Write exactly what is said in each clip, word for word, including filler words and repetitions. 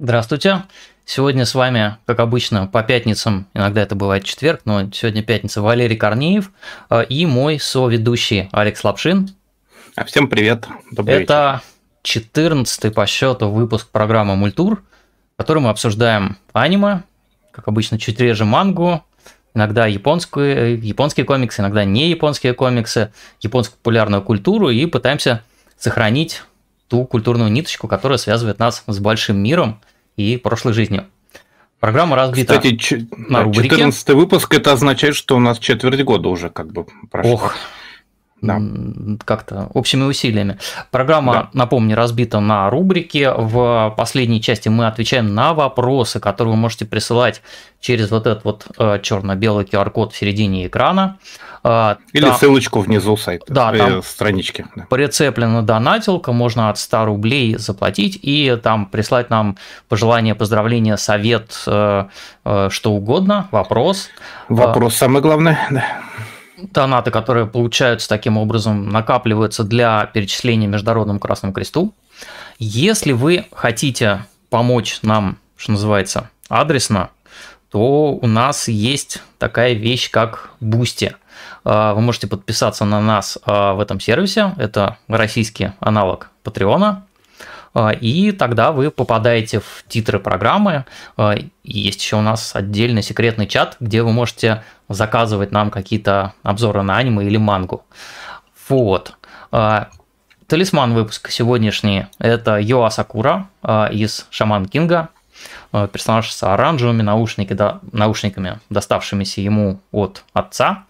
Здравствуйте. Сегодня с вами, как обычно, по пятницам, иногда это бывает четверг, но сегодня пятница, Валерий Корнеев э, и мой соведущий Алекс Лапшин. А всем привет. Добрый вечер. Это четырнадцатый по счету выпуск программы «Мультур», в которой мы обсуждаем аниме, как обычно, чуть реже мангу, иногда японскую, японские комиксы, иногда не японские комиксы, японскую популярную культуру и пытаемся сохранить ту культурную ниточку, которая связывает нас с большим миром и прошлой жизнью. Программа разбита Кстати, ч... на рубрики. четырнадцатый выпуск, это означает, что у нас четверть года уже как бы прошло. Ох, да. Как-то общими усилиями. Программа, да. напомню, разбита на рубрики. В последней части мы отвечаем на вопросы, которые вы можете присылать через вот этот вот э, черно-белый ку ар-код в середине экрана. Э, Или там, ссылочку внизу сайта, да, э, там странички. Да. Прицеплена донатилка, можно от ста рублей заплатить и там прислать нам пожелания, поздравления, совет, э, э, что угодно, вопрос. Вопрос э, самое главное, да. Донаты, которые получаются таким образом, накапливаются для перечисления Международному Красному Кресту. Если вы хотите помочь нам, что называется, адресно, то у нас есть такая вещь, как Boosty. Вы можете подписаться на нас в этом сервисе, это российский аналог Патреона, и тогда вы попадаете в титры программы. Есть еще у нас отдельный секретный чат, где вы можете заказывать нам какие-то обзоры на аниме или мангу. Вот. Талисман выпуска сегодняшний – это Йоа Сакура из Шаман Кинга. Персонаж с оранжевыми наушники, да, наушниками, доставшимися ему от отца.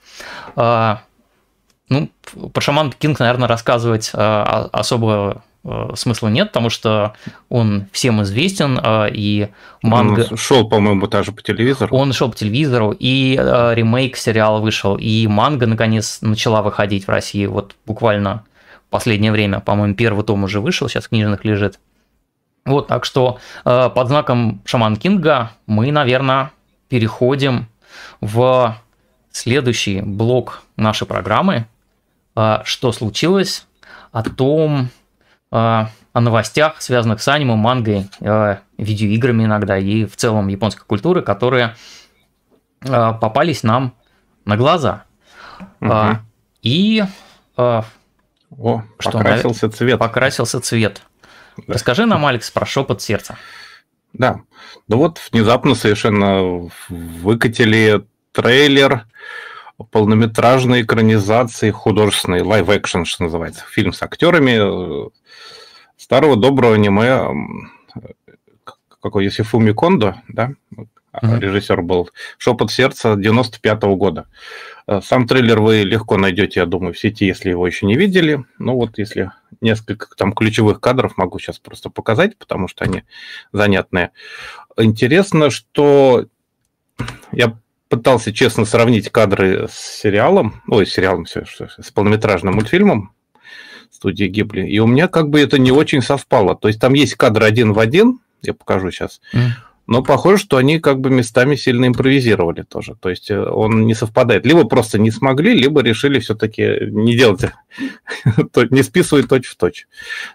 Ну, про Шаман Кинг, наверное, рассказывать особо смысла нет, потому что он всем известен, и манга... Он шел, по-моему, даже по телевизору. Он шел по телевизору, и ремейк сериала вышел, и манга, наконец, начала выходить в России, вот буквально в последнее время, по-моему, первый том уже вышел, сейчас в книжных лежит. Вот, так что под знаком Шаман Кинга мы, наверное, переходим в следующий блок нашей программы, что случилось, о том... о новостях, связанных с аниме, мангой, видеоиграми иногда и в целом японской культуры, которые попались нам на глаза. Угу. И О, что, покрасился цвет. Покрасился цвет. Да. Расскажи нам, Алекс, про «Шепот сердца». Да, ну вот внезапно совершенно выкатили трейлер полнометражной экранизации художественной, live-action, что называется, фильм с актерами старого доброго аниме, какой, если Фуми Кондо, да, uh-huh. режиссер был, «Шепот сердца» девяносто пятого года. Сам трейлер вы легко найдете, я думаю, в сети, если его еще не видели. Ну вот, если несколько там ключевых кадров могу сейчас просто показать, потому что они занятные. Интересно, что я пытался честно сравнить кадры с сериалом, ой, с сериалом, с полнометражным мультфильмом студии Гибли, и у меня как бы это не очень совпало. То есть там есть кадры один в один, я покажу сейчас, mm. но похоже, что они как бы местами сильно импровизировали тоже. То есть он не совпадает. Либо просто не смогли, либо решили все-таки не делать, не списывать точь в точь.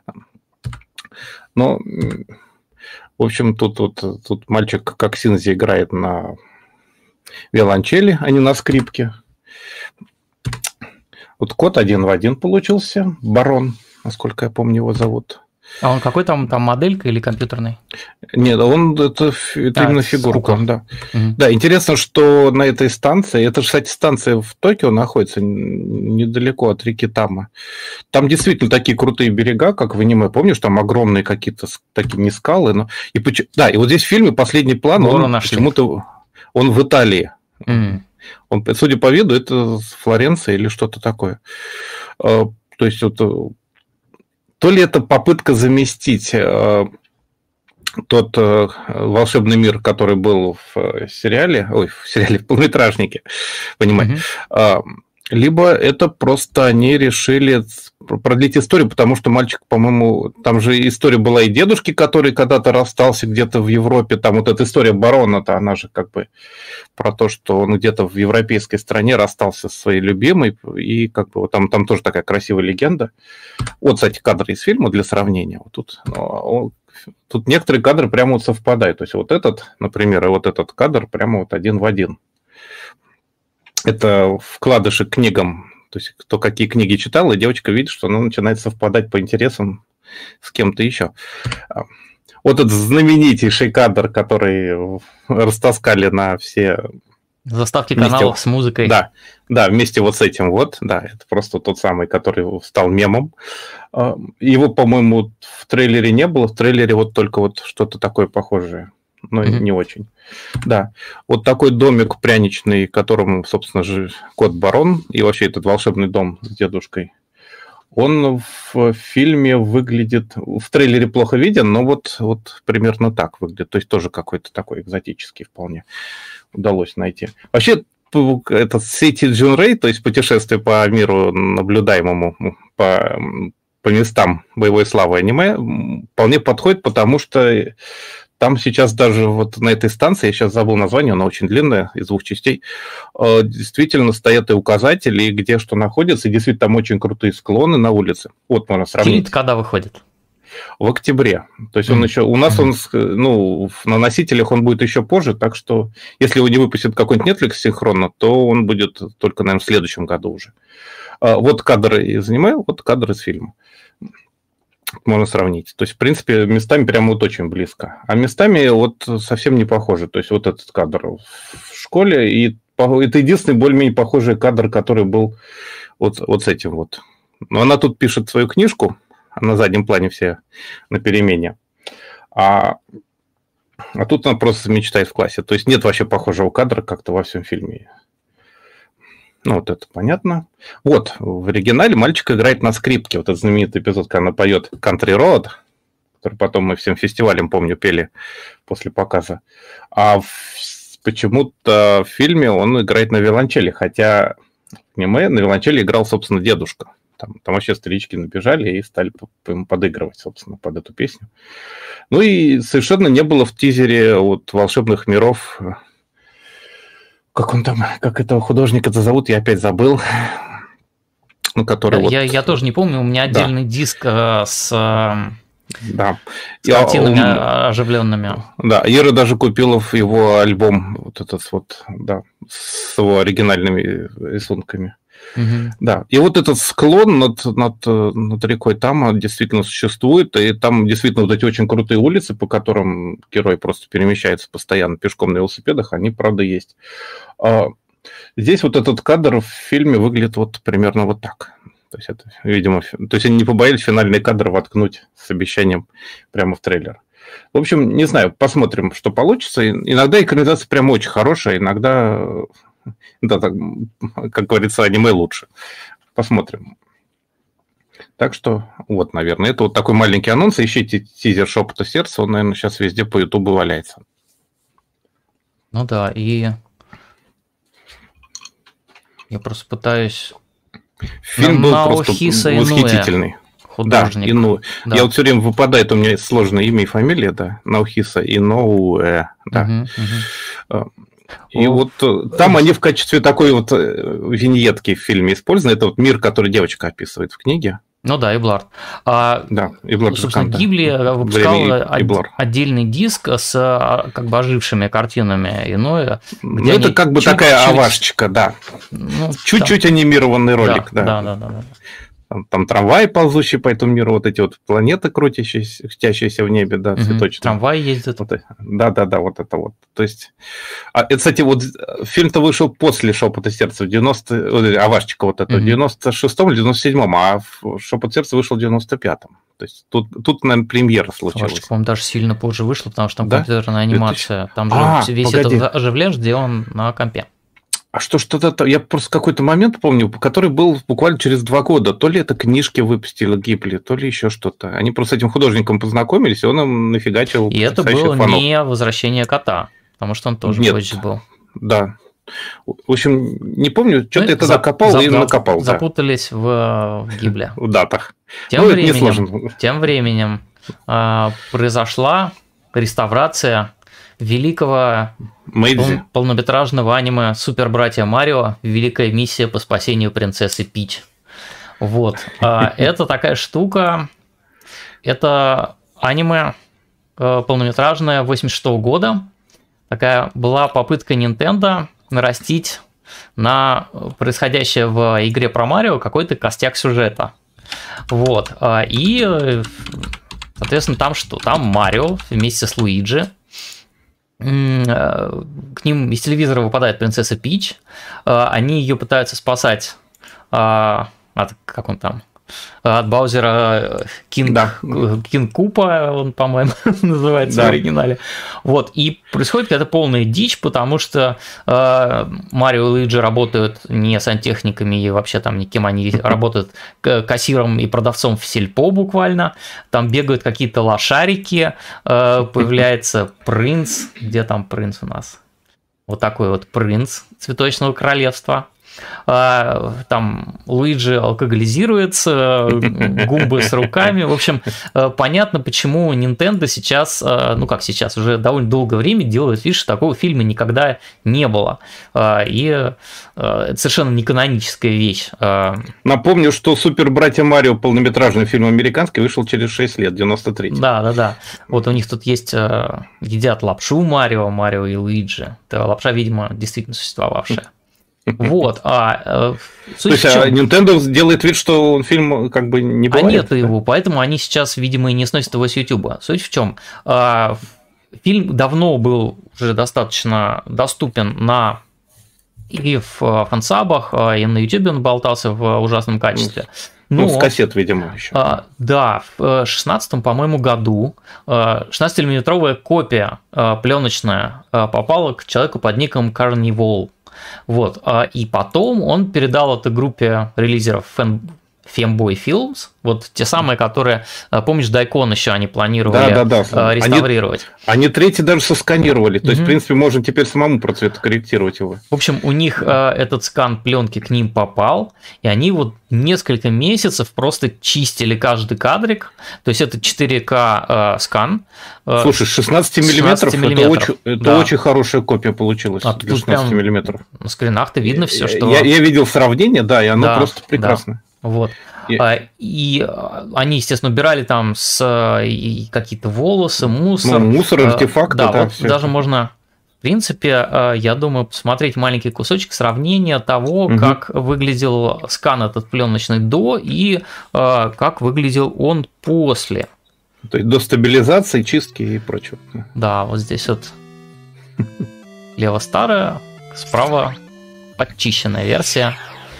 Но, в общем, тут, тут, тут мальчик как Синзи играет на виолончели, а не на скрипке. Вот кот один в один получился, Барон, насколько я помню, его зовут. А он какой там, там моделька или компьютерный? Нет, он это, это а, именно фигурка. Да. Угу. Да, интересно, что на этой станции, это же, кстати, станция в Токио находится недалеко от реки Тама. Там действительно такие крутые берега, как в аниме. Помнишь, там огромные какие-то такие не скалы. Но... И, да, и вот здесь в фильме последний план, Гору он нашли. Почему-то он в Италии. Mm. Он, судя по виду, это Флоренция или что-то такое. То есть, вот, то ли это попытка заместить тот волшебный мир, который был в сериале, ой, в сериале, в полнометражнике, понимаете, mm-hmm. либо это просто они решили продлить историю, потому что мальчик, по-моему, там же история была и дедушки, который когда-то расстался где-то в Европе, там вот эта история барона-то, она же как бы про то, что он где-то в европейской стране расстался со своей любимой, и как бы вот там, там тоже такая красивая легенда. Вот, кстати, кадры из фильма для сравнения. Вот тут ну, тут некоторые кадры прямо вот совпадают. То есть вот этот, например, и вот этот кадр прямо вот один в один. Это вкладыши к книгам. То есть кто какие книги читал, и девочка видит, что она начинает совпадать по интересам с кем-то еще. Вот этот знаменитейший кадр, который растаскали на все... Заставки вместе, каналов с музыкой. Да, да, вместе вот с этим вот, да, это просто тот самый, который стал мемом. Его, по-моему, в трейлере не было, в трейлере вот только вот что-то такое похожее, но mm-hmm. не очень. Да, вот такой домик пряничный, которому, собственно же, кот Барон, и вообще этот волшебный дом с дедушкой, он в фильме выглядит, в трейлере плохо виден, но вот, вот примерно так выглядит, то есть тоже какой-то такой экзотический вполне удалось найти. Вообще, этот City Jun Rei, то есть путешествие по миру наблюдаемому, по, по местам боевой славы аниме, вполне подходит, потому что там сейчас даже вот на этой станции, я сейчас забыл название, она очень длинная, из двух частей, действительно стоят и указатели, где что находится, и действительно там очень крутые склоны на улице. Вот можно сравнить. Фильм когда выходит? В октябре. То есть он mm-hmm. еще... У нас он, ну, на носителях он будет еще позже, так что если его не выпустят какой-нибудь Netflix синхронно, то он будет только, наверное, в следующем году уже. Вот кадр из аниме, вот кадр из фильма. Можно сравнить. То есть, в принципе, местами прямо вот очень близко. А местами вот совсем не похоже. То есть, вот этот кадр в школе, и это единственный более-менее похожий кадр, который был вот, вот с этим вот. Но она тут пишет свою книжку, а на заднем плане все на перемене. А, а тут она просто мечтает в классе. То есть, нет вообще похожего кадра как-то во всем фильме. Ну, вот это понятно. Вот, в оригинале мальчик играет на скрипке. Вот этот знаменитый эпизод, когда она поет Country Road, который потом мы всем фестивалем, помню, пели после показа. А в, почему-то в фильме он играет на виолончели, хотя в аниме на виолончели играл, собственно, дедушка. Там, там вообще старички набежали и стали подыгрывать, собственно, под эту песню. Ну и совершенно не было в тизере вот волшебных миров... Как он там, как этого художника-то зовут, я опять забыл. Ну, который я, вот... я, я тоже не помню, у меня отдельный да. диск э, с, да. с картинами я, оживленными. Да, Ира даже купила его альбом, вот этот вот, да, с его оригинальными рисунками. Угу. Да, и вот этот склон над, над, над рекой там действительно существует, и там действительно вот эти очень крутые улицы, по которым герой просто перемещается постоянно пешком на велосипедах, они, правда, есть. Здесь вот этот кадр в фильме выглядит вот примерно вот так. То есть, это, видимо, то есть они не побоялись финальный кадр воткнуть с обещанием прямо в трейлер. В общем, не знаю, посмотрим, что получится. Иногда экранизация прям очень хорошая, иногда... Да, так, как говорится, аниме лучше. Посмотрим. Так что, вот, наверное, это вот такой маленький анонс. Ищите тизер «Шепота сердца», он, наверное, сейчас везде по Ютубу валяется. Ну да, и я просто пытаюсь... Фильм был просто восхитительный. Художник. Да, Ину. Да. Я вот все время выпадает, у меня сложное имя и фамилия, да, Наухиса Иноуэ, да. Угу, угу. И О, вот там они в качестве такой вот виньетки в фильме использованы. Это вот мир, который девочка описывает в книге. Ну да, Эблард. А, да, Эблард. Собственно, Гибли выпускал отдельный диск с как бы ожившими картинами Иное. Ну, это как бы чуть-чуть... такая авашечка, да. Ну, чуть-чуть да. анимированный ролик, да. Да, да, да, да. Там, там трамвай, ползущий по этому миру, вот эти вот планеты, крутящиеся, крутящиеся в небе, да, угу. цветочные. Трамвай ездит. Вот, да, да, да, вот это вот. То есть, а, это, кстати, вот фильм-то вышел после «Шепота сердца» в девяностом... Авашечка вот это, угу. в девяносто шестом или девяносто седьмом, а «Шепот сердца» вышел в девяносто пятом. То есть, тут, тут наверное, премьера случилась. Авашечка, по-моему, даже сильно позже вышла, потому что там да? компьютерная анимация. Там же а, весь погоди. этот оживляж сделан на компе. А что что-то... Я просто какой-то момент помню, который был буквально через два года. То ли это книжки выпустили Гибли, то ли еще что-то. Они просто с этим художником познакомились, и он им нафигачил. И это было фанов. Не «Возвращение кота», потому что он тоже Нет, позже был. Да. В общем, не помню, что-то ну, я тогда за, копал за, и накопал. Запутались да. в, в Гибле. В датах. Тем, ну, временем, тем временем э, произошла реставрация великого Мэйдзи. полнометражного аниме «Супер братья Марио. Великая миссия по спасению принцессы Пич». Вот. Это такая штука. Это аниме, полнометражная восемьдесят шестого года. Такая была попытка Nintendo нарастить на происходящее в игре про Марио какой-то костяк сюжета. Вот. И, соответственно, там что? Там Марио вместе с Луиджи. К ним из телевизора выпадает принцесса Пич. Они ее пытаются спасать от, как он там, от Баузера Кинг, да. Кинг Купа, он, по-моему, называется да. в оригинале. Вот, и происходит какая-то полная дичь, потому что э, Марио и Луиджи работают не сантехниками, и вообще там никем, они работают кассиром и продавцом в сельпо буквально. Там бегают какие-то лошарики, э, появляется принц. Где там принц у нас? Вот такой вот принц Цветочного королевства. Там Луиджи алкоголизируется, губы с руками. В общем, понятно, почему Nintendo сейчас, ну как сейчас, уже довольно долгое время делает вид, что такого фильма никогда не было. И это совершенно не каноническая вещь. Напомню, что «Супер братья Марио» полнометражный фильм американский вышел через шесть лет, девяносто третий. Да, да, да. Вот у них тут есть едят лапшу Марио, Марио и Луиджи. Это лапша, видимо, действительно существовавшая. Вот, а то есть а Nintendo делает вид, что фильм как бы не бывает? А нет его, поэтому они сейчас, видимо, и не сносят его с YouTube. Суть в чем? Фильм давно был уже достаточно доступен на и в фансабах, и на YouTube он болтался в ужасном качестве. Но, ну, с кассет, видимо, еще. А, да, в шестнадцатом, по-моему, году шестнадцатимиллиметровая копия пленочная попала к человеку под ником Carnival. Вот, и потом он передал это группе релизеров Femboy Films, вот те самые, которые, помнишь, Дайкон еще они планировали да, да, да. реставрировать. Они, они третий даже сосканировали, то mm-hmm. есть, в принципе, можно теперь самому процветокорректировать его. В общем, у них этот скан пленки к ним попал, и они вот несколько месяцев просто чистили каждый кадрик, то есть это четыре ка скан. Слушай, шестнадцать миллиметров, это, очень, это да. очень хорошая копия получилась а для шестнадцати миллиметров. На скринах-то видно все, что... Я, я видел сравнение, да, и оно да, просто прекрасно. Да. Вот. И... и они, естественно, убирали там с и какие-то волосы, мусор. Ну, мусор, артефакты. Да, да вот даже можно, в принципе, я думаю, посмотреть маленький кусочек сравнения того, угу. как выглядел скан этот пленочный до и как выглядел он после. То есть до стабилизации, чистки и прочего. Да, вот здесь вот лево старая, справа подчищенная версия.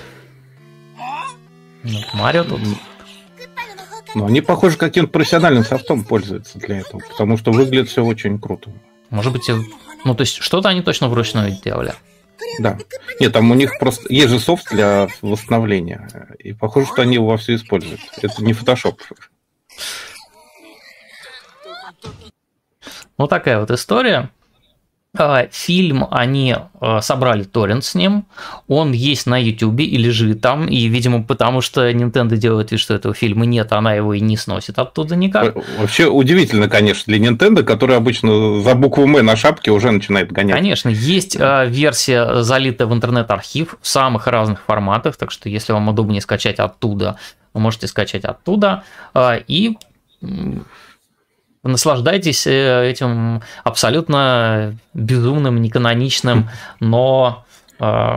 Вот Марио тут. Ну, они, похоже, каким-то профессиональным софтом пользуются для этого, потому что выглядит все очень круто. Может быть, ну, то есть, что-то они точно вручную делали. Да. Нет, там у них просто есть же софт для восстановления, и похоже, что они его вовсю используют. Это не Photoshop. Вот такая вот история. Фильм они собрали торрент с ним, он есть на YouTube и лежит там, и, видимо, потому что Nintendo делает вид, что этого фильма нет, она его и не сносит оттуда никак. Вообще удивительно, конечно, для Nintendo, который обычно за букву «М» на шапке уже начинает гонять. Конечно, есть версия, залитая в интернет-архив в самых разных форматах, так что если вам удобнее скачать оттуда, вы можете скачать оттуда, и... наслаждайтесь этим абсолютно безумным, неканоничным, но э,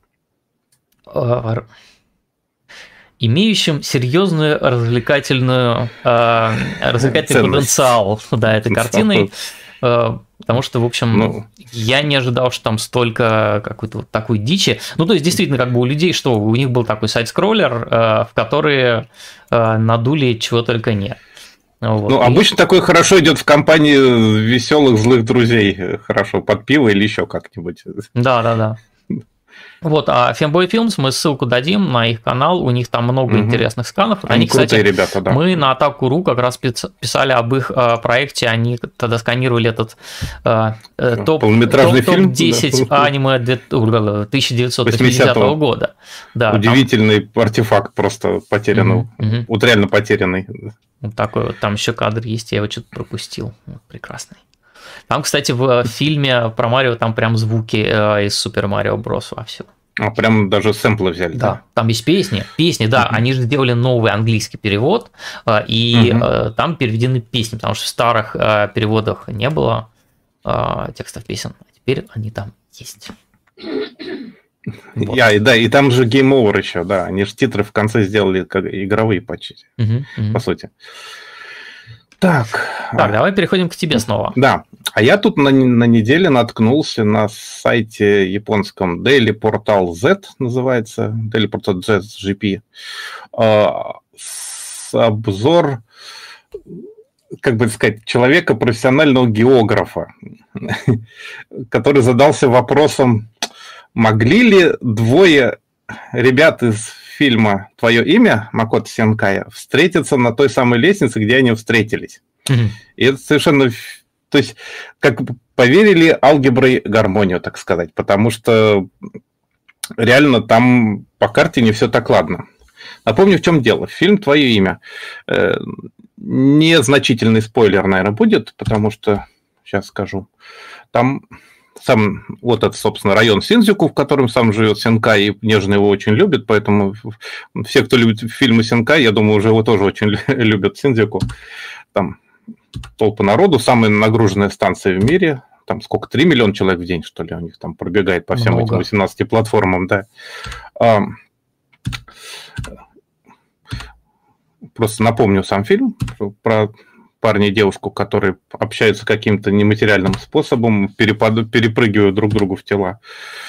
э, имеющим серьезную развлекательную, э, развлекательный потенциал да, этой картиной. Э, потому что, в общем, ну... я не ожидал, что там столько какой-то вот такой дичи. Ну, то есть, действительно, как бы у людей, что у них был такой сайт-скроллер, э, в который э, надули чего только нет. Вот. Ну, обычно и... такое хорошо идет в компании веселых злых друзей, хорошо под пиво или еще как-нибудь. Да, да, да. Вот, а Femboy Films мы ссылку дадим на их канал, у них там много угу. интересных сканов. Они, они кстати, ребята, да. Мы на Атаку точка ру как раз писали об их э, проекте, они тогда сканировали этот э, топ, полнометражный топ, фильм топ десять да. аниме тысяча девятьсот восьмидесятого года. Да, удивительный там... артефакт просто потерянный, угу. вот реально потерянный. Вот такой вот, там еще кадр есть, я его что-то пропустил, вот, прекрасный. Там, кстати, в фильме про Марио там прям звуки из Super Mario Bros. Вовсю. А прям даже сэмплы взяли, да? Да, там есть песни. Песни, да, uh-huh. они же сделали новый английский перевод, и uh-huh. там переведены песни, потому что в старых переводах не было текстов песен, а теперь они там есть. Вот. Я, и, да, и там же Game Over еще, да, они же титры в конце сделали как игровые почти, uh-huh. uh-huh. по сути. Так. Так, давай переходим к тебе снова. Да. А я тут на, на неделе наткнулся на сайте японском Daily Portal Z, называется, Daily Portal Z джи пи, э, с обзор, как бы сказать, человека, профессионального географа, который задался вопросом, могли ли двое ребят из фильма «Твое имя» Макото Синкая встретиться на той самой лестнице, где они встретились. Mm-hmm. И это совершенно... То есть, как бы поверили алгеброй гармонию, так сказать, потому что реально там по карте не все так ладно. Напомню, в чем дело. Фильм «Твое имя». Незначительный спойлер, наверное, будет, потому что, сейчас скажу, там сам, вот это, собственно, район Синдзюку, в котором сам живет Синкай, и нежно его очень любит, поэтому все, кто любит фильмы Синкай, я думаю, уже его тоже очень любят Синдзюку. Там толпа народу, самая нагруженная станция в мире, там сколько, три миллиона человек в день, что ли, у них там пробегает по всем Много. этим восемнадцати платформам, да. Просто напомню сам фильм про парня и девушку, которые общаются каким-то нематериальным способом, перепад... перепрыгивают друг другу в тела.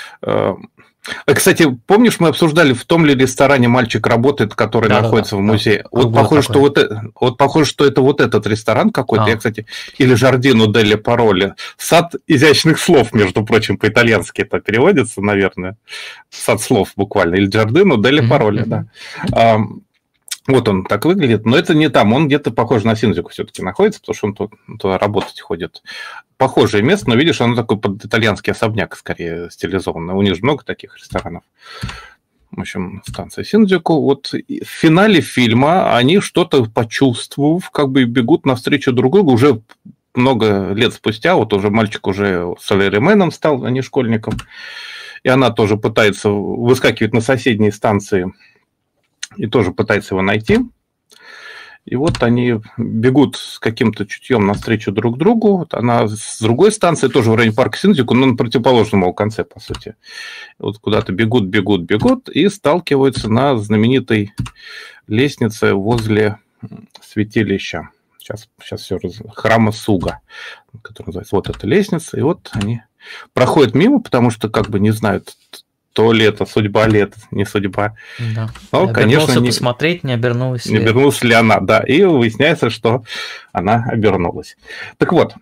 Кстати, помнишь, мы обсуждали, в том ли ресторане мальчик работает, который да, находится да, да, в музее? Да. Вот, похоже, что вот, вот похоже, что это вот этот ресторан какой-то. А. Я, кстати, или Жардино делле Пароле. Сад изящных слов, между прочим, по-итальянски это переводится, наверное. Сад слов буквально. Или Жардино делле Пароле, mm-hmm. да. Вот он так выглядит, но это не там, он где-то похож на Синдзюку все-таки находится, потому что он туда, туда работать ходит. Похожее место, но видишь, оно такой под итальянский особняк скорее стилизованный. У них же много таких ресторанов. В общем, станция Синдзюку. Вот в финале фильма они что-то почувствовав, как бы бегут навстречу друг другу уже много лет спустя. Вот уже мальчик уже саларименом стал, а не школьником. И она тоже пытается выскакивать на соседние станции и тоже пытается его найти. И вот они бегут с каким-то чутьем навстречу друг другу. Вот она с другой станции, тоже в районе парка Синдзюку, но на противоположном его конце, по сути. Вот куда-то бегут, бегут, бегут и сталкиваются на знаменитой лестнице возле святилища. Сейчас, сейчас все раз... храма Суга, который называется. Вот эта лестница. И вот они проходят мимо, потому что как бы не знают, то ли это судьба, ли это не судьба. Да. Но, не конечно, не посмотреть, не обернулась ли. Не обернулась ли она, да. И выясняется, что она обернулась. Так вот,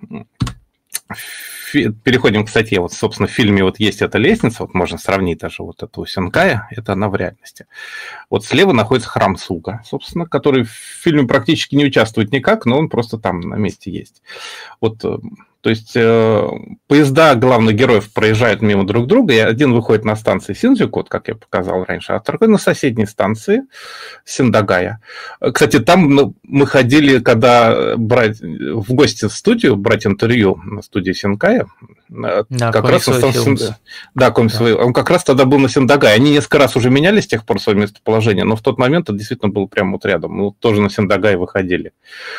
фи- переходим к статье. Вот, собственно, в фильме вот есть эта лестница, вот можно сравнить даже вот эту Синкая, это она в реальности. Вот слева находится храм Суга, собственно, который в фильме практически не участвует никак, но он просто там на месте есть. Вот... То есть э, поезда главных героев проезжают мимо друг друга, и один выходит на станции Синдзюку, вот как я показал раньше, а другой на соседней станции Синдагая. Кстати, там мы ходили, когда брать в гости в студию, брать интервью на студии Синкая, да, как раз на станции... Да, да. Свой... Он как раз тогда был на Синдагае. Они несколько раз уже меняли с тех пор свое местоположение, но в тот момент это действительно было прямо вот рядом. Мы тоже на Синдагае выходили.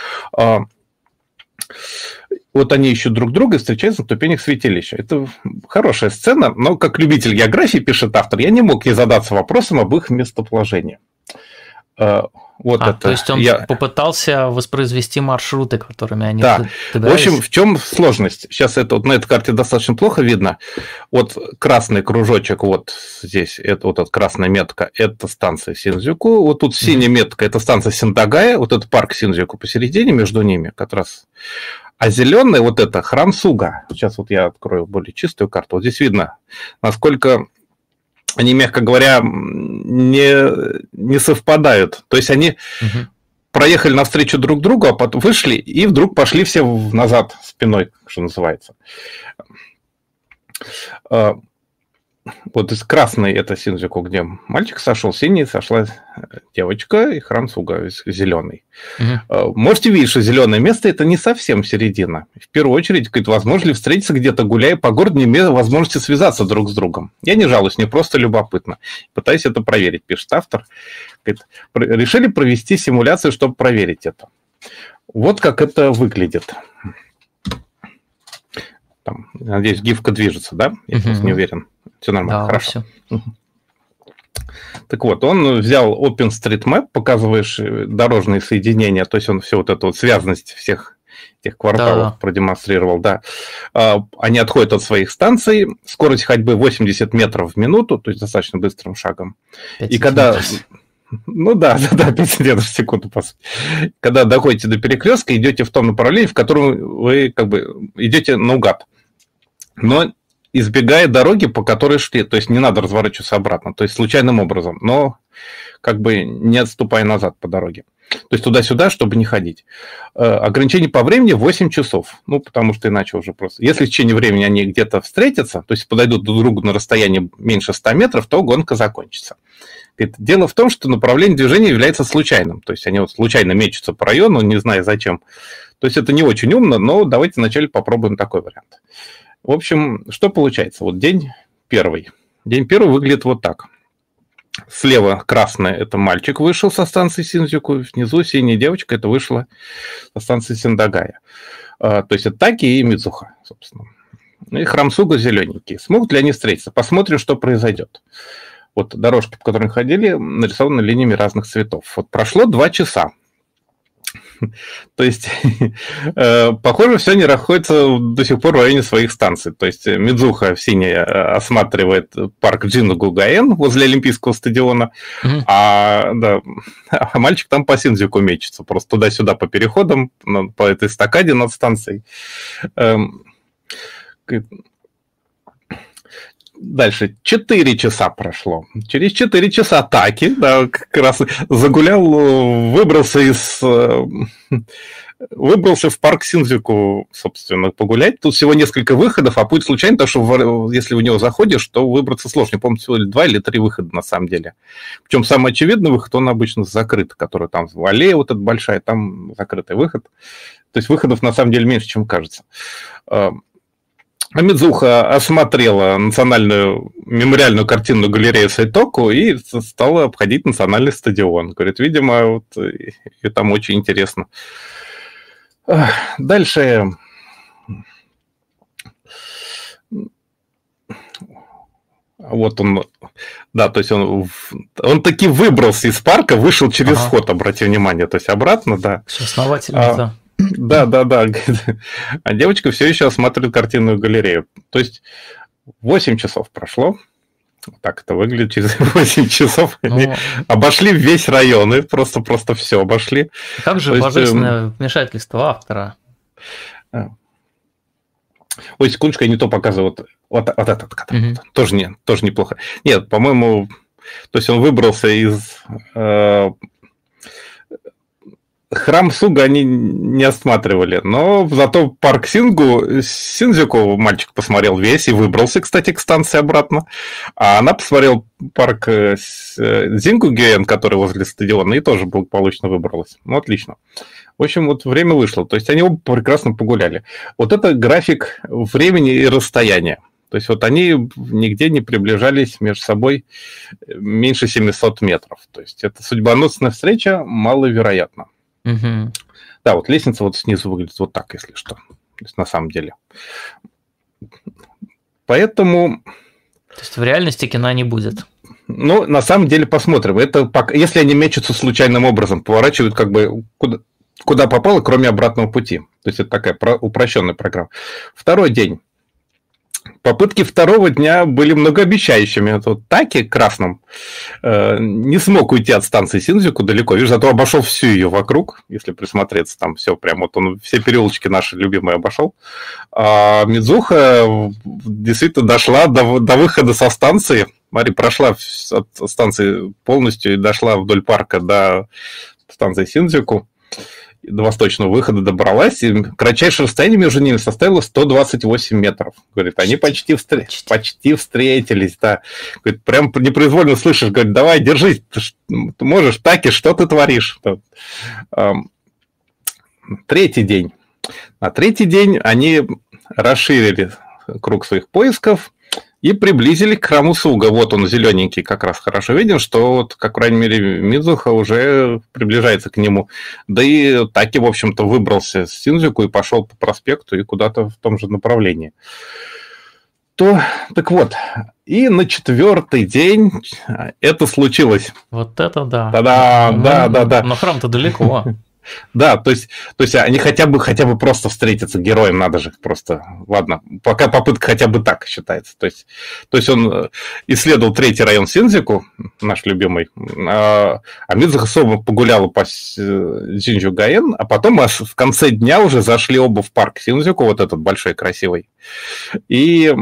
Вот они ищут друг друга и встречаются на ступенях святилища. Это хорошая сцена, но как любитель географии, пишет автор, я не мог не задаться вопросом об их местоположении. Вот а, это. То есть он я... попытался воспроизвести маршруты, которыми они да. добирались? В общем, в чем сложность? Сейчас это вот на этой карте достаточно плохо видно. Вот красный кружочек вот здесь, это вот эта красная метка, это станция Синдзюку. Вот тут синяя mm-hmm. метка, это станция Синдагая. Вот это парк Синдзюку посередине между ними как раз. А зеленый вот это храм Суга. Сейчас вот я открою более чистую карту. Вот здесь видно, насколько они, мягко говоря, не, не совпадают. То есть они угу. проехали навстречу друг другу, а потом вышли и вдруг пошли все назад спиной, что называется. вот из красной это Синдзюку, где мальчик сошел, синий сошла девочка, и храм Суга зеленый. Угу. Можете видеть, что зеленое место это не совсем середина. В первую очередь, говорит, возможно ли встретиться где-то, гуляя по городу, не имея возможности связаться друг с другом. Я не жалуюсь, мне просто любопытно. Пытаюсь это проверить, пишет автор. Говорит, решили провести симуляцию, чтобы проверить это. Вот как это выглядит. Там, надеюсь, гифка движется, да? Я uh-huh. просто не уверен. Все нормально, да, хорошо. Uh-huh. Так вот, он взял OpenStreetMap, показываешь дорожные соединения, то есть он все вот эту вот связанность всех этих кварталов да. продемонстрировал, да. Они отходят от своих станций, скорость ходьбы восемьдесят метров в минуту, то есть достаточно быстрым шагом. И когда... Ну да, да, да, пять сантиметров в секунду, по сути. Когда доходите до перекрестка, идете в том направлении, в котором вы как бы идете наугад. Но избегая дороги, по которой шли. То есть не надо разворачиваться обратно, то есть случайным образом, но как бы не отступая назад по дороге. То есть туда-сюда, чтобы не ходить. Ограничение по времени восемь часов. Ну, потому что иначе уже просто... Если в течение времени они где-то встретятся, то есть подойдут друг к другу на расстоянии меньше ста метров, то гонка закончится. Дело в том, что направление движения является случайным. То есть они вот случайно мечутся по району, не зная зачем. То есть это не очень умно, но давайте вначале попробуем такой вариант. В общем, что получается? Вот день первый. День первый выглядит вот так. Слева красная – это мальчик вышел со станции Синдзюку, внизу синяя девочка – это вышла со станции Синдагая. То есть это Таки и Мидзуха, собственно. И храм Суга зелененький. Смогут ли они встретиться? Посмотрим, что произойдет. Вот дорожки, по которым ходили, нарисованы линиями разных цветов. Вот прошло два часа. То есть, похоже, все не находится до сих пор в районе своих станций. То есть Мидзуха в синей осматривает парк Джинагу-Гаэн возле Олимпийского стадиона, mm-hmm. а, да, а мальчик там по Синдзюку мечется, просто туда-сюда по переходам, по этой эстакаде над станцией. Дальше четыре часа прошло. Через четыре часа Таки, да, как раз загулял, выбрался из... Выбрался в парк Синдзюку, собственно, погулять. Тут всего несколько выходов, а путь случайно, потому что если в него заходишь, то выбраться сложно. Не помню, всего два или три выхода на самом деле. Причем самый очевидный выход, он обычно закрыт, который там в аллее вот эта большая, там закрытый выход. То есть выходов на самом деле меньше, чем кажется. А Мидзуха осмотрела национальную мемориальную картинную галерею Сайтоку и стала обходить национальный стадион. Говорит, видимо, вот, и, и там очень интересно. Дальше. Вот он, да, то есть он, он таки выбрался из парка, вышел через ага. вход, обрати внимание, то есть обратно, да. Основательно, а, да. Да, да, да. А девочка все еще осматривает картинную галерею. То есть восемь часов прошло. Так это выглядит. Через восемь часов ну, они обошли весь район. И просто-просто все обошли. Как же То божественное есть, вмешательство автора. Ой, секундочку, я не то показываю. Вот, вот, вот этот кадр. Mm-hmm. Тоже, не, тоже неплохо. Нет, по-моему... То есть он выбрался из... Э, Храм Суга они не осматривали, но зато парк Сингу, Синдзюку мальчик посмотрел весь и выбрался, кстати, к станции обратно. А она посмотрела парк Дзингу-Гюэн, который возле стадиона, и тоже благополучно выбралась. Ну, отлично. В общем, вот время вышло. То есть они оба прекрасно погуляли. Вот это график времени и расстояния. То есть вот они нигде не приближались между собой меньше семисот метров. То есть это судьбоносная встреча маловероятна. Угу. Да, вот лестница вот снизу выглядит вот так, если что. То есть на самом деле. Поэтому... То есть в реальности кино не будет? Ну, на самом деле посмотрим. Это пока... Если они мечутся случайным образом, поворачивают как бы куда, куда попало, кроме обратного пути. То есть это такая упрощенная программа. Второй день. Попытки второго дня были многообещающими. Вот Таки красным э, не смог уйти от станции Синдзюку далеко. Видишь, зато обошел всю ее вокруг, если присмотреться, там все прям вот он все переулочки наши любимые обошел. А Мидзуха действительно дошла до, до выхода со станции. Смотри, прошла от станции полностью и дошла вдоль парка до станции Синдзюку. до восточного выхода добралась, и кратчайшее расстояние между ними составило сто двадцать восемь метров. Говорит, они почти, встр... почти. почти встретились, да. Говорит, прям непроизвольно слышишь, говорит, давай, держись, ты, ты можешь, Таки, что ты творишь? Третий день. На третий день они расширили круг своих поисков и приблизили к храму Суга. Вот он, зелененький, как раз хорошо виден, что, вот, как, по крайней мере, Мидзуха уже приближается к нему. Да и Таки, в общем-то, выбрался с Синдзюку и пошел по проспекту и куда-то в том же направлении. То, так вот, и на четвертый день это случилось. Вот это да. Да-да, ну, да, да, да. Но храм-то далеко. Да, то есть, то есть они хотя бы, хотя бы просто встретиться героем, надо же просто, ладно, пока попытка хотя бы так считается. То есть, то есть он исследовал третий район Синдзюку, наш любимый, а Мидзуха Сома погуляла по Синдзю-Гаен, а потом аж в конце дня уже зашли оба в парк Синдзюку, вот этот большой, красивый. И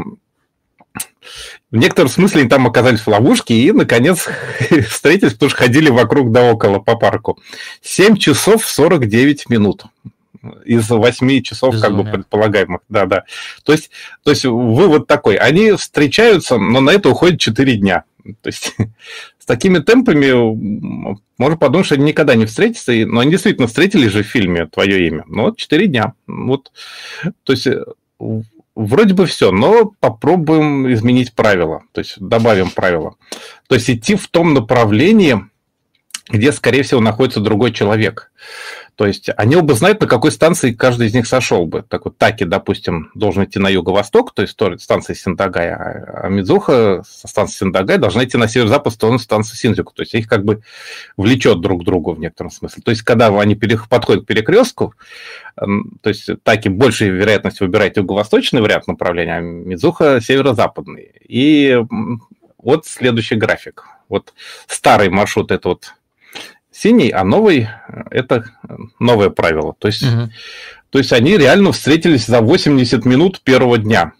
в некотором смысле они там оказались в ловушке и, наконец, встретились, потому что ходили вокруг да около по парку. семь часов сорок девять минут из восьми часов, Безумие. Как бы, предполагаемых. Да, да. То есть, то есть вывод такой. Они встречаются, но на это уходит четыре дня. То есть с такими темпами можно подумать, что они никогда не встретятся, но они действительно встретились же в фильме «Твое имя». Ну, вот четыре дня. Вот. То есть вроде бы все, но попробуем изменить правила, то есть добавим правила. То есть идти в том направлении, где, скорее всего, находится другой человек. То есть они оба знают, на какой станции каждый из них сошел бы. Так вот, Таки, допустим, должен идти на юго-восток, то есть станция Синдагай, а Мидзуха со станции Синдагай должна идти на северо-запад в сторону станции Синдзюку. То есть их как бы влечет друг к другу в некотором смысле. То есть когда они подходят к перекрестку, то есть Таки большей вероятностью выбирает юго-восточный вариант направления, а Мидзуха северо-западный. И вот следующий график. Вот старый маршрут – это вот синий, а новый – это новое правило. То есть, угу. то есть они реально встретились за восемьдесят минут первого дня.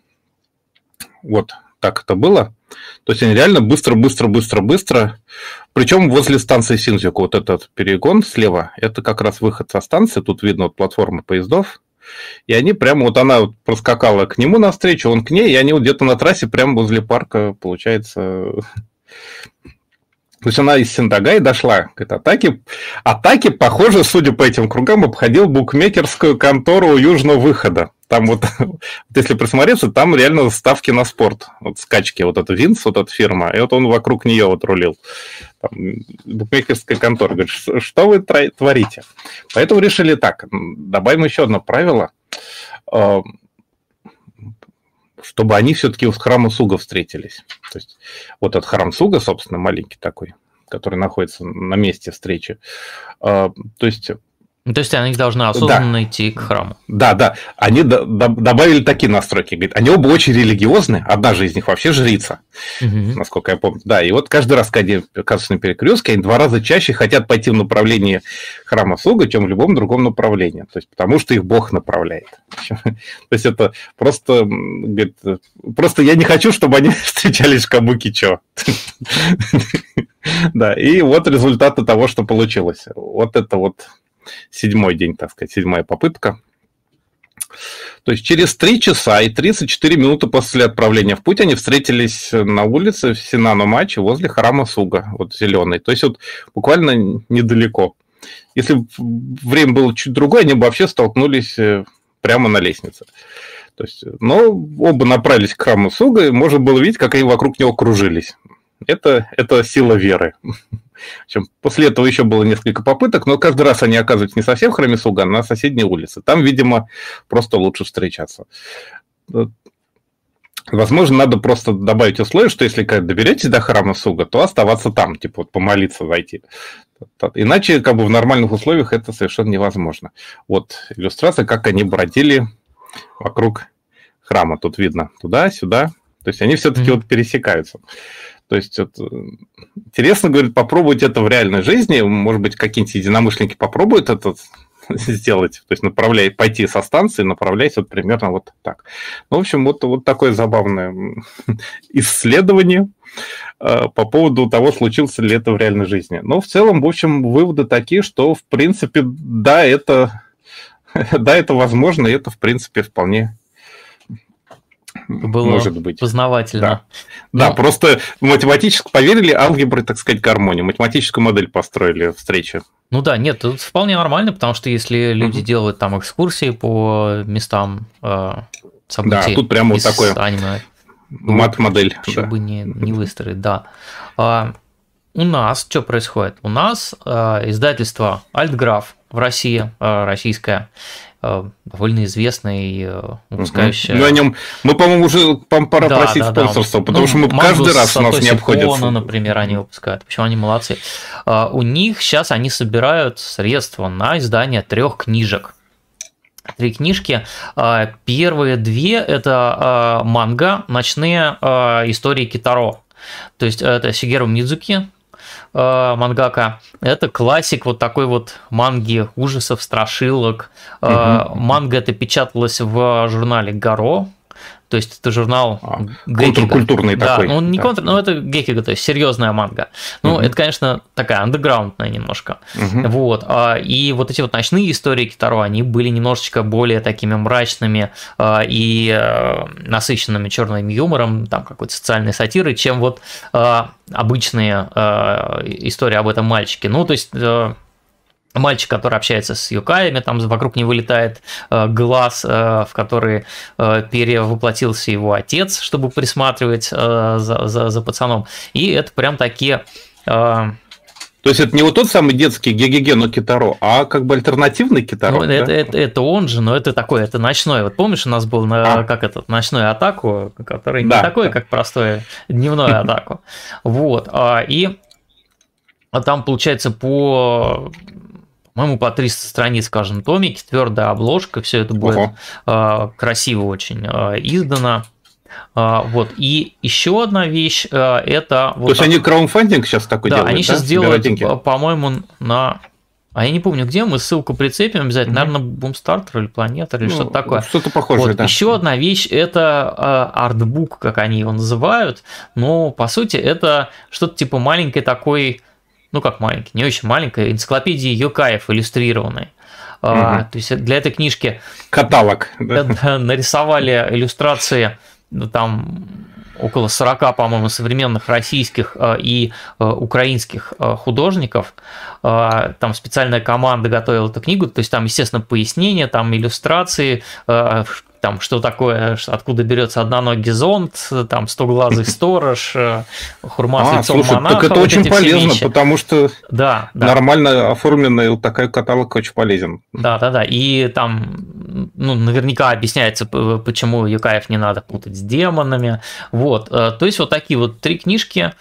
Вот так это было. То есть они реально быстро-быстро-быстро-быстро. Причем возле станции Синдзюку. Вот этот перегон слева – это как раз выход со станции. Тут видно вот платформа поездов. И они прямо, вот она вот проскакала к нему навстречу, он к ней, и они вот где-то на трассе прямо возле парка, получается... То есть она из Синдагай дошла к этой атаке. Атаки, похоже, судя по этим кругам, обходил букмекерскую контору у южного выхода. Там вот, вот если присмотреться, там реально ставки на спорт. Вот скачки, вот это Винс, вот эта фирма, и вот он вокруг нее вот рулил. Там, букмекерская контора. Говорит, что вы творите? Поэтому решили так, добавим еще одно правило, чтобы они все-таки с храмом Суга встретились. То есть вот этот храм Суга, собственно, маленький такой, который находится на месте встречи. То есть... То есть они должны осознанно да. идти к храму. Да, да. Они до- до- добавили такие настройки. Говорит, они оба очень религиозны. Одна же из них вообще жрица, угу. насколько я помню. Да, и вот каждый раз, когда они оказываются на перекрестке, они два раза чаще хотят пойти в направлении храма Суга, чем в любом другом направлении. То есть потому что их Бог направляет. То есть это просто... Говорит, просто я не хочу, чтобы они встречались в Кабуки-чо. Да, и вот результаты того, что получилось. Вот это вот... Седьмой день, так сказать, седьмая попытка. То есть через три часа и тридцать четыре минуты после отправления в путь они встретились на улице в Синано-Мачи возле храма Суга, вот зеленый. То есть вот буквально недалеко. Если бы время было чуть другое, они бы вообще столкнулись прямо на лестнице. То есть, но оба направились к храму Суга, и можно было видеть, как они вокруг него кружились. Это, это сила веры. После этого еще было несколько попыток, но каждый раз они оказываются не совсем в храме Суга, а на соседней улице. Там, видимо, просто лучше встречаться. Возможно, надо просто добавить условие, что если доберетесь до храма Суга, то оставаться там, типа вот помолиться, зайти. Иначе как бы в нормальных условиях это совершенно невозможно. Вот иллюстрация, как они бродили вокруг храма. Тут видно туда-сюда. То есть они все-таки mm-hmm. вот пересекаются. То есть вот, интересно, говорит, попробовать это в реальной жизни. Может быть, какие-нибудь единомышленники попробуют это сделать. То есть направляй, пойти со станции, направляйся вот примерно вот так. Ну, в общем, вот, вот такое забавное исследование по поводу того, случился ли это в реальной жизни. Но в целом, в общем, выводы такие, что, в принципе, да, это, да, это возможно, и это, в принципе, вполне было может быть познавательно. Да, ну, да, просто математически поверили алгебры, так сказать, гармонии. Математическую модель построили встречи. Ну да, нет, тут вполне нормально, потому что если люди mm-hmm. делают там экскурсии по местам э, событий, да, тут прямо вот такое аниме, мат-модель. Почему да. бы не, не выстроить, да. А, у нас что происходит? У нас а, издательство Альтграф в России, а, российское, а, довольно известное и а, выпускающее. Угу. Ну, о нем мы, по-моему, уже пора да, просить да, спонсорство, да. потому ну, что мы каждый раз у нас не обходится. Например, они выпускают. Почему они молодцы? А, у них сейчас они собирают средства на издание трех книжек. Три книжки. Первые две – это манга «Ночные истории Китаро». То есть это Сигеру Мидзуки, мангака. Это классик вот такой вот манги ужасов, страшилок. Угу. Манга это печаталась в журнале «Гаро». То есть это журнал а, контркультурный да, такой. Ну, он не да. контр, но это гекига, то есть серьезная манга. Ну, угу. это, конечно, такая андеграундная немножко. Угу. Вот. И вот эти вот ночные истории Китаро, они были немножечко более такими мрачными и насыщенными черным юмором, там какой-то социальной сатирой, чем вот обычные истории об этом мальчике. Ну, то есть мальчик, который общается с юкаями, там вокруг него летает э, глаз, э, в который э, перевоплотился его отец, чтобы присматривать э, за, за, за пацаном. И это прям такие... Э, То есть это не вот тот самый детский ге-ге-ге, но Китаро, а как бы альтернативный Китаро. Ну, да? это, это, это он же, но это такой, это ночной. Вот помнишь, у нас был на, а. как этот, ночной атаку, который да, не такой, да. как простой дневной атаку. Вот. И там, получается, по... по-моему, по триста страниц в каждом томике, твердая обложка, все это будет uh-huh. красиво очень издано. Вот. И еще одна вещь, это... То вот есть так... они краудфандинг сейчас такой да, делают, они да? сейчас делают, по-моему, на... А я не помню, где, мы ссылку прицепим обязательно, mm-hmm. наверное, Бумстартер или Планета или ну, что-то такое. Что-то похожее, вот. да. Еще одна вещь – это артбук, как они его называют, но, по сути, это что-то типа маленькой такой... ну как маленький, не очень маленькая, энциклопедия юкаев иллюстрированной. Угу. А, то есть для этой книжки каталог да? нарисовали иллюстрации, ну, там около сорока, по-моему, современных российских и украинских художников. Там специальная команда готовила эту книгу, то есть там, естественно, пояснения, там иллюстрации, там, что такое, откуда берется одноногий зонт, там, стоглазый сторож, хурма с а, лицом слушай, монаха. Так это вот очень полезно, потому что да, да. нормально оформленный такой каталог очень полезен. Да, да, да. И там, ну, наверняка объясняется, почему юкаев не надо путать с демонами. Вот. То есть вот такие вот три книжки,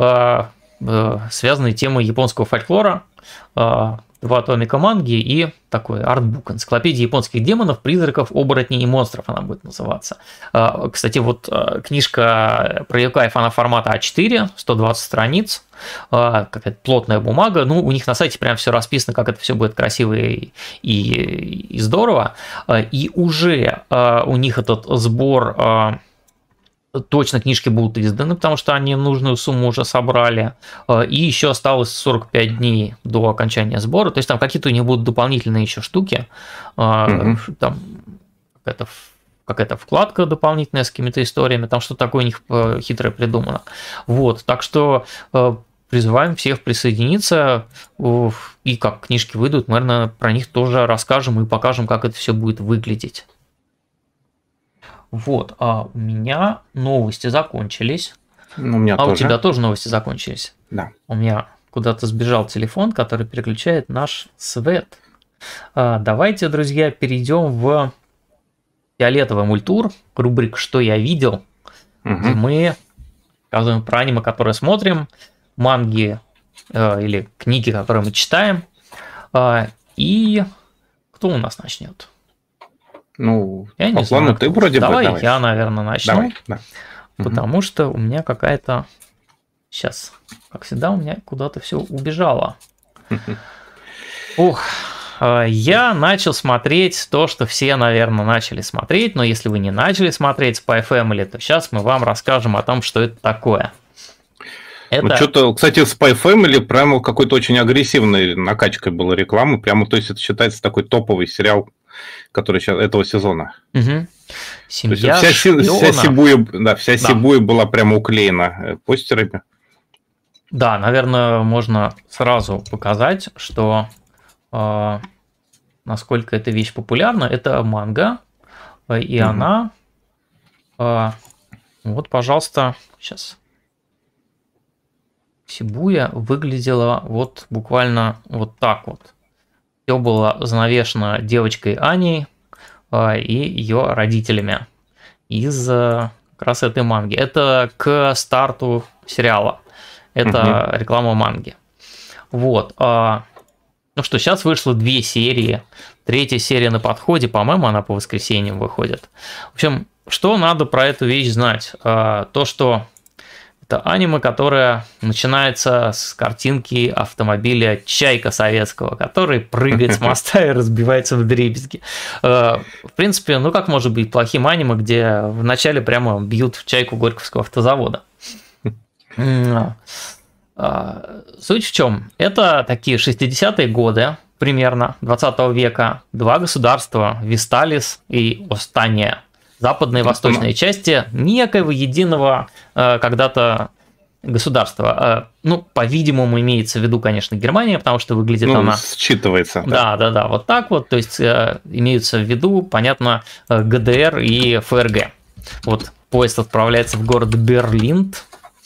связанные темой японского фольклора. Два томика манги и такой артбук, энциклопедия японских демонов, призраков, оборотней и монстров она будет называться. Кстати, вот книжка про юкаев, она формата а четыре, сто двадцать страниц, какая-то плотная бумага, ну, у них на сайте прям все расписано, как это все будет красиво и, и, и здорово, и уже у них этот сбор... Точно книжки будут изданы, потому что они нужную сумму уже собрали. И еще осталось сорок пять дней до окончания сбора. То есть там какие-то у них будут дополнительные еще штуки. Mm-hmm. Там какая-то, какая-то вкладка дополнительная с какими-то историями. Там что-то такое у них хитрое придумано. Вот. Так что призываем всех присоединиться. И как книжки выйдут, мы, наверное, про них тоже расскажем и покажем, как это все будет выглядеть. Вот, а у меня новости закончились. Ну, у меня а тоже. у тебя тоже новости закончились? Да. У меня куда-то сбежал телефон, который переключает наш свет. А, давайте, друзья, перейдем в фиолетовый мультур, рубрика «Что я видел», угу. где мы рассказываем про аниме, которые смотрим, манги э, или книги, которые мы читаем. А, и кто у нас начнет? Ну, я не по плану знаю, ты вроде давай, бы. Давай, я, наверное, начну. Давай, да. Потому угу. что у меня какая-то... Сейчас, как всегда, у меня куда-то все убежало. Ох, я начал смотреть то, что все, наверное, начали смотреть, но если вы не начали смотреть Spy Family, то сейчас мы вам расскажем о том, что это такое. Это... Ну, что-то, кстати, Spy Family прямо какой-то очень агрессивной накачкой была реклама, прямо, то есть это считается такой топовый сериал, который сейчас этого сезона. Угу. Семья вся, вся Сибуя, да, вся да. Сибуя была прямо уклеена постерами. Да, наверное, можно сразу показать, что э, насколько эта вещь популярна. Это манга, и угу. она... Э, вот, пожалуйста, сейчас... Сибуя выглядела вот буквально вот так вот. Все было занавешено девочкой Аней э, и ее родителями из э, как раз этой манги. Это к старту сериала. Это угу. реклама манги. Вот. Э, ну что, сейчас вышло две серии. Третья серия на подходе. По-моему, она по воскресеньям выходит. В общем, что надо про эту вещь знать? Э, то, что это аниме, которое начинается с картинки автомобиля «Чайка» советского, который прыгает с моста и разбивается в дребезги. В принципе, ну как может быть плохим аниме, где вначале прямо бьют в «Чайку» Горьковского автозавода? Суть в чем? Это такие шестидесятые годы, примерно, двадцатого века. Два государства, Весталис и Остания. Западной и восточной части некоего единого э, когда-то государства. Э, ну, по-видимому, имеется в виду, конечно, Германия, потому что выглядит ну, она... считывается. Да, да, да, вот так вот. То есть, э, имеются в виду, понятно, ГДР и ФРГ. Вот поезд отправляется в город Берлин.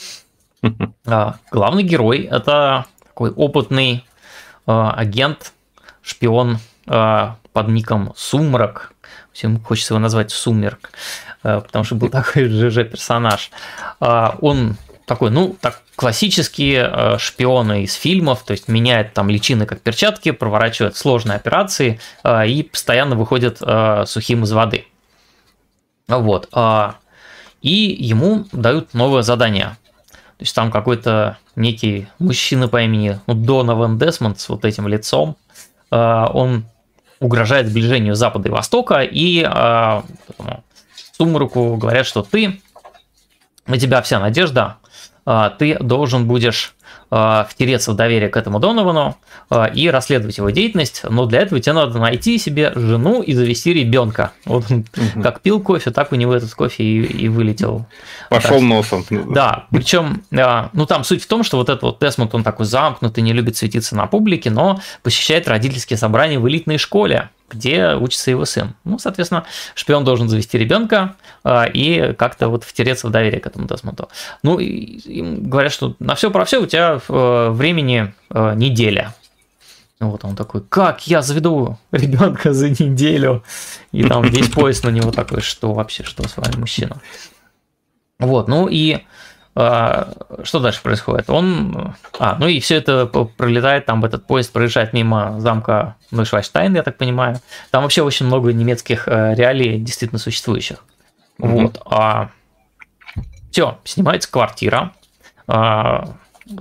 э, главный герой – это такой опытный э, агент, шпион э, под ником Сумрак. Всем хочется его назвать Сумерк, потому что был такой ЖЖ-персонаж. Он такой, ну, так классические шпионы из фильмов, то есть меняет там личины как перчатки, проворачивает сложные операции и постоянно выходит сухим из воды. Вот. И ему дают новое задание. То есть там какой-то некий мужчина по имени ну, Донован Десмонд с вот этим лицом, он угрожает сближению Запада и Востока, и э, Сумраку говорят, что ты, на тебя вся надежда, э, ты должен будешь э, втереться в доверие к этому Доновану э, и расследовать его деятельность, но для этого тебе надо найти себе жену и завести ребенка. Вот он угу. как пил кофе, так у него этот кофе и, и вылетел. Пошел носом. Да, причем, э, ну там суть в том, что вот этот вот Десмонд, он такой замкнутый, не любит светиться на публике, но посещает родительские собрания в элитной школе, где учится его сын. Ну, соответственно, шпион должен завести ребенка э, и как-то вот втереться в доверие к этому Десмонду. Ну, и, им говорят, что на все про все у тебя э, времени э, неделя. Вот он такой, как я заведу ребенка за неделю? И там весь поезд на него такой, что вообще, что с вами, мужчина? Вот, ну и э, что дальше происходит? Он, а, ну и все это пролетает, там этот поезд проезжает мимо замка Нойшвальштайн, я так понимаю. Там вообще очень много немецких э, реалий действительно существующих. Mm-hmm. Вот, а, все, снимается квартира. А,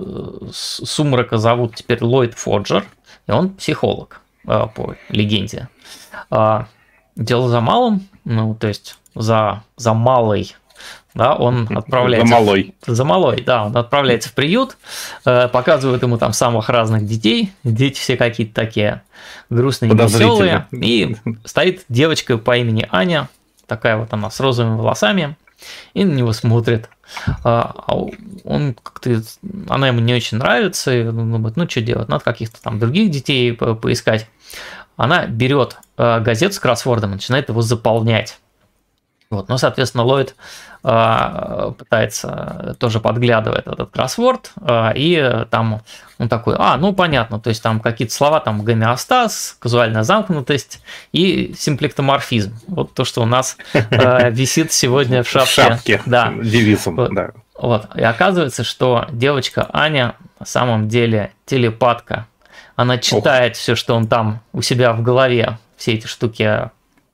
Сумрака зовут теперь Ллойд Фоджер, и он психолог а, по легенде. А, дело за малым, ну то есть за, за малой. Да, он отправляется... За малой. За малой, да, он отправляется в приют, э, показывают ему там самых разных детей, дети все какие-то такие грустные, веселые, и стоит девочка по имени Аня, такая вот она с розовыми волосами, и на него смотрит. А он как-то, она ему не очень нравится, и он думает, ну что делать, надо каких-то там других детей по поискать. Она берет газету с кроссвордом и начинает его заполнять. Вот, ну, соответственно, Ллойд э, пытается, тоже подглядывает этот кроссворд, э, и там он такой, а, ну, понятно, то есть там какие-то слова, там гомеостаз, казуальная замкнутость и симплектоморфизм. Вот то, что у нас э, висит сегодня в шапке. В шапке, да. девизом, вот, да. Вот, и оказывается, что девочка Аня на самом деле телепатка. Она читает все, что он там у себя в голове, все эти штуки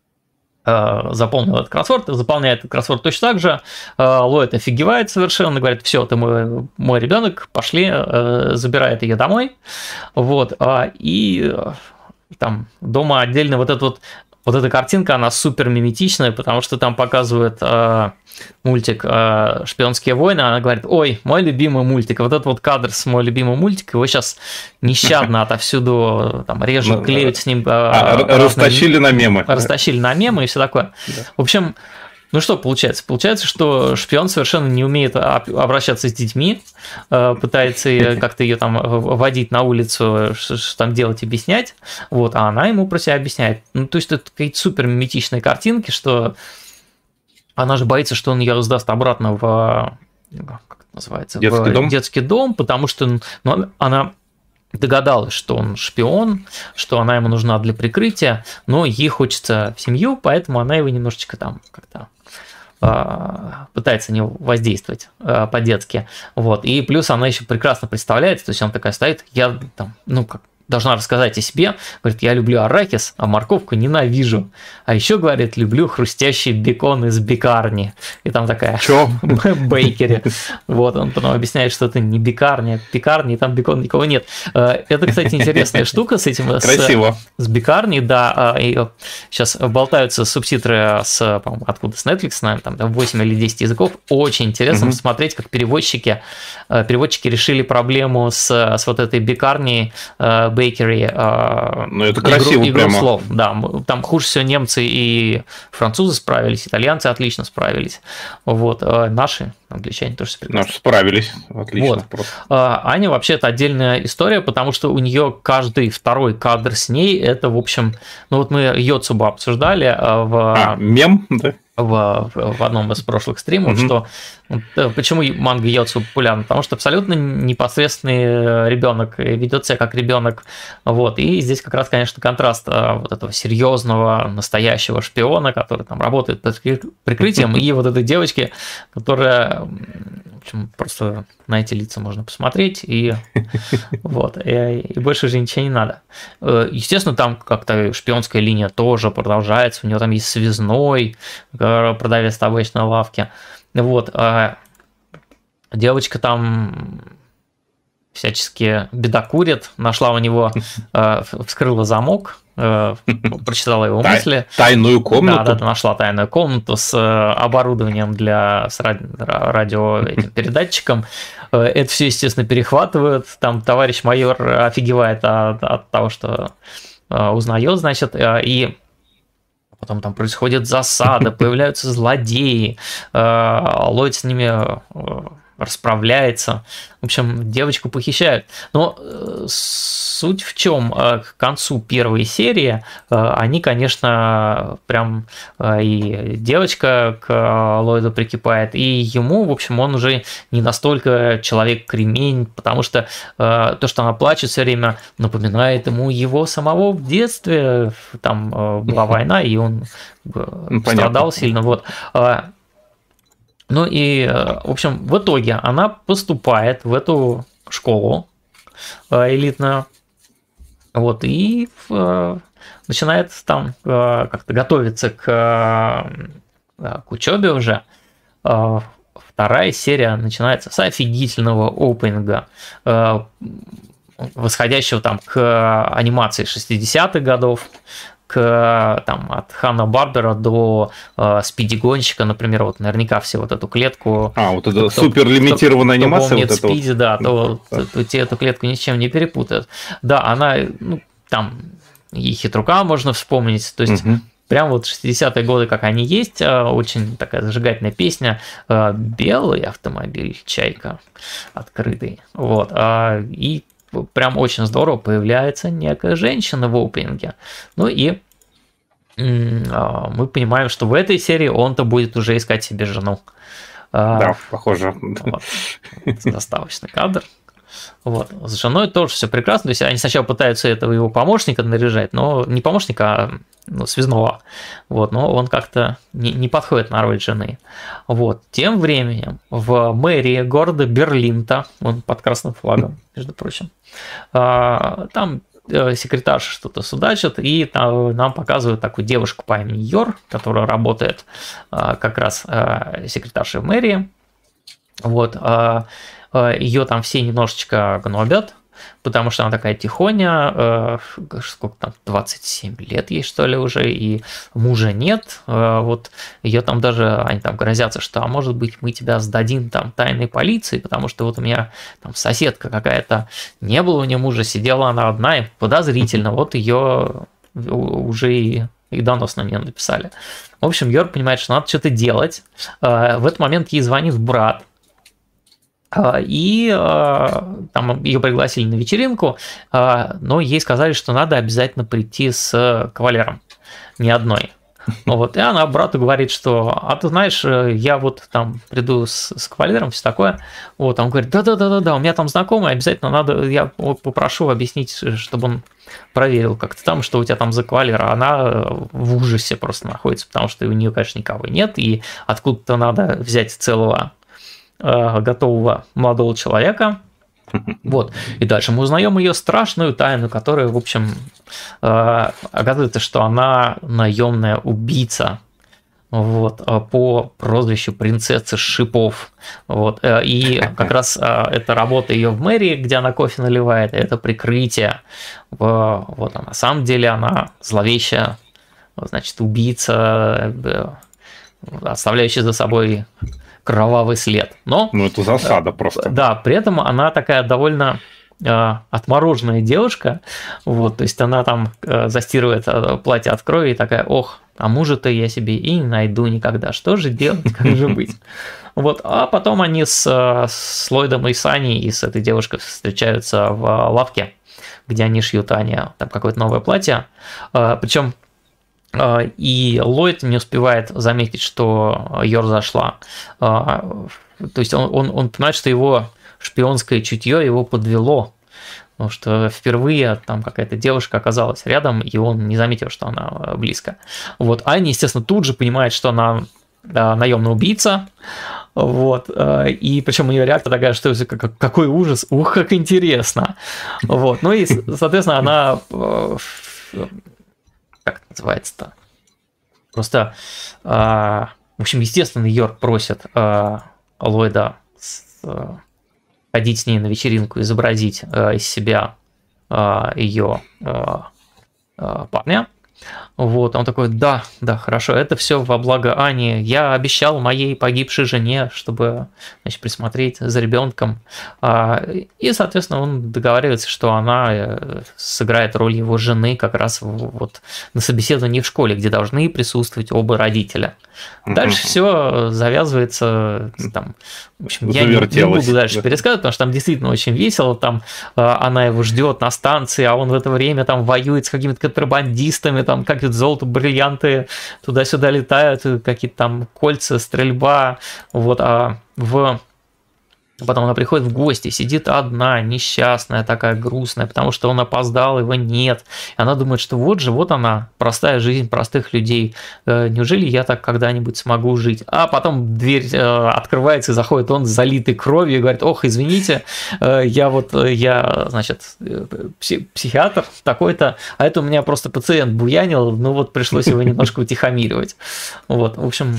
заполнил этот кроссворд, заполняет этот кроссворд точно так же. Ллойд офигевает совершенно, говорит, все, ты мой, мой ребенок, пошли, забирает ее домой. Вот. И там дома отдельно вот эта вот, вот эта картинка, она супер миметичная, потому что там показывают э, мультик э, «Шпионские войны», она говорит: ой, мой любимый мультик. Вот этот вот кадр с мой любимый мультик, его сейчас нещадно отовсюду там режут, клеют с ним. Э, а, растащили на мемы. Растащили на мемы и все такое. Да. В общем, ну что получается? Получается, что шпион совершенно не умеет обращаться с детьми, пытается как-то ее там водить на улицу, что там делать, объяснять, вот, а она ему про себя объясняет. Ну, то есть это какие-то супер миметичные картинки, что она же боится, что он ее сдаст обратно в, как это называется, детский в дом? детский дом, потому что ну, она догадалась, что он шпион, что она ему нужна для прикрытия, но ей хочется в семью, поэтому она его немножечко там как-то пытается на него воздействовать по-детски. Вот. И плюс она еще прекрасно представляет, то есть она такая стоит, я там, ну, как должна рассказать о себе, говорит, я люблю арахис, а морковку ненавижу. А еще, говорит, люблю хрустящий бекон из бекарни. И там такая бейкери. Вот, он потом объясняет, что это не бекарня, пекарни, и там бекон никого нет. Это, кстати, интересная штука с этим. Красиво. С, с бекарни, да. И сейчас болтаются субтитры с, по-моему, откуда, с Netflix, наверное, там восемь или десять языков. Очень интересно угу. посмотреть, как переводчики, переводчики решили проблему с, с вот этой бекарней, Бейкери, ну, это красиво, игру, игру прямо. слов. Да, там хуже всего немцы и французы справились, итальянцы отлично справились. Вот, наши англичане тоже прекрасно. Наши справились, отлично. Вот. Аня вообще это отдельная история, потому что у нее каждый второй кадр с ней, это, в общем, ну вот мы Йоцубу обсуждали в... А, мем, да? В, в одном из прошлых стримов, mm-hmm. что почему манга Йоцу популярна, потому что абсолютно непосредственный ребенок ведет себя как ребенок, вот, и здесь как раз, конечно, контраст вот этого серьезного настоящего шпиона, который там работает под прикрытием, и вот этой девочки, которая, в общем, просто на эти лица можно посмотреть, и вот, и, и больше же ничего не надо. Естественно, там как-то шпионская линия тоже продолжается, у него там есть связной, продавец табачной лавки. Вот. А девочка там всячески бедокурит, нашла у него, вскрыла замок, прочитала его мысли. Тайную комнату? Да, да, нашла тайную комнату с оборудованием для с радио этим передатчиком. Это все, естественно, перехватывают. Там товарищ майор офигевает от, от того, что узнает, значит, и потом там происходит засада, появляются злодеи, Ллойд с ними расправляется. В общем, девочку похищают. Но суть в чем? К концу первой серии они, конечно, прям и девочка к Ллойду прикипает, и ему, в общем, он уже не настолько человек-кремень, потому что то, что она плачет все время, напоминает ему его самого в детстве. Там была война, и он ну, страдал сильно. Вот. Ну и, в общем, в итоге она поступает в эту школу элитную, вот, и начинает там как-то готовиться к, к учебе уже. Вторая серия начинается с офигительного опенинга, восходящего там к анимации шестидесятых годов, к, там, от Ханна-Барбера до э, Спиди-гонщика, например, вот наверняка все вот эту клетку... А, вот это супер лимитированная кто, анимация. Кто помнит вот Спиди, это да, то, да. то, то, то эту клетку ни с чем не перепутают. Да, она, ну, там и Хитрука можно вспомнить, то есть... Угу. Прям вот шестидесятые годы, как они есть, очень такая зажигательная песня «Белый автомобиль, чайка открытый». Вот, и прям очень здорово появляется некая женщина в опенинге. Ну и мы понимаем, что в этой серии он-то будет уже искать себе жену. Да, похоже. Вот. Заставочный кадр. Вот. С женой тоже все прекрасно. То есть они сначала пытаются этого его помощника наряжать, но не помощника, а ну, связного. Вот. Но он как-то не, не подходит на роль жены. Вот. Тем временем в мэрии города Берлин-то, он под красным флагом, между прочим, там секретарша что-то судачит, и там нам показывают такую девушку по имени Йор, которая работает как раз секретаршей в мэрии. Вот. Ее там все немножечко гнобят, потому что она такая тихоня, э, сколько там, двадцать семь лет ей, что ли, уже, и мужа нет. Э, вот ее там даже, они там грозятся, что, а может быть, мы тебя сдадим там тайной полиции, потому что вот у меня там соседка какая-то, не было у нее мужа, сидела она одна, и подозрительно, вот ее уже и, и донос на нее написали. В общем, Йорк понимает, что надо что-то делать. Э, в этот момент ей звонит брат, и там ее пригласили на вечеринку, но ей сказали, что надо обязательно прийти с кавалером, не одной. Вот, и она брату говорит, что, а ты знаешь, я вот там приду с, с кавалером, все такое. Вот, он говорит, да-да-да-да, у меня там знакомый, обязательно надо, я попрошу объяснить, чтобы он проверил, как ты там, что у тебя там за кавалер. А она в ужасе просто находится, потому что у нее, конечно, никого нет, и откуда-то надо взять целого готового молодого человека. Вот. И дальше мы узнаем ее страшную тайну, которая, в общем, оказывается, что она наемная убийца. Вот, по прозвищу принцессы шипов. Вот. И как раз это работа ее в мэрии, где она кофе наливает, это прикрытие. Вот, а на самом деле она зловещая, значит, убийца, оставляющая за собой кровавый след. Но, ну, это засада просто. Да, при этом она такая довольно э, отмороженная девушка. Вот, то есть она там э, застирывает э, платье от крови и такая, ох, а мужа-то я себе и не найду никогда. Что же делать, как же быть? Вот, а потом они с, с Ллойдом и Саней и с этой девушкой встречаются в лавке, где они шьют Ане там какое-то новое платье. Э, причем и Ллойд не успевает заметить, что Йор зашла. То есть он, он, он понимает, что его шпионское чутье его подвело. Потому что впервые там какая-то девушка оказалась рядом, и он не заметил, что она близко. Вот. Аня, естественно, тут же понимает, что она наемный убийца. Вот. И причем у нее реакция такая, что какой ужас, ух, как интересно. Вот. Ну и, соответственно, она... Как это называется-то? Просто, э, в общем, естественно, Йорк просит э, Ллойда э, ходить с ней на вечеринку, изобразить э, из себя э, ее э, э, парня. Вот, он такой, да, да, хорошо, это все во благо Ани. Я обещал моей погибшей жене, чтобы, значит, присмотреть за ребенком. И, соответственно, он договаривается, что она сыграет роль его жены как раз вот на собеседовании в школе, где должны присутствовать оба родителя. Дальше mm-hmm. все завязывается, там, в общем, я не, не буду дальше пересказывать, потому что там действительно очень весело, там она его ждет на станции, а он в это время там воюет с какими-то контрабандистами, там какие-то золото, бриллианты туда-сюда летают, какие-то там кольца, стрельба, вот, а в... Потом она приходит в гости, сидит одна, несчастная, такая грустная, потому что он опоздал, его нет. И она думает, что вот же, вот она, простая жизнь простых людей. Неужели я так когда-нибудь смогу жить? А потом дверь открывается, и заходит он залитый кровью и говорит, ох, извините, я вот, я, значит, психиатр такой-то, а это у меня просто пациент буянил, ну вот пришлось его немножко утихомиривать. Вот, в общем...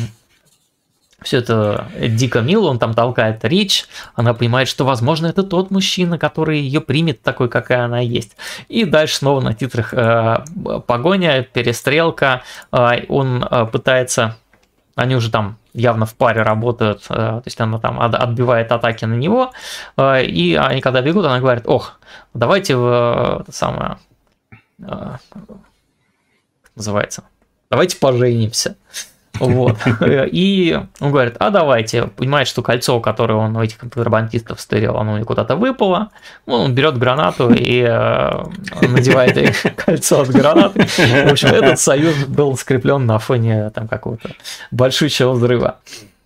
Все это дико мило, он там толкает речь, она понимает, что, возможно, это тот мужчина, который ее примет такой, какая она есть. И дальше снова на титрах э, погоня, перестрелка, э, он э, пытается, они уже там явно в паре работают, э, то есть она там отбивает атаки на него, э, и они когда бегут, она говорит, ох, давайте в это самое, э, как называется, давайте поженимся. Вот. И он говорит, а давайте, понимает, что кольцо, которое он у этих контрабандистов стырил, оно куда-то выпало, он берет гранату и э, надевает кольцо от гранаты. В общем, этот союз был скреплен на фоне там какого-то большущего взрыва.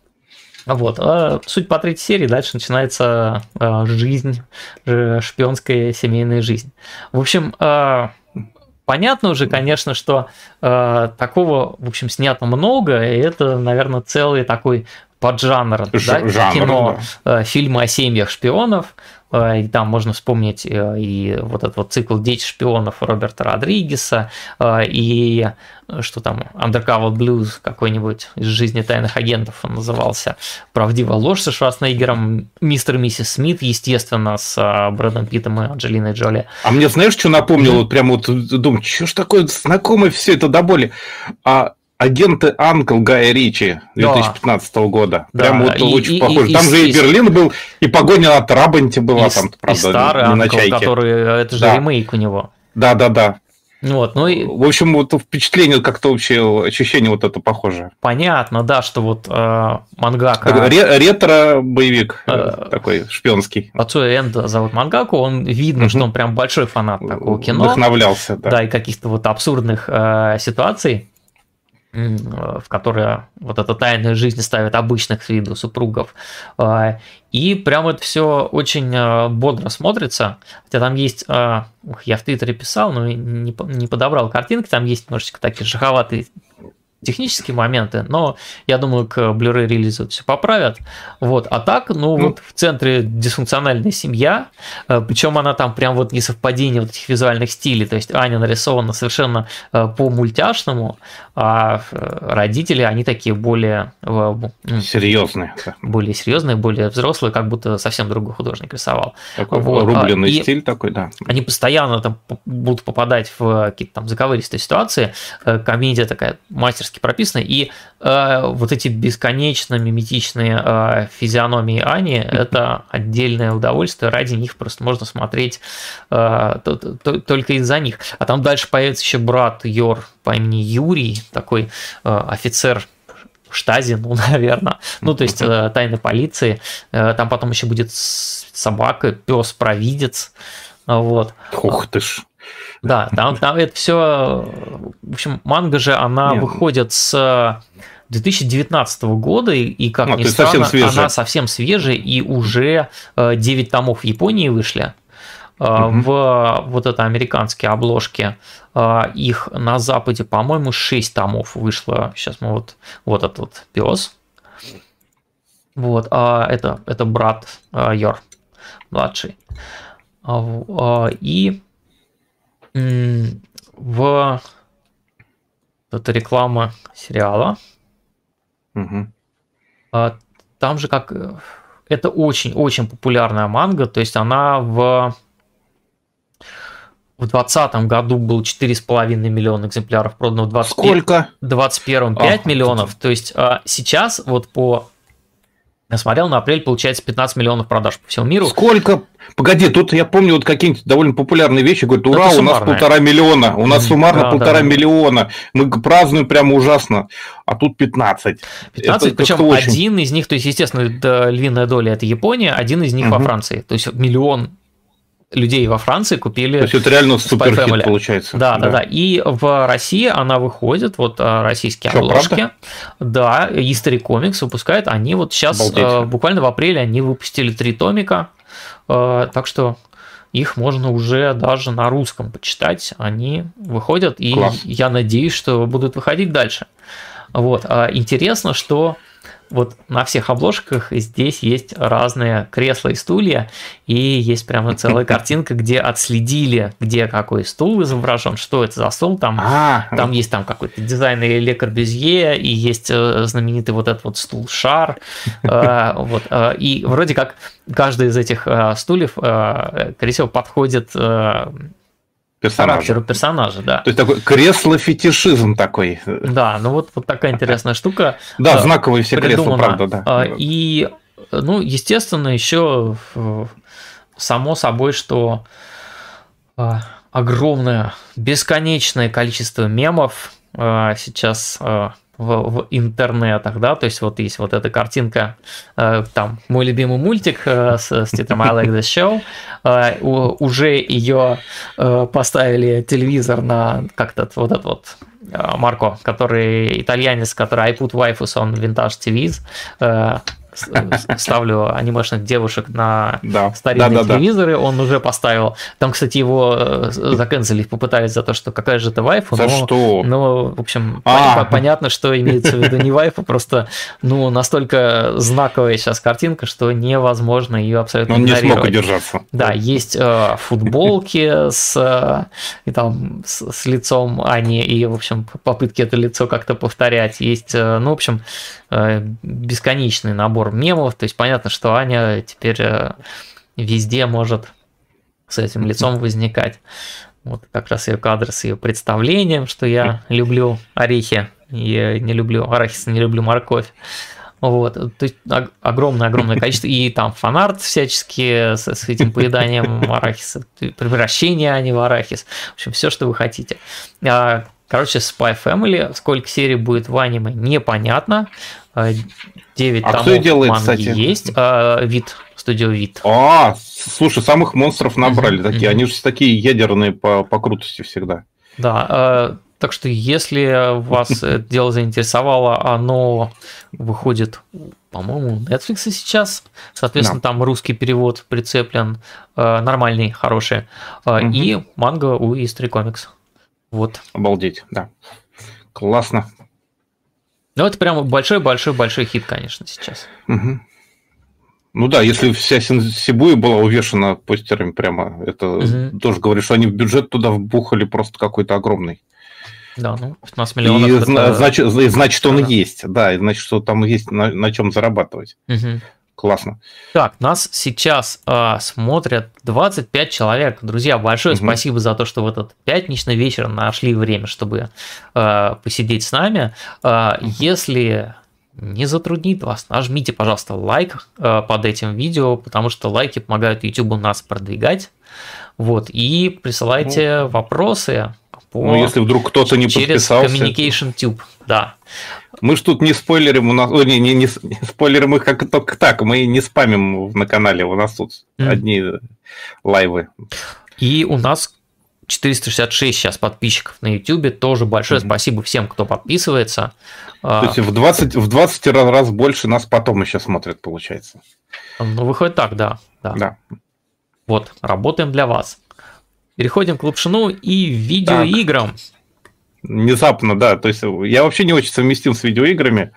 Вот. А суть по третьей серии, дальше начинается э, жизнь, шпионская семейная жизнь. В общем, э, понятно уже, конечно, что э, такого, в общем, снято много, и это, наверное, целый такой поджанр, Ж- да, жанр, кино, да. фильмы о семьях шпионов. И там можно вспомнить и вот этот вот цикл «Дети шпионов» Роберта Родригеса, и что там, Undercover Blues какой-нибудь из жизни тайных агентов он назывался, «Правдивая ложь» со Шварценеггером, «Мистер и миссис Смит», естественно, с Брэдом Питтом и Анджелиной Джоли. А мне знаешь, что напомнил? Вот прямо вот думаю, что ж такое знакомое все это до боли. А «Агенты Анкл» Гая Ричи две тысячи пятнадцатого да. года. Да. Прям вот и, очень и, похоже. И, там и, же и, и Берлин был, и погоня на Трабанте была, и, там, правда, и старый не Анкл, на чайке. Который, это же да. ремейк у него. Да-да-да. Вот, ну и... В общем, вот впечатление как-то вообще, ощущение вот это похоже. Понятно, да, что вот э, мангака... Ре- ретро-боевик э, такой, шпионский. Отцу Энда зовут Мангаку, он видно, угу. что он прям большой фанат такого кино. Вдохновлялся, да. Да, и каких-то вот абсурдных э, ситуаций, в которые вот эта тайная жизнь ставит обычных с виду супругов. И прям это все очень бодро смотрится. Хотя там есть, ух, я в Твиттере писал, но не подобрал картинки, там есть немножечко такие жаховатые технические моменты, но я думаю, к Blu-ray релизу это все поправят. Вот. А так, ну, ну вот в центре дисфункциональная семья, причем она там прям вот несовпадение вот этих визуальных стилей, то есть Аня нарисована совершенно по мультяшному, а родители, они такие более... Серьезные. Более серьезные, более взрослые, как будто совсем другой художник рисовал. Такой вот. Рубленый и стиль такой, да. Они постоянно там будут попадать в какие-то там заковыристые ситуации. Комедия такая мастерская прописаны, и э, вот эти бесконечно миметичные э, физиономии Ани – это отдельное удовольствие, ради них просто можно смотреть э, то, то, только из-за них. А там дальше появится еще брат Йор по имени Юрий, такой э, офицер Штази, ну, наверное, ну, то есть э, тайной полиции, э, там потом еще будет собака, пес-провидец, вот. Ух ты ж. Да, там, там это все, в общем, манга же, она Нет. выходит с две тысячи девятнадцатого года, и, как а, ни странно, совсем она совсем свежая, и уже девять томов в Японии вышли. Угу. В вот это американские обложки, их на Западе, по-моему, шесть томов вышло. Сейчас мы вот, вот этот вот пес. Вот, а это, это брат Йор, младший. И в это реклама сериала. Угу. Там же как это очень-очень популярная манга, то есть она в в двадцатом году было четыре с половиной миллиона экземпляров продано, в двадцать первом пять миллионов, то есть сейчас вот по я смотрел, на апрель получается пятнадцать миллионов продаж по всему миру. Сколько? Погоди, тут я помню вот какие-нибудь довольно популярные вещи. Говорят, ура, у нас полтора миллиона. У нас суммарно да, полтора да, миллиона. Мы празднуем прямо ужасно. А тут пятнадцать. пятнадцать, это, причем это один очень... из них, то есть, естественно, львиная доля – это Япония, один из них угу. во Франции. То есть, миллион людей во Франции купили. То есть это реально суперхит получается. Да, да, да, да. И в России она выходит, вот российские Что, обложки. Правда? Да, History Comics выпускает. Они вот сейчас, Обалдеть. буквально в апреле, они выпустили три томика. Так что их можно уже даже на русском почитать. Они выходят, и Класс. Я надеюсь, что будут выходить дальше. Вот. Интересно, что вот на всех обложках здесь есть разные кресла и стулья, и есть прямо целая картинка, где отследили, где какой стул изображен, что это за стол, там, там есть там какой-то дизайн Le Corbusier, и есть знаменитый вот этот вот стул-шар, вот, и вроде как каждый из этих стульев, кресел подходит персонажа. характеру персонажа, да. То есть такой кресло-фетишизм такой. Да, ну вот, вот такая интересная штука. Да, знаковые все кресла, правда, да. И, ну, естественно, еще само собой, что огромное, бесконечное количество мемов сейчас в, в интернетах, да, то есть вот есть вот эта картинка, э, там, мой любимый мультик э, с, с титром I Like This Show, э, у, уже ее э, поставили телевизор на как-то вот этот вот э, Марко, который итальянец, который I put waifus on vintage ти ви, э, ставлю анимешных девушек на да. старинные да, да, телевизоры, да. он уже поставил. Там, кстати, его заканцелили, попытались за то, что какая же это вайфу. За но, что? Но, в общем, а. понятно, что имеется в виду не вайфу, просто ну, настолько знаковая сейчас картинка, что невозможно ее абсолютно он игнорировать. Он не смог удержаться. Да, есть э, футболки с, и там, с, с лицом Ани, и, в общем, попытки это лицо как-то повторять. Есть, э, ну, в общем, э, бесконечный набор мемов. То есть понятно, что Аня теперь э, везде может с этим лицом возникать. Вот как раз ее кадры с ее представлением, что я люблю орехи, и не люблю арахис, не люблю морковь. Вот, то есть огромное-огромное количество, и там фанарт всячески с, с этим поеданием арахиса, превращение Ани в арахис, в общем, все, что вы хотите. Короче, Spy Family, сколько серий будет в аниме, непонятно. девять а томов делает, манги кстати? Есть, Вид, студио Вид. А, слушай, самых монстров набрали uh-huh, такие, uh-huh. Они же такие ядерные по, по крутости всегда. Да, так что, если вас это дело заинтересовало, оно выходит, по-моему, у Netflix сейчас. Соответственно, да. Там русский перевод прицеплен, нормальный, хороший. Угу. И манга у History Comics. Вот. Обалдеть, да. Классно. Ну, это прямо большой-большой-большой хит, конечно, сейчас. Угу. Ну да, если вся Сибуя была увешана постерами прямо, это угу. тоже говорит, что они в бюджет туда вбухали просто какой-то огромный. Да, ну, пятнадцать миллионов. И, это... значит, и значит, он да. есть. Да, и значит, что там есть на, на чем зарабатывать. Угу. Классно. Так, нас сейчас э, смотрят двадцать пять человек. Друзья, большое угу. спасибо за то, что в этот пятничный вечер нашли время, чтобы э, посидеть с нами. Э, угу. Если не затруднит вас, нажмите, пожалуйста, лайк э, под этим видео, потому что лайки помогают YouTube нас продвигать. Вот, и присылайте ну, вопросы. По... Ну, если вдруг кто-то не через подписался. Через Communication Tube, да. Мы ж тут не спойлерим, у нас, о, не, не, не, не спойлерим их как только так, мы не спамим на канале, у нас тут mm. одни лайвы. И у нас четыреста шестьдесят шесть сейчас подписчиков на YouTube, тоже большое mm-hmm. спасибо всем, кто подписывается. То есть в двадцать, в двадцать раз больше нас потом еще смотрят, получается. Ну, выходит так, да. Да. да. Вот, работаем для вас. Переходим к Лапшину и видеоиграм. Так. Внезапно, да. То есть я вообще не очень совместим с видеоиграми.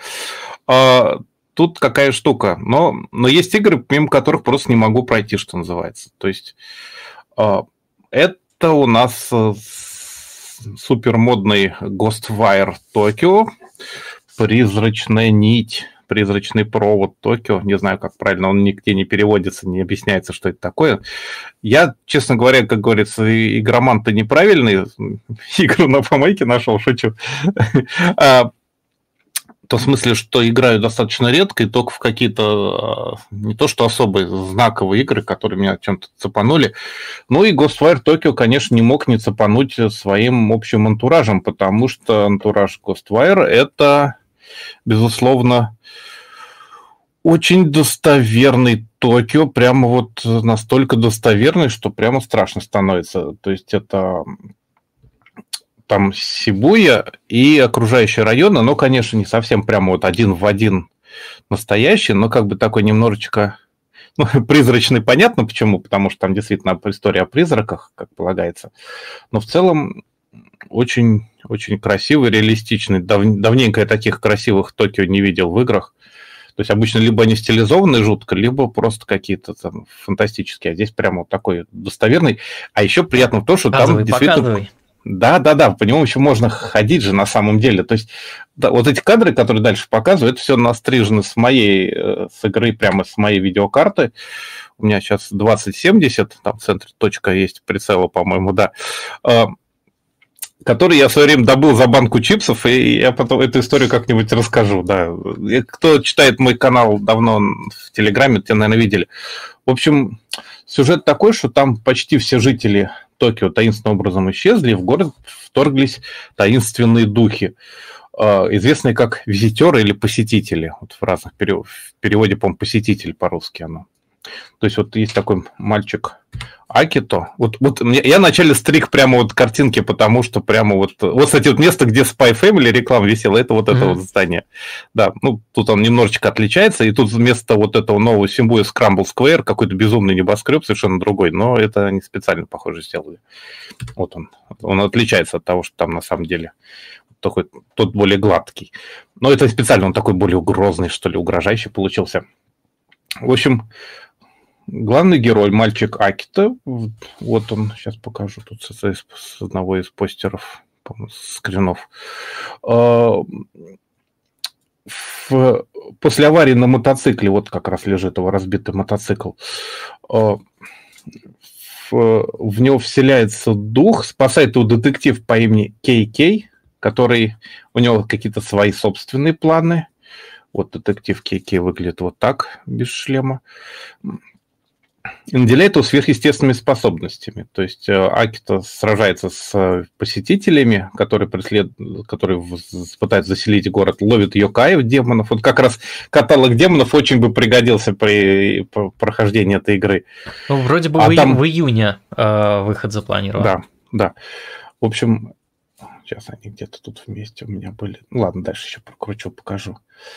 А, тут какая штука. Но, но есть игры, мимо которых просто не могу пройти, что называется. То есть а, это у нас супермодный Ghostwire Tokyo, призрачная нить, призрачный провод Токио, не знаю, как правильно, он нигде не переводится, не объясняется, что это такое. Я, честно говоря, как говорится, игроман-то неправильный, игру на помойке нашел, шучу. а, то в смысле, что играю достаточно редко, и только в какие-то, не то что особые, знаковые игры, которые меня чем-то цепанули. Ну и Ghostwire Tokyo, конечно, не мог не цепануть своим общим антуражем, потому что антураж Ghostwire — это, безусловно, очень достоверный Токио, прямо вот настолько достоверный, что прямо страшно становится. То есть это там Сибуя и окружающие районы, но, конечно, не совсем прямо вот один в один настоящий, но как бы такой немножечко ну, призрачный, понятно почему, потому что там действительно история о призраках, как полагается. Но в целом очень, очень красивый, реалистичный. Дав, давненько я таких красивых Токио не видел в играх. То есть обычно либо они стилизованные жутко, либо просто какие-то там фантастические. А здесь прямо вот такой достоверный. А еще приятно в том, что показывай, там действительно... Показывай. Да, да, да, по нему еще можно ходить же на самом деле. То есть да, вот эти кадры, которые дальше показывают, это все настрижено с моей, с игры, прямо с моей видеокарты. У меня сейчас двадцать семьдесят, там в центре точка есть прицела, по-моему, да. Который я в свое время добыл за банку чипсов, и я потом эту историю как-нибудь расскажу, да. И кто читает мой канал давно в Телеграме, те, наверное, видели. В общем, сюжет такой, что там почти все жители Токио таинственным образом исчезли, и в город вторглись таинственные духи, известные как визитеры или посетители. Вот в разных переводах, в переводе, по-моему, посетитель по-русски оно. То есть вот есть такой мальчик Акито. Вот, вот я вначале стриг прямо вот картинки, потому что прямо вот... Вот, кстати, вот место, где Spy Family реклама висела, это вот mm-hmm. это вот здание. Да, ну, тут он немножечко отличается, и тут вместо вот этого нового Симбуя Scramble Square какой-то безумный небоскреб совершенно другой, но это они специально, похоже, сделали. Вот он. Он отличается от того, что там на самом деле такой, тот более гладкий. Но это специально, он такой более грозный, что ли, угрожающий получился. В общем... Главный герой, мальчик Акито, вот он, сейчас покажу тут с, с одного из постеров, по-моему, скринов. В, после аварии на мотоцикле, вот как раз лежит его разбитый мотоцикл, в, в него вселяется дух, спасает его детектив по имени Кей Кей, который, у него какие-то свои собственные планы. Вот детектив Кей Кей выглядит вот так, без шлема. И наделяет его сверхъестественными способностями. То есть Акито сражается с посетителями, которые, преслед... которые пытаются заселить город, ловит йокаев, демонов. Вот как раз каталог демонов очень бы пригодился при прохождении этой игры. Ну, вроде бы а в, там... в июне э, выход запланирован. Да, да. В общем, сейчас они где-то тут вместе у меня были. Ну, ладно, дальше еще прокручу, покажу.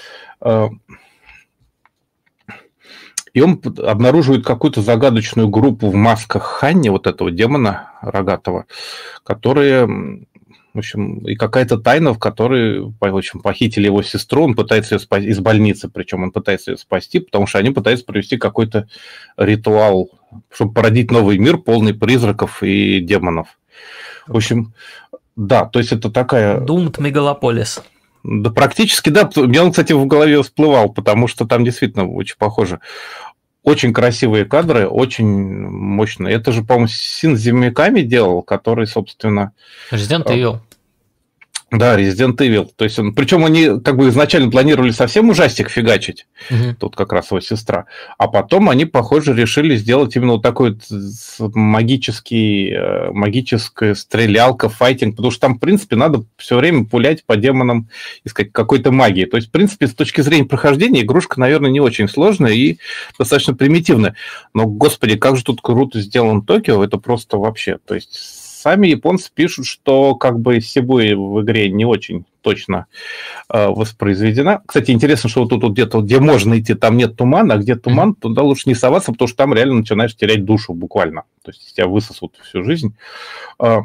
И он обнаруживает какую-то загадочную группу в масках Ханни, вот этого демона рогатого, которые, в общем, и какая-то тайна, в которой, в общем, похитили его сестру, он пытается ее спасти из больницы, причем он пытается ее спасти, потому что они пытаются провести какой-то ритуал, чтобы породить новый мир, полный призраков и демонов. В общем, да, то есть это такая... Doomed Megalopolis. Да, практически, да. Мне он, кстати, в голове всплывал, потому что там действительно очень похоже. Очень красивые кадры, очень мощные. Это же, по-моему, Синдзи Миками делал, который, собственно... Resident Evil. Да, Resident Evil. То есть он, причем они как бы изначально планировали совсем ужастик фигачить, угу. Тут как раз его сестра, а потом они, похоже, решили сделать именно вот такой магический, магическая стрелялка, файтинг, потому что там, в принципе, надо все время пулять по демонам, искать какой-то магии. То есть, в принципе, с точки зрения прохождения, игрушка, наверное, не очень сложная и достаточно примитивная. Но, господи, как же тут круто сделан Токио, это просто вообще, то есть... Сами японцы пишут, что как бы Сибуя в игре не очень точно э, воспроизведена. Кстати, интересно, что вот тут вот где-то, где можно идти, там нет тумана, а где туман, mm-hmm. туда лучше не соваться, потому что там реально начинаешь терять душу буквально. То есть тебя высосут всю жизнь. Э,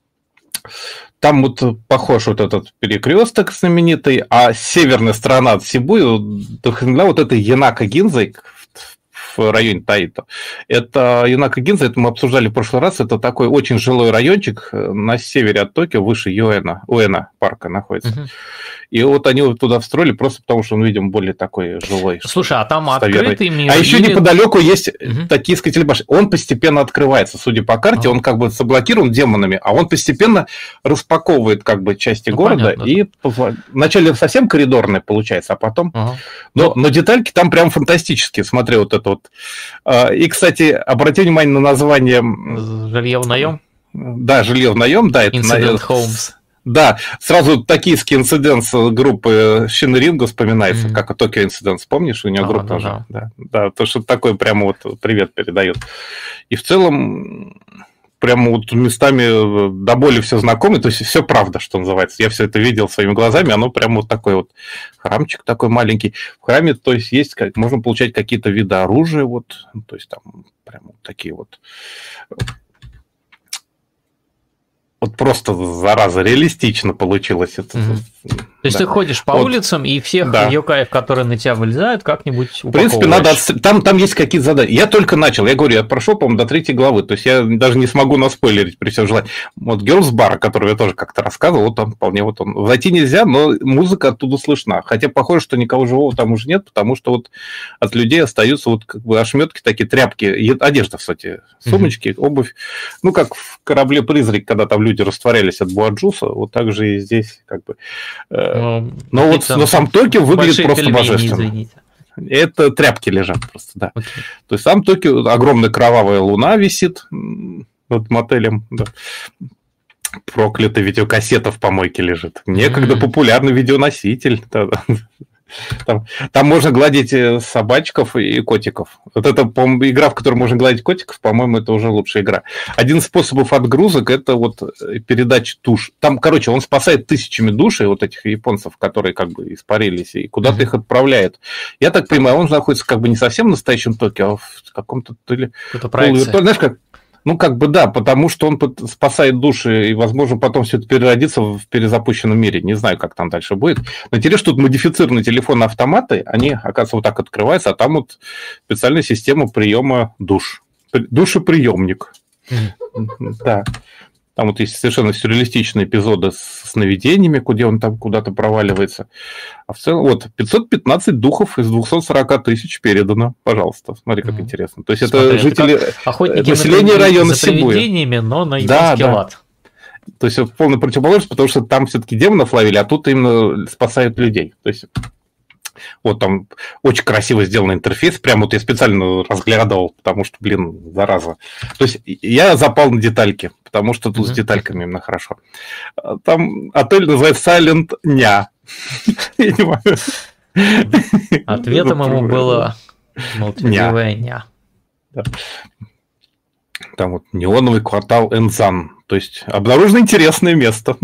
там вот похож вот этот перекресток знаменитый, а северная сторона от Сибуи вдохновила вот этой Янака-Гинзой, в районе Таито. Это Янака-Гинза, это мы обсуждали в прошлый раз, это такой очень жилой райончик на севере от Токио, выше Юэна, Уэна парка находится. Uh-huh. И вот они его туда встроили просто потому, что он, видимо, более такой жилой. Слушай, а там открытый мир? А еще или... неподалеку есть uh-huh. такие искатели башни. Он постепенно открывается, судя по карте, uh-huh. он как бы заблокирован демонами, а он постепенно распаковывает как бы части ну, города, понятно, и да. Вначале совсем коридорный получается, а потом... Uh-huh. Но, но детальки там прям фантастические. Смотри, вот это вот. И, кстати, обрати внимание на название... Жилье в наем? Да, жилье в наем, да. Incident это... Homes. Да, сразу токийский инцидент группы Shinringo вспоминается, mm-hmm. как Tokyo Incident, помнишь, у него а, группа да, уже, да, да, то, что такое прямо вот привет передает. И в целом прямо вот местами до боли все знакомо, то есть все правда, что называется. Я все это видел своими глазами, оно прямо вот такой вот храмчик такой маленький. В храме, то есть есть, как, можно получать какие-то виды оружия, вот, то есть там прямо вот такие вот... Вот просто, зараза, реалистично получилось это. Угу. То есть да. Ты ходишь по вот. улицам, и всех да. йокаев, которые на тебя вылезают, как-нибудь упаковываешь. В принципе, надо... Там, там есть какие-то задания. Я только начал. Я говорю, я прошел, по-моему, до третьей главы. То есть я даже не смогу наспойлерить при всем желании. Вот Girls Bar, о котором я тоже как-то рассказывал, вот там вполне вот он. Зайти нельзя, но музыка оттуда слышна. Хотя похоже, что никого живого там уже нет, потому что вот от людей остаются вот как бы ошметки такие, тряпки, одежда, кстати, сумочки, mm-hmm. обувь. Ну, как в корабле «Призрак», когда там люди растворялись от Буаджуса, вот так же и здесь как бы... Но, но вот но сам Токио выглядит просто божественно. Извините. Это тряпки лежат просто, да. Okay. То есть сам Токио, огромная кровавая луна висит над мотелем, да. Проклятая видеокассета в помойке лежит. Некогда mm-hmm. популярный видеоноситель. Да, да. Там, там можно гладить собачков и котиков. Вот это, по-моему, игра, в которой можно гладить котиков, по-моему, это уже лучшая игра. Один из способов отгрузок – это вот передача душ. Там, короче, он спасает тысячами душей вот этих японцев, которые как бы испарились, и куда-то mm-hmm. их отправляет. Я так понимаю, он находится как бы не совсем в настоящем Токио, а в каком-то... Знаешь, как... Ну, как бы да, потому что он спасает души, и, возможно, потом все это переродится в перезапущенном мире. Не знаю, как там дальше будет. Но интересно, что тут модифицированные телефоны-автоматы, они, оказывается, вот так открываются, а там вот специальная система приема душ. Душеприемник. Mm. Да. Там вот есть совершенно сюрреалистичные эпизоды с сновидениями, где он там куда-то проваливается. А в целом, вот, пятьсот пятнадцать духов из двухсот сорока тысяч передано. Пожалуйста, смотри, как mm. интересно. То есть Смотри, это жители, это население района Сибуя. Но на японский да, лад. Да. То есть в полной противоположность, потому что там все-таки демонов ловили, а тут именно спасают людей. То есть... Вот там очень красиво сделан интерфейс, прям вот я специально разглядывал, потому что, блин, зараза. То есть я запал на детальки, потому что тут mm-hmm. с детальками именно хорошо. Там отель называется Silent Ня. Ответом ему было молчаливое Ня. Там вот неоновый квартал Энзан. То есть обнаружено интересное место.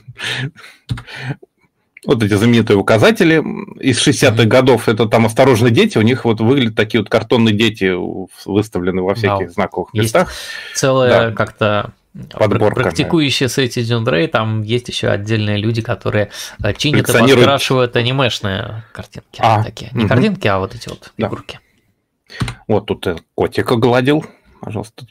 Вот эти знаменитые указатели из шестидесятых годов, это там «Осторожно, дети», у них вот выглядят такие вот картонные дети, выставлены во всяких да. знаковых местах. Есть целая да. как-то подборка, практикующая да. Сети Джундрей, там есть еще отдельные люди, которые чинят и подкрашивают анимешные картинки. А, такие. Не угу. картинки, а вот эти вот да. фигурки. Вот тут котика гладил, пожалуйста.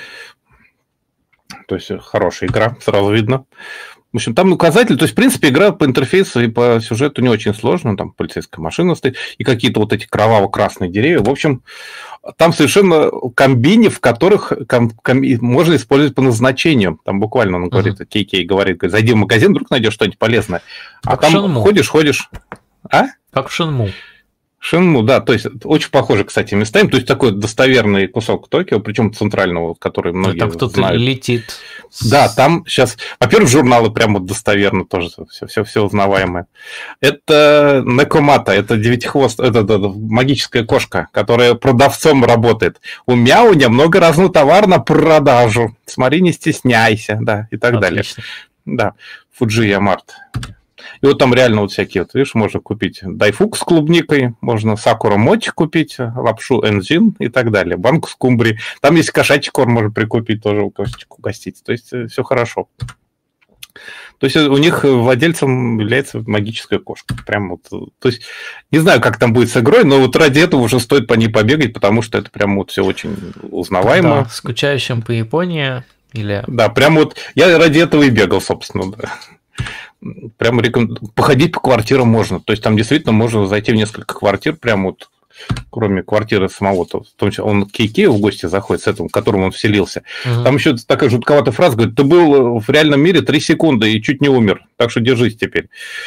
То есть хорошая игра, сразу видно. В общем, там указатель, то есть, в принципе, игра по интерфейсу и по сюжету не очень сложная, там полицейская машина стоит, и какие-то вот эти кроваво-красные деревья. В общем, там совершенно комбини, в которых ком- ком- можно использовать по назначению. Там буквально, он говорит, uh-huh. Кей-Кей говорит, говорит, зайди в магазин, вдруг найдешь что-нибудь полезное. А как там Шенму. ходишь, ходишь. А? Как в Шенму. Шенму, да, то есть очень похоже, кстати, местами, то есть такой достоверный кусок Токио, причем центрального, который многие там кто-то знают. летит. Да, там сейчас, во-первых, журналы прям вот достоверно тоже, все, все, все узнаваемое. Это Некомата, это девятихвост, это, это, это магическая кошка, которая продавцом работает. У Мяуня много разного товара на продажу, смотри, не стесняйся, да, и так Отлично. далее. Да, Фуджия Март. И вот там реально вот всякие, вот видишь, можно купить дайфук с клубникой, можно сакура мочи купить, лапшу энзин и так далее, банку скумбрии. Там есть кошачий корм, можно прикупить, тоже угостить. То есть все хорошо. То есть у них владельцем является магическая кошка. Прям вот, то есть не знаю, как там будет с игрой, но вот ради этого уже стоит по ней побегать, потому что это прям вот все очень узнаваемо. Да, скучающим по Японии или... Да, прям вот я ради этого и бегал, собственно, да. Прямо реком... походить по квартирам можно. То есть там действительно можно зайти в несколько квартир, прям вот, кроме квартиры самого, то, в том числе он к Кей-Кею в гости заходит, с этим, в котором он вселился. Uh-huh. Там еще такая жутковатая фраза, говорит, ты был в реальном мире три секунды и чуть не умер, так что держись теперь.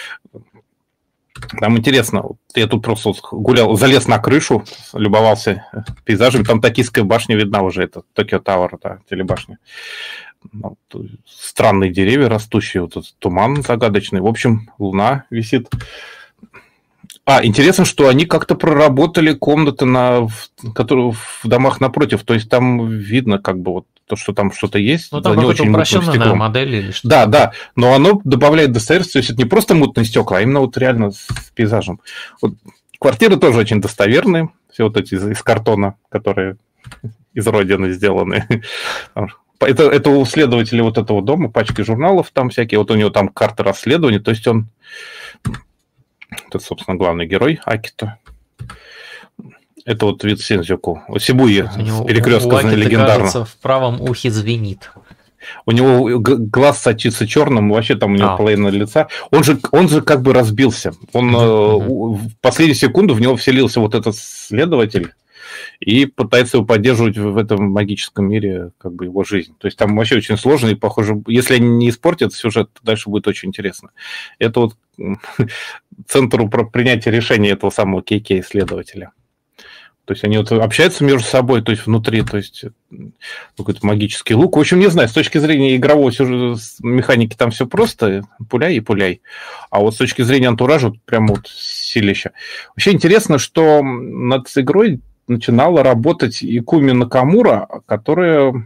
Там интересно, я тут просто гулял, залез на крышу, любовался пейзажем, там Токийская башня видна уже, это Токио Тауэр, да, телебашня. Странные деревья растущие, вот этот туман загадочный. В общем, луна висит. А, интересно, что они как-то проработали комнаты, на, которые в домах напротив. То есть там видно, как бы вот то, что там что-то есть. Ну, там какая-то упрощенная модель или что-то. Да, да. Но оно добавляет достоверности. То есть это не просто мутные стекла, а именно вот реально с пейзажем. Вот. Квартиры тоже очень достоверные. Все вот эти из, из картона, которые из родины сделаны. Это, это у следователя вот этого дома, пачки журналов там всякие, вот у него там карта расследований, то есть он, это, собственно, главный герой Акито. Это вот вид Синдзюку. У Сибуи перекрестка легендарно. Кажется, в правом ухе звенит. У него глаз сочится черным, вообще там у него а. половина лица. Он же, он же как бы разбился. Он mm-hmm. в последнюю секунду в него вселился вот этот следователь. И пытается его поддерживать в этом магическом мире, как бы, его жизнь. То есть там вообще очень сложно, и, похоже, если они не испортят сюжет, то дальше будет очень интересно. Это вот центр принятия решения этого самого Кей-Кей-следователя. То То есть они вот общаются между собой, то есть внутри, то есть какой-то магический лук. В общем, не знаю, с точки зрения игровой механики там все просто, пуляй и пуляй. А вот с точки зрения антуража прям вот силища. Вообще интересно, что над игрой начинала работать Икуми Накамура, которая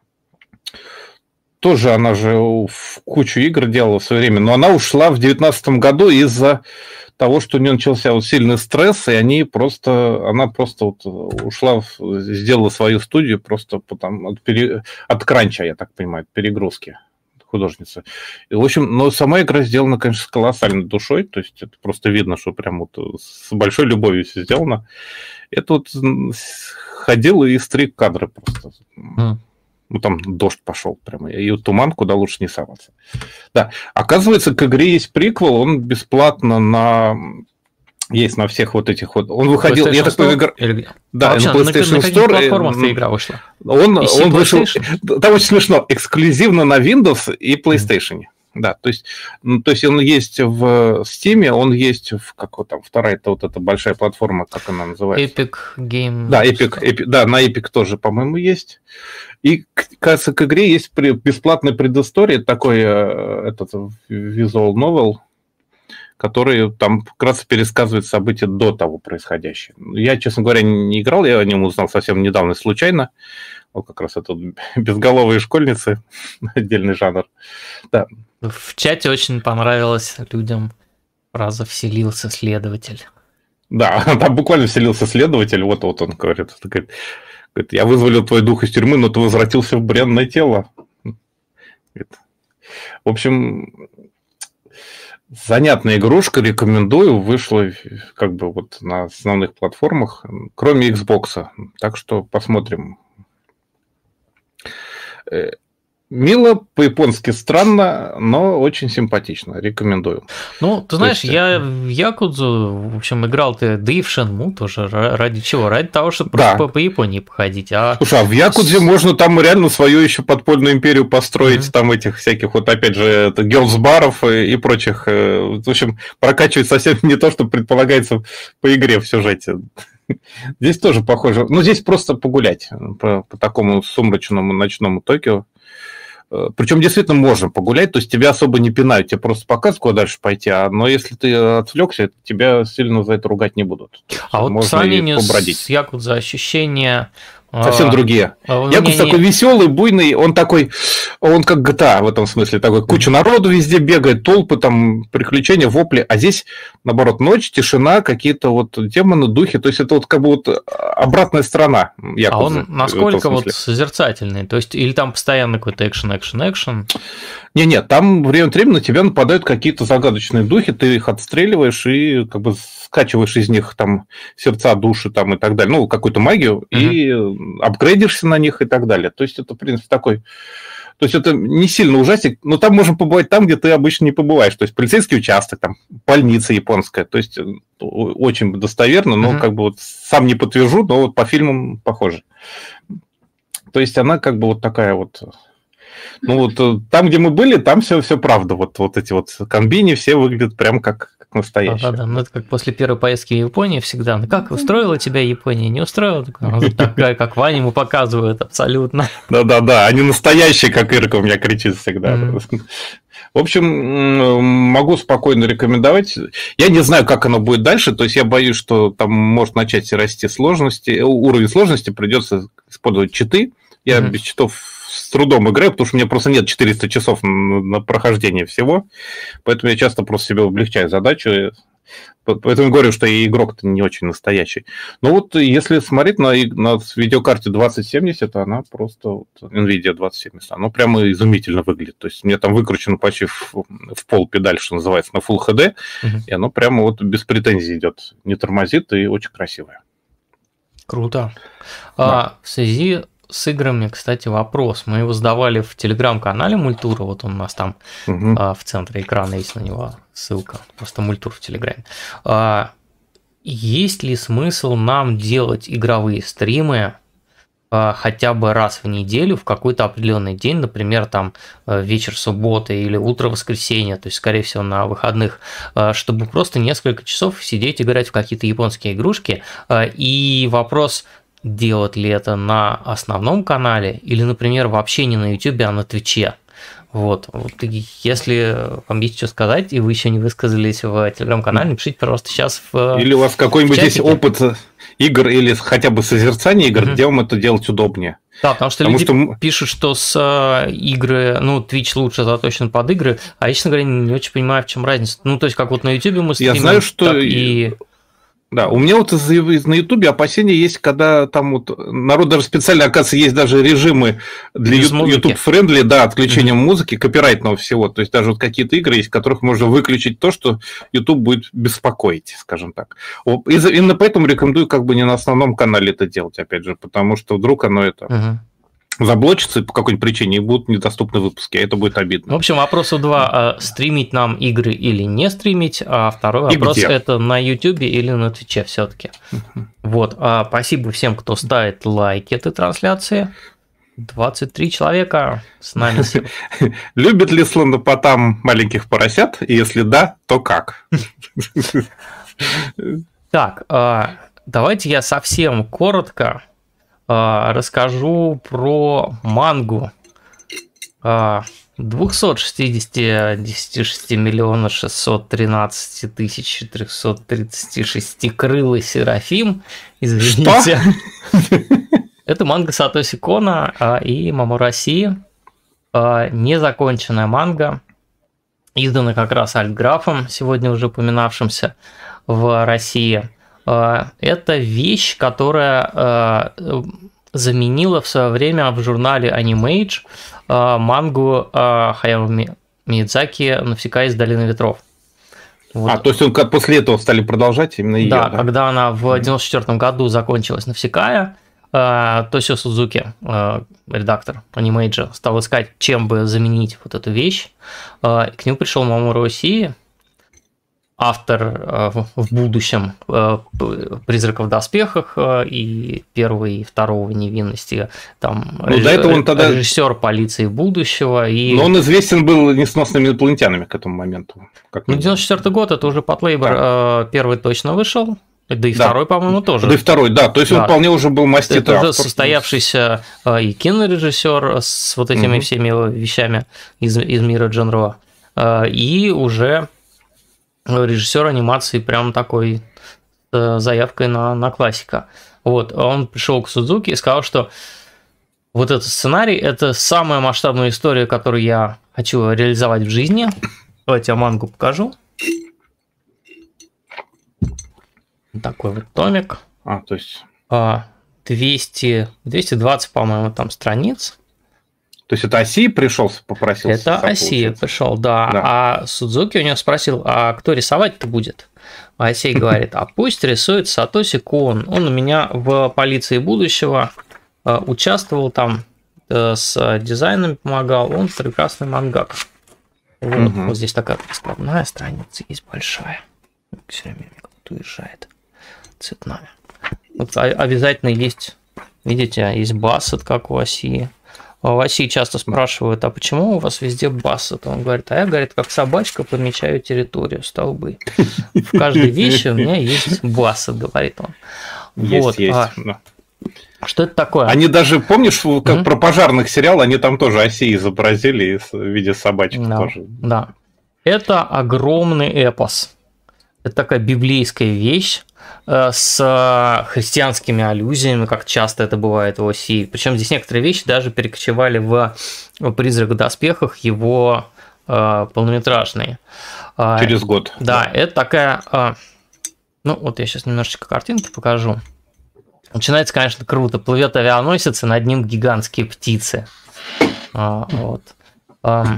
тоже, она же в кучу игр делала в свое время, но она ушла в две тысячи девятнадцатом году из-за того, что у нее начался вот сильный стресс, и они просто, она просто вот ушла, сделала свою студию просто потом от, пере, от кранча, я так понимаю, от перегрузки художницы. И, в общем, но сама игра сделана, конечно, с колоссальной душой, то есть это просто видно, что прям вот с большой любовью все сделано. Это вот ходил и стриг кадры просто. Mm. Ну, там дождь пошел прямо, и туман, куда лучше не соваться. Да, оказывается, к игре есть приквел, он бесплатно на... Есть на всех вот этих вот... Он выходил... Я так понимаю, Или... Да, а на PlayStation на, на Store. платформах эта игра вышла? Он, он вышел... Там очень смешно. Эксклюзивно на Windows и PlayStation. Mm. Да, то есть, ну, то есть он есть в Steam, он есть в... Как вот там, вторая, это вот эта большая платформа, как она называется? Epic Game... Да, Epic, Epic, да, на Epic тоже, по-моему, есть. И, кажется, к игре есть бесплатная предыстория, такой этот visual novel, который там как раз пересказывает события до того происходящего. Я, честно говоря, не играл, я о нем узнал совсем недавно случайно. Вот как раз это безголовые школьницы, отдельный жанр. Да. В чате очень понравилась людям фраза «вселился следователь». Да, там буквально вселился следователь, вот-вот он говорит, говорит, я вызволил твой дух из тюрьмы, но ты возвратился в бренное тело. В общем, занятная игрушка, рекомендую, вышла как бы вот на основных платформах, кроме Xbox, так что посмотрим. Мило, по-японски странно, но очень симпатично. Рекомендую. Ну, ты знаешь, есть... я в Якудзу, в общем, играл ты, да и в Шенму тоже. Ради чего? Ради того, чтобы да. просто по, по Японии походить. А... Слушай, а в Якудзе можно там реально свою еще подпольную империю построить, mm-hmm. там этих всяких, вот опять же, герлс-баров и, и прочих. В общем, прокачивать совсем не то, что предполагается по игре в сюжете. Здесь тоже похоже. Ну, здесь просто погулять по, по такому сумрачному ночному Токио. Причем действительно можно погулять, то есть тебя особо не пинают, тебе просто показывают, куда дальше пойти, а, но если ты отвлекся, тебя сильно за это ругать не будут. А вот по сравнению с Якудза ощущения... Совсем другие. А, Якудза такой не... веселый, буйный, он такой, он как джи ти эй в этом смысле, такой куча народу везде бегает, толпы, там, приключения, вопли, а здесь, наоборот, ночь, тишина, какие-то вот демоны, духи, то есть это вот как бы вот обратная сторона Якудзы. А он насколько вот созерцательный, то есть или там постоянно какой-то экшен, экшен, экшен? Не-не, там время от времени на тебя нападают какие-то загадочные духи, ты их отстреливаешь и как бы скачиваешь из них там сердца, души там и так далее, ну, какую-то магию, uh-huh. и апгрейдишься на них и так далее. То есть это, в принципе, такой... То есть это не сильно ужастик, но там можно побывать там, где ты обычно не побываешь. То есть полицейский участок, там, больница японская. То есть очень достоверно, но uh-huh. как бы вот сам не подтвержу, но вот по фильмам похоже. То есть она как бы вот такая вот... Ну вот там, где мы были, там все, все правда. Вот, вот эти вот комбини все выглядят прям как, как настоящие. Да, да, ну это как после первой поездки в Японию всегда. Ну как, устроила тебя Япония? Не устроила? Такая, как в аниме показывают, абсолютно. Да-да-да, они настоящие, как Ирка у меня кричит всегда. В общем, могу спокойно рекомендовать. Я не знаю, как оно будет дальше, то есть я боюсь, что там может начать расти сложности, уровень сложности, придется использовать читы. Я без читов с трудом играю, потому что у меня просто нет четыреста часов на, на прохождение всего, поэтому я часто просто себе облегчаю задачу, поэтому говорю, что и игрок-то не очень настоящий. Но вот если смотреть на, на видеокарте двадцать семьдесят, она просто, вот, NVIDIA двадцать семьдесят, она прямо изумительно выглядит, то есть у меня там выкручено почти в, в пол педаль, что называется, на Full эйч ди, угу. и оно прямо вот без претензий идет, не тормозит и очень красивое. Круто. Да. А, в связи с играми, кстати, вопрос. Мы его задавали в телеграм-канале Мультура, вот он у нас там угу. а, в центре экрана есть на него ссылка, просто Мультур в телеграме. А, есть ли смысл нам делать игровые стримы хотя бы раз в неделю в какой-то определенный день, например, там вечер субботы или утро воскресенья, то есть, скорее всего, на выходных, чтобы просто несколько часов сидеть играть в какие-то японские игрушки. И вопрос, делать ли это на основном канале или, например, вообще не на YouTube, а на Твиче. Вот. Вот. Если вам есть что сказать, и вы еще не высказались в телеграм-канале, напишите, пожалуйста, сейчас в Или у вас какой-нибудь здесь опыт игр или хотя бы созерцания игр, mm-hmm. где вам это делать удобнее. Да, потому что потому люди что... пишут, что с э, игры, ну, Twitch лучше заточен под игры, а я, честно говоря, не очень понимаю, в чем разница. Ну, то есть, как вот на YouTube мы стримим, я знаю, что... так и... Да, у меня вот на Ютубе опасения есть, когда там вот народ даже специально, оказывается, есть даже режимы для YouTube-френдли, да, отключением mm-hmm. музыки, копирайтного всего. То есть даже вот какие-то игры есть, в которых можно выключить то, что YouTube будет беспокоить, скажем так. И именно поэтому рекомендую как бы не на основном канале это делать, опять же, потому что вдруг оно это... Mm-hmm. заблочатся по какой-нибудь причине и будут недоступны выпуски, а это будет обидно. В общем, вопросу два. Стримить нам игры или не стримить? А второй и вопрос, где? Это на YouTube или на Твиче все-таки. Uh-huh. Вот. А, спасибо всем, кто ставит лайки этой трансляции. двадцать три человека с нами сегодня. Любит ли слонопотам маленьких поросят? И если да, то как? Так, давайте я совсем коротко расскажу про мангу двести шестьдесят шесть миллионов шестьсот тринадцать тысяч четыреста тридцать шесть крылый Серафим. Извините. Это манга Сатоси Кона и Мамору Осии. Незаконченная манга, издана как раз Альтграфом, сегодня уже упоминавшимся в России. Это вещь, которая заменила в свое время в журнале Animage мангу Хаяо Миядзаки «Навсекая из долины ветров». Вот. А, то есть он как после этого стали продолжать именно ее, да? Да, когда она в девяносто четвёртом году закончилась «Навсекая», Тосио Судзуки, редактор Animage, стал искать, чем бы заменить вот эту вещь. К нему пришел Мамору Осии, автор в будущем «Призраков в доспехах» и первого и второго «Невинности», там ну, реж... до этого он тогда... режиссер «Полиции будущего». И... Но он известен был несносными инопланетянами к этому моменту. Как ну, девяносто четвёртый год, это уже Патлейбер, да. Первый точно вышел. Да и да. второй, по-моему, тоже. Да и второй, да. То есть да. он вполне уже был маститый Это автор. Уже состоявшийся и кинорежиссер с вот этими угу. всеми вещами из, из мира Джанро. И уже режиссер анимации прям такой с заявкой на, на классика. Вот. Он пришел к Судзуки и сказал, что вот этот сценарий – это самая масштабная история, которую я хочу реализовать в жизни. Давайте я мангу покажу. Такой вот томик. А, то есть... двести, двести двадцать, по-моему, там страниц. То есть это Осии пришел, попросил? Это Осии пришел, да. да. А Судзуки у него спросил, а кто рисовать-то будет? А Осии говорит, а пусть рисует Сатоси Кон. Он у меня в «Полиции будущего» участвовал там, с дизайном помогал. Он прекрасный мангака. Вот, угу. вот здесь такая складная страница есть большая. Все время кто-то уезжает. Цветная. Вот обязательно есть, видите, есть бассет, как у Осии. В Осии часто спрашивают, а почему у вас везде бассет? Он говорит, а я, говорит, как собачка помечаю территорию, столбы. В каждой вещи у меня есть бассет, говорит он. Есть, вот. есть. А, да. Что это такое? Они даже, помнишь, как mm-hmm. про пожарных сериал, они там тоже Осии изобразили в виде собачек да, тоже. Да. Это огромный эпос. Это такая библейская вещь с христианскими аллюзиями, как часто это бывает в Осии. Причем здесь некоторые вещи даже перекочевали в «Призрак в доспехах», его э, полнометражные. Через год. Да, да, это такая... Э, ну, вот я сейчас немножечко картинки покажу. Начинается, конечно, круто. Плывет авианосец, и над ним гигантские птицы. А, вот. а,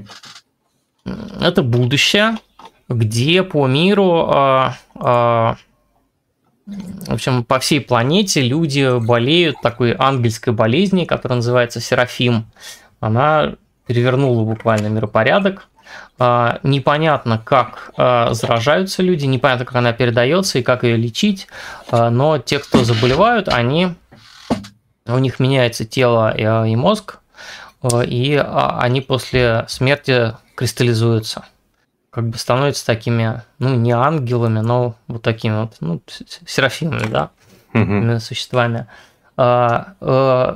это будущее, где по миру... А, а, В общем, по всей планете люди болеют такой ангельской болезнью, которая называется Серафим. Она перевернула буквально миропорядок. Непонятно, как заражаются люди, непонятно, как она передается и как ее лечить. Но те, кто заболевают, они у них меняется тело и, и мозг, и они после смерти кристаллизуются. Как бы становятся такими, ну, не ангелами, но вот такими вот, ну, серафимами, да, именно существами. А, а,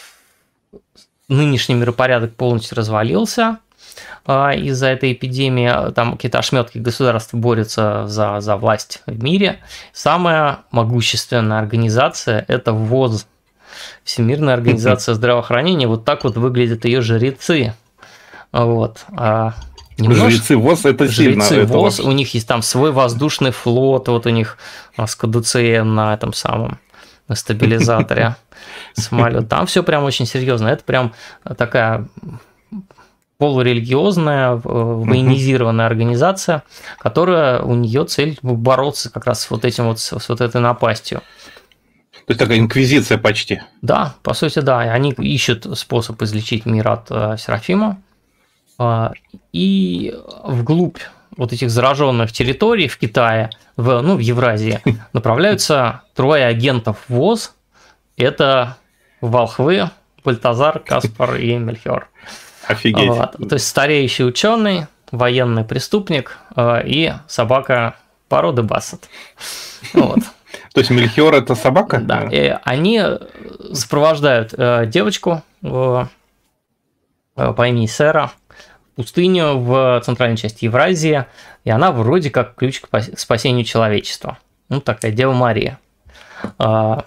нынешний миропорядок полностью развалился а, из-за этой эпидемии. Там какие-то ошметки государств борются за, за власть в мире. Самая могущественная организация – это ВОЗ, Всемирная организация здравоохранения. Вот так вот выглядят ее жрецы. Вот. А немножко... Жрецы ВОЗ – это сильно. Жрецы это ВОЗ, вообще... у них есть там свой воздушный флот, вот у них с КДЦМ на этом самом, на стабилизаторе самолет. Там все прям очень серьезно. Это прям такая полурелигиозная, военизированная организация, которая у нее цель бороться как раз с вот этим вот, с вот этой напастью. То есть такая инквизиция почти. Да, по сути, да. Они ищут способ излечить мир от э, Серафима. Э, и вглубь вот этих зараженных территорий в Китае, в, ну, в Евразии, направляются трое агентов ВОЗ. Это волхвы, Бальтазар, Каспар и Мельхиор. Офигеть. Вот. То есть стареющий ученый, военный преступник э, и собака породы Бассет. Вот. То есть Мельхиор – это собака? Да, и они сопровождают э, девочку э, по имени Сера в пустыню в центральной части Евразии, и она вроде как ключ к спасению человечества. Ну, такая Дева Мария. Э,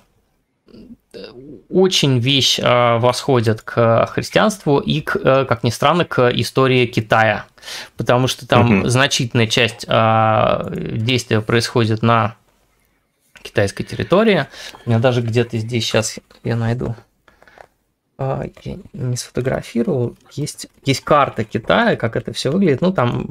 очень вещь э, восходит к христианству и, к, э, как ни странно, к истории Китая, потому что там угу. значительная часть э, действия происходит на китайской территории. У меня даже где-то здесь сейчас я найду. Я не сфотографировал. Есть, есть карта Китая, как это все выглядит. Ну, там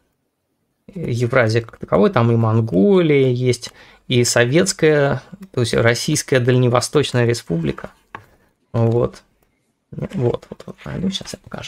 Евразия как таковой, там и Монголия есть, и советская, то есть Российская Дальневосточная Республика. Вот. Вот, вот, вот найду, сейчас я покажу.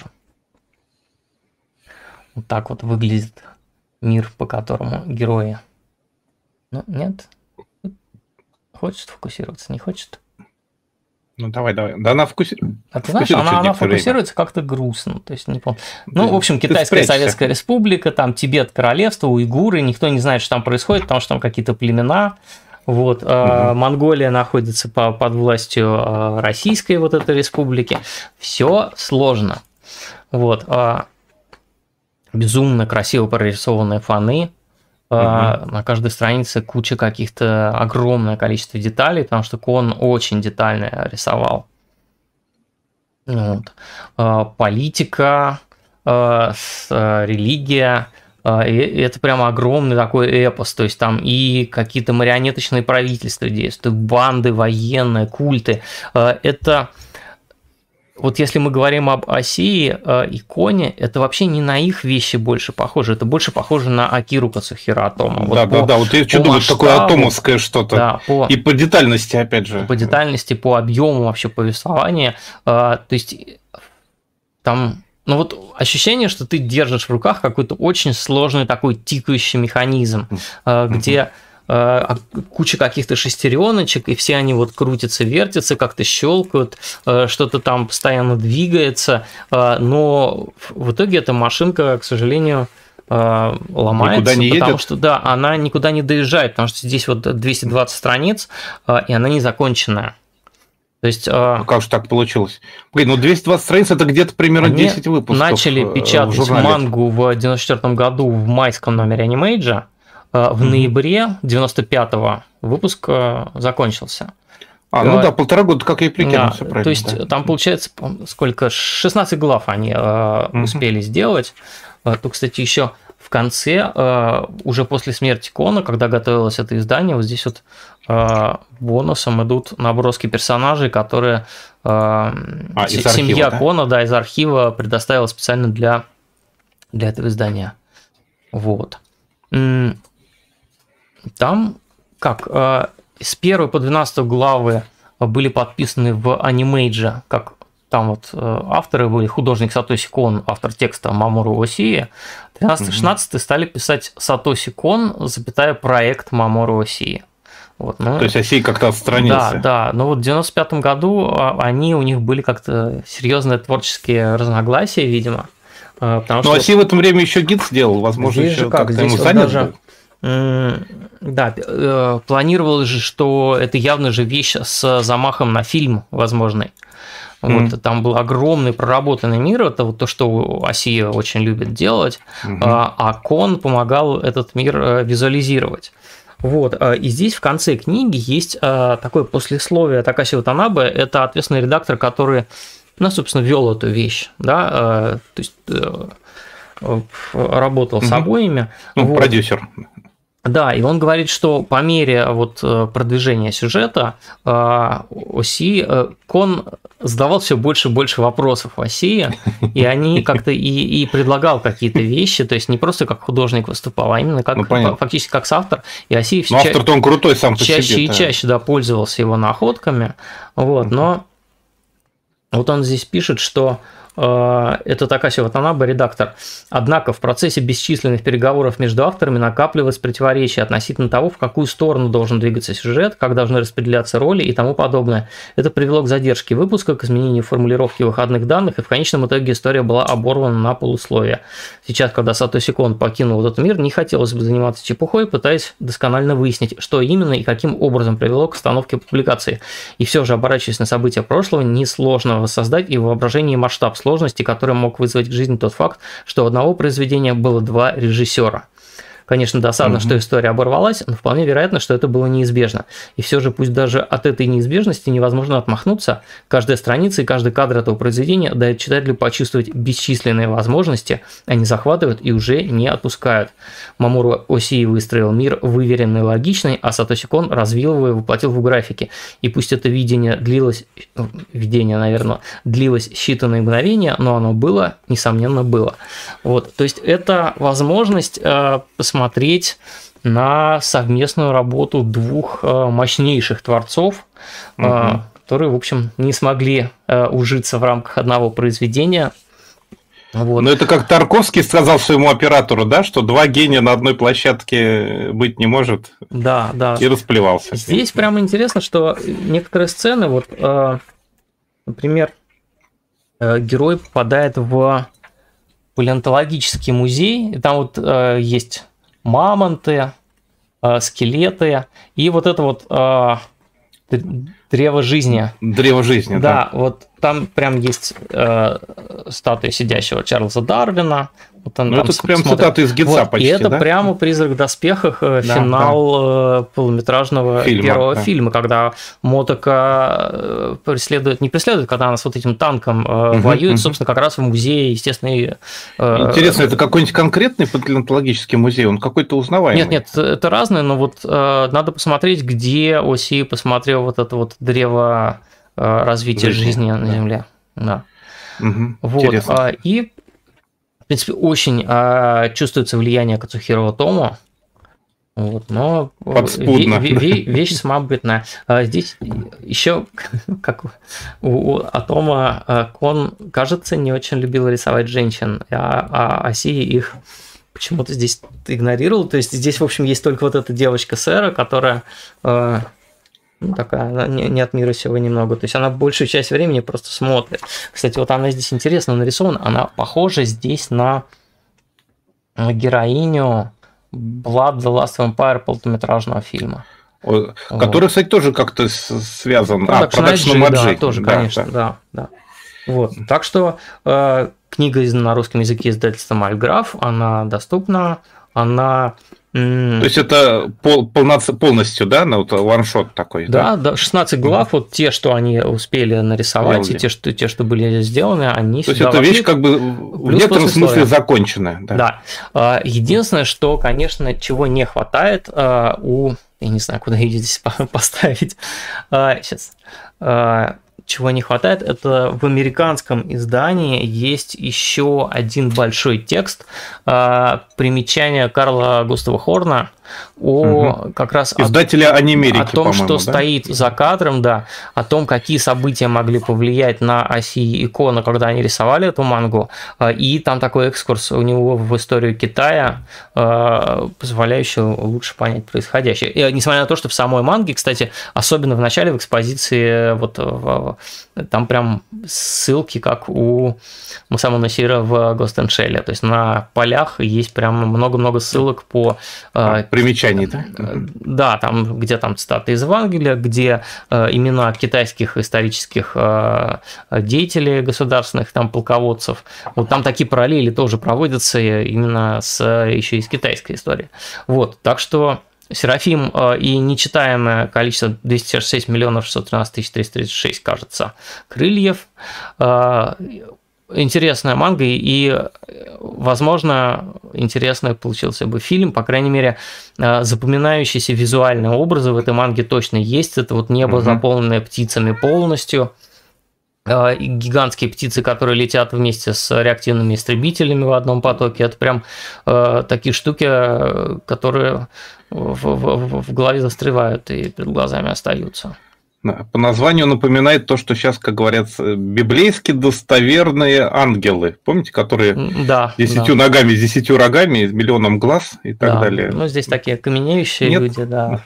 Вот так вот выглядит мир, по которому герои. Ну, нет. Хочет фокусироваться, не хочет? Ну, давай, давай. Да она фокусируется. А ты знаешь, она, она фокусируется как-то грустно. То есть, не помню. Ну, в общем, Китайская Советская Республика, там Тибет, королевство, уйгуры. Никто не знает, что там происходит, потому что там какие-то племена. Вот. Угу. Монголия находится по, под властью российской вот этой республики. Все сложно. Вот. Безумно красиво прорисованные фоны. Uh-huh. На каждой странице куча каких-то, огромное количество деталей, потому что Кон очень детально рисовал. Вот. Политика, религия, и это прямо огромный такой эпос, то есть там и какие-то марионеточные правительства действуют, банды военные, культы. Это... Вот если мы говорим об Асии э, и Коне, это вообще не на их вещи больше похоже, это больше похоже на Акиру Кацухира Атома. Вот да, по, да, да, вот я что думаю, такое атомовское что-то. Да, по, и по детальности, опять же. По детальности, по объему вообще повествования. Э, то есть там, ну вот ощущение, что ты держишь в руках какой-то очень сложный такой тикающий механизм, э, где... куча каких-то шестереночек, и все они вот крутятся, вертятся, как-то щелкают, что-то там постоянно двигается, но в итоге эта машинка, к сожалению, ломается, никуда не потому едет? Что да, она никуда не доезжает, потому что здесь вот двести двадцать страниц, и она не законченная. То есть, а как же так получилось? Блин, ну двести двадцать страниц это где-то примерно десять выпусков. Начали печатать в мангу в девяносто четвёртом году в майском номере Animage. В ноябре девяносто пятого выпуск закончился. А, ну да, полтора года, как я и прикинул, да, все правильно. То есть, да. Там получается, сколько, шестнадцать глав они uh-huh. успели сделать. Тут, кстати, еще в конце, уже после смерти Кона, когда готовилось это издание, вот здесь вот бонусом идут наброски персонажей, которые а, семья архива, Кона, да? Да, из архива предоставила специально для, для этого издания. Вот. Там, как, с первой по двенадцатую главы были подписаны в Animage, как там вот авторы были, художник Сатоси Кон, автор текста Мамору Осии, тринадцатый-шестнадцатый стали писать Сатоси Кон, запятая проект Мамору Осии. Вот, ну, то есть Осей как-то отстранился. Да, да, но вот в девяносто пятом году они, у них были как-то серьезные творческие разногласия, видимо. Потому но что Осей в это время еще гид сделал, возможно, здесь еще же как, как-то здесь ему вот занят даже, был. Да, планировалось же, что это явно же вещь с замахом на фильм возможный. Вот, mm. Там был огромный проработанный мир, это вот то, что Осия очень любит делать, mm-hmm. а Кон помогал этот мир визуализировать. Вот, и здесь в конце книги есть такое послесловие Такаси Ватанабе, это ответственный редактор, который, ну, собственно, вел эту вещь, да, то есть работал mm-hmm. с обоими. Ну, вот. Продюсер. Да, и он говорит, что по мере вот продвижения сюжета Оси Кон задавал все больше и больше вопросов Осии, и они как-то и, и предлагал какие-то вещи, то есть не просто как художник выступал, а именно как ну, фактически как соавтор. И Осия ну, ча- автор-то он крутой сам по чаще себе. и чаще да, пользовался его находками. Вот, но вот он здесь пишет, что это Такаси Ватанабе, редактор. Однако в процессе бесчисленных переговоров между авторами накапливалось противоречие относительно того, в какую сторону должен двигаться сюжет, как должны распределяться роли и тому подобное. Это привело к задержке выпуска, к изменению формулировки выходных данных, и в конечном итоге история была оборвана на полусловие. Сейчас, когда Сатоси Кон покинул этот мир, не хотелось бы заниматься чепухой, пытаясь досконально выяснить, что именно и каким образом привело к остановке публикации. И все же, оборачиваясь на события прошлого, несложно воссоздать и в воображении масштаб сложности, который мог вызвать в жизни тот факт, что у одного произведения было два режиссера. Конечно, досадно, mm-hmm. что история оборвалась, но вполне вероятно, что это было неизбежно. И все же, пусть даже от этой неизбежности невозможно отмахнуться, каждая страница и каждый кадр этого произведения дает читателю почувствовать бесчисленные возможности, они захватывают и уже не отпускают. Мамору Осии выстроил мир выверенный и логичный, а Сатоси Кон развил его и воплотил в графике. И пусть это видение длилось, видение, наверное, длилось считанные мгновения, но оно было, несомненно, было. Вот, то есть это возможность э, посмотреть смотреть на совместную работу двух мощнейших творцов, угу. которые, в общем, не смогли ужиться в рамках одного произведения. Вот. Ну, это как Тарковский сказал своему оператору, да, что два гения на одной площадке быть не может. Да, да. И расплевался. Здесь прямо интересно, что некоторые сцены, вот, например, герой попадает в палеонтологический музей, и там вот есть мамонты, э, скелеты и вот это вот э, древо жизни. Древо жизни, да. Да, вот там прям есть э, статуя сидящего Чарльза Дарвина. Вот он, ну, это прям смотрит. Цитата из Гитца вот, почти, и это да? прямо «Призрак в доспехах», да, финал да. полнометражного фильма, первого да. фильма, когда Мотока преследует, не преследует, когда она с вот этим танком угу, воюет, угу. собственно, как раз в музее, естественно. И, Интересно, это какой-нибудь конкретный палеонтологический музей? Он какой-то узнаваемый? Нет, нет, это разные, но вот э, надо посмотреть, где Оси посмотрел вот это вот древо э, развития жизни, жизни да. на Земле. Да. Угу, вот. Интересно. И в принципе, очень а, чувствуется влияние Кацухиро Отомо, вот, но ве- ве- вещь самобытная. А здесь еще, как у, у Отомо, Кон, кажется, не очень любил рисовать женщин, а, а Осия их почему-то здесь игнорировал. То есть здесь, в общем, есть только вот эта девочка Сэра, которая... Ну, такая, не, не от мира сего немного. То есть она большую часть времени просто смотрит. Кстати, вот она здесь интересно нарисована. Она похожа здесь на героиню Blood the Last Vampire полнометражного фильма. Который, вот. Кстати, тоже как-то связан. А, Production ай джи, да, тоже, да, конечно, да. да, да. Вот. Так что э, книга на русском языке издательства Мальграф, она доступна, она... То есть это пол, полностью, да, на вот ваншот такой? Да, да, шестнадцать глав, вот те, что они успели нарисовать, Елди. и те что, те, что были сделаны, они То есть это вещь как бы в некотором смысле законченная. Да. да. Единственное, что, конечно, чего не хватает у... Я не знаю, куда ее здесь поставить. Сейчас... Чего не хватает, это в американском издании есть еще один большой текст, примечание Карла Густава Хорна, о угу. как раз Издателя Анимерики, о том, что да? стоит за кадром, да, о том, какие события могли повлиять на оси Икона, когда они рисовали эту мангу, и там такой экскурс у него в историю Китая, позволяющий лучше понять происходящее. И несмотря на то, что в самой манге, кстати, особенно в начале в экспозиции, вот там прям ссылки, как у Мусаму Насира в Ghost in Shell, то есть на полях есть прям много-много ссылок по... Примечаний, да? Да, там, где там цитаты из Евангелия, где э, имена китайских исторических э, деятелей государственных, там, полководцев. Вот там такие параллели тоже проводятся именно с, еще и с китайской историей. Вот, так что Серафим э, и нечитаемое количество двести шестьдесят шесть миллионов шестьсот тринадцать тысяч триста тридцать шесть, кажется, крыльев. Э, Интересная манга, и, возможно, интересный получился бы фильм. По крайней мере, запоминающиеся визуальные образы в этой манге точно есть. Это вот небо, заполненное птицами полностью. Гигантские птицы, которые летят вместе с реактивными истребителями в одном потоке. Это прям такие штуки, которые в, в, в голове застревают и перед глазами остаются. По названию напоминает то, что сейчас, как говорят, библейски достоверные ангелы. Помните, которые да, десятью да. ногами, с десятью рогами, с миллионом глаз и так да. далее. Ну, здесь такие каменеющие Нет? люди, да.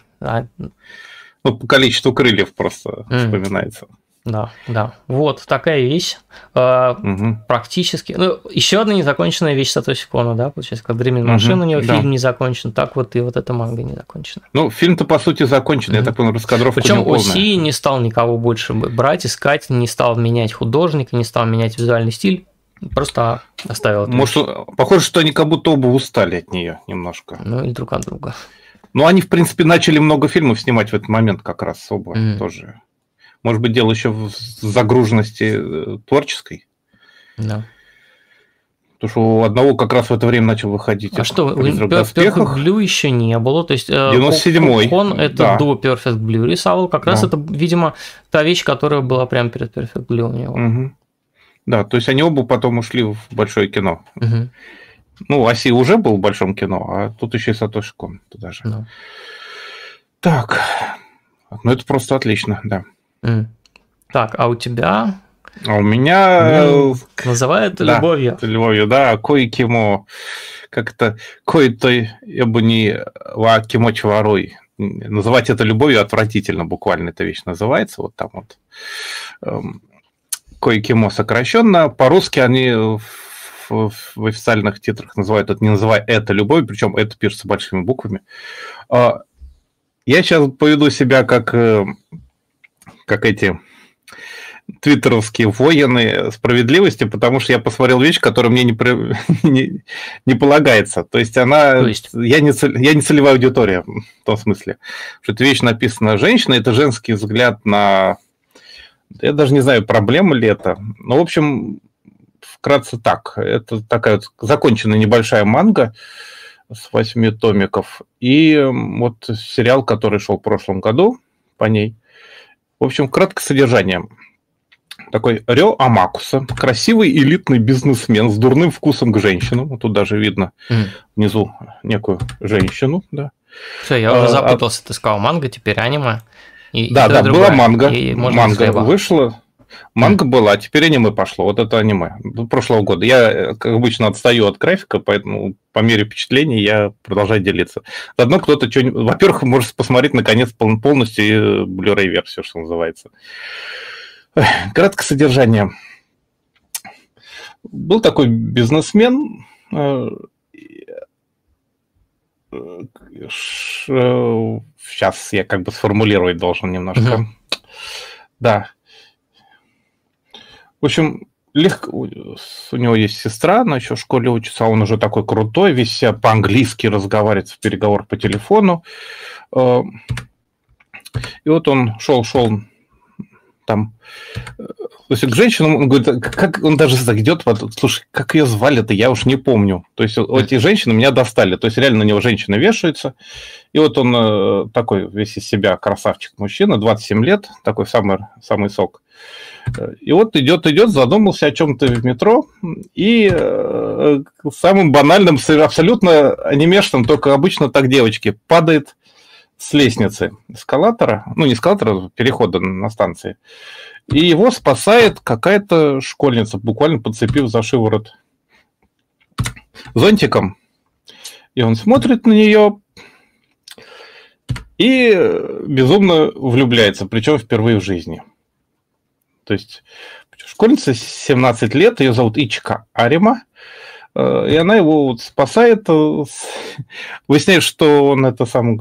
Ну, по количеству крыльев просто mm. вспоминается. Да, да. Вот такая вещь. Угу. Практически. Ну, еще одна незаконченная вещь Сатоси Коно, да, получается, как Dreaming Machine, угу, у него да. фильм не закончен, так вот и вот эта манга не закончена. Ну, фильм-то по сути закончен, угу. я так понял, раскадровка Причем не полная. Оси не стал никого больше брать, искать, не стал менять художника, не стал менять визуальный стиль, просто оставил это. Может, похоже, что они как будто оба устали от нее немножко. Ну, или друг от друга. Ну, они, в принципе, начали много фильмов снимать в этот момент как раз оба угу. тоже. Может быть, дело еще в загруженности творческой. Да. Потому что у одного как раз в это время начал выходить. А что, Perfect Blue еще не было. То есть девяносто седьмой. Он это да. до Perfect Blue рисовал. Как да. раз это, видимо, та вещь, которая была прямо перед Perfect Blue у него. Угу. Да, то есть они оба потом ушли в большое кино. Угу. Ну, Оси уже был в большом кино, а тут еще и Сатоши Кон туда же. Да. Так, ну это просто отлично, да. Mm. Так, а у тебя? А у меня... Ну, называют да, любовью. Любовью, да. Кой-кимо. Как-то... Кой-то эбуни ва кимочи варой. Называть это любовью отвратительно, буквально эта вещь называется. Вот там вот. Кой-кимо сокращенно. По-русски они в, в, в официальных титрах называют это, не называя это любовью, причем это пишется большими буквами. Я сейчас поведу себя как... как эти твиттеровские воины справедливости, потому что я посмотрел вещь, которая мне не, не, не полагается. То есть она... То есть... Я, не цель, я не целевая аудитория в том смысле, что эта вещь написана женщиной, это женский взгляд на... Я даже не знаю, проблема ли это. Но, в общем, вкратце так. Это такая вот законченная небольшая манга с восьми томиков. И вот сериал, который шел в прошлом году по ней. В общем, краткое содержание. Такой Рё Амакуса, красивый элитный бизнесмен с дурным вкусом к женщинам. Вот тут даже видно mm. внизу некую женщину. Да. Все, я уже запутался. А, ты сказал манга, теперь аниме. И, да, и да, была манга. И, манга вышла. Манга mm. была, теперь аниме пошло. Вот это аниме прошлого года. Я, как обычно, отстаю от графика, поэтому по мере впечатлений я продолжаю делиться. Заодно кто-то что-нибудь... Во-первых, может посмотреть, наконец, полностью Blu-ray версию, что называется. Краткое содержание. Был такой бизнесмен... Сейчас я как бы сформулировать должен немножко. Mm-hmm. Да. В общем, легко, у него есть сестра, она еще в школе учится, а он уже такой крутой, весь себя по-английски разговаривает в переговорах по телефону. И вот он шел-шел там, то есть к женщинам, он говорит, как он даже так идет, слушай, как ее звали-то, я уж не помню. То есть вот эти женщины меня достали, то есть реально на него женщины вешаются, и вот он такой весь из себя красавчик-мужчина, двадцать семь лет, такой самый, самый сок. И вот идет, идет, задумался о чем-то в метро, и самым, самым банальным, абсолютно анимешным, только обычно так девочки, падает с лестницы эскалатора, ну не эскалатора, перехода на станции, и его спасает какая-то школьница, буквально подцепив за шиворот зонтиком. И он смотрит на нее и безумно влюбляется, причем впервые в жизни. То есть школьница семнадцать лет, ее зовут Ичика Арима, и она его вот спасает. Выясняет, что он это сам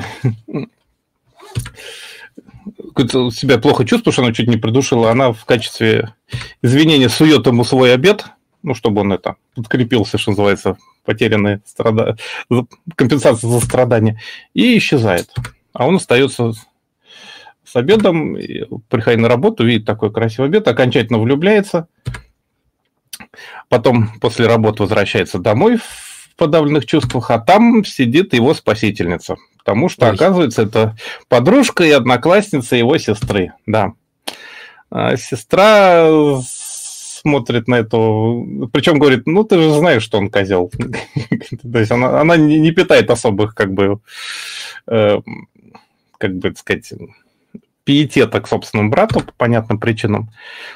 себя плохо чувствует, что она чуть не придушила. Она в качестве извинения сует ему свой обед, ну, чтобы он это подкрепился, что называется, потерянные страда... компенсация за страдания, и исчезает. А он остается с обедом, приходит на работу, видит такой красивый обед, окончательно влюбляется. Потом после работы возвращается домой в подавленных чувствах, а там сидит его спасительница. Потому что, Ой. оказывается, это подружка и одноклассница его сестры. Да. А сестра смотрит на эту... Причем говорит, ну, ты же знаешь, что он козел. То есть она, она не питает особых, как бы, э, как бы сказать, пиетета к собственному брату по понятным причинам.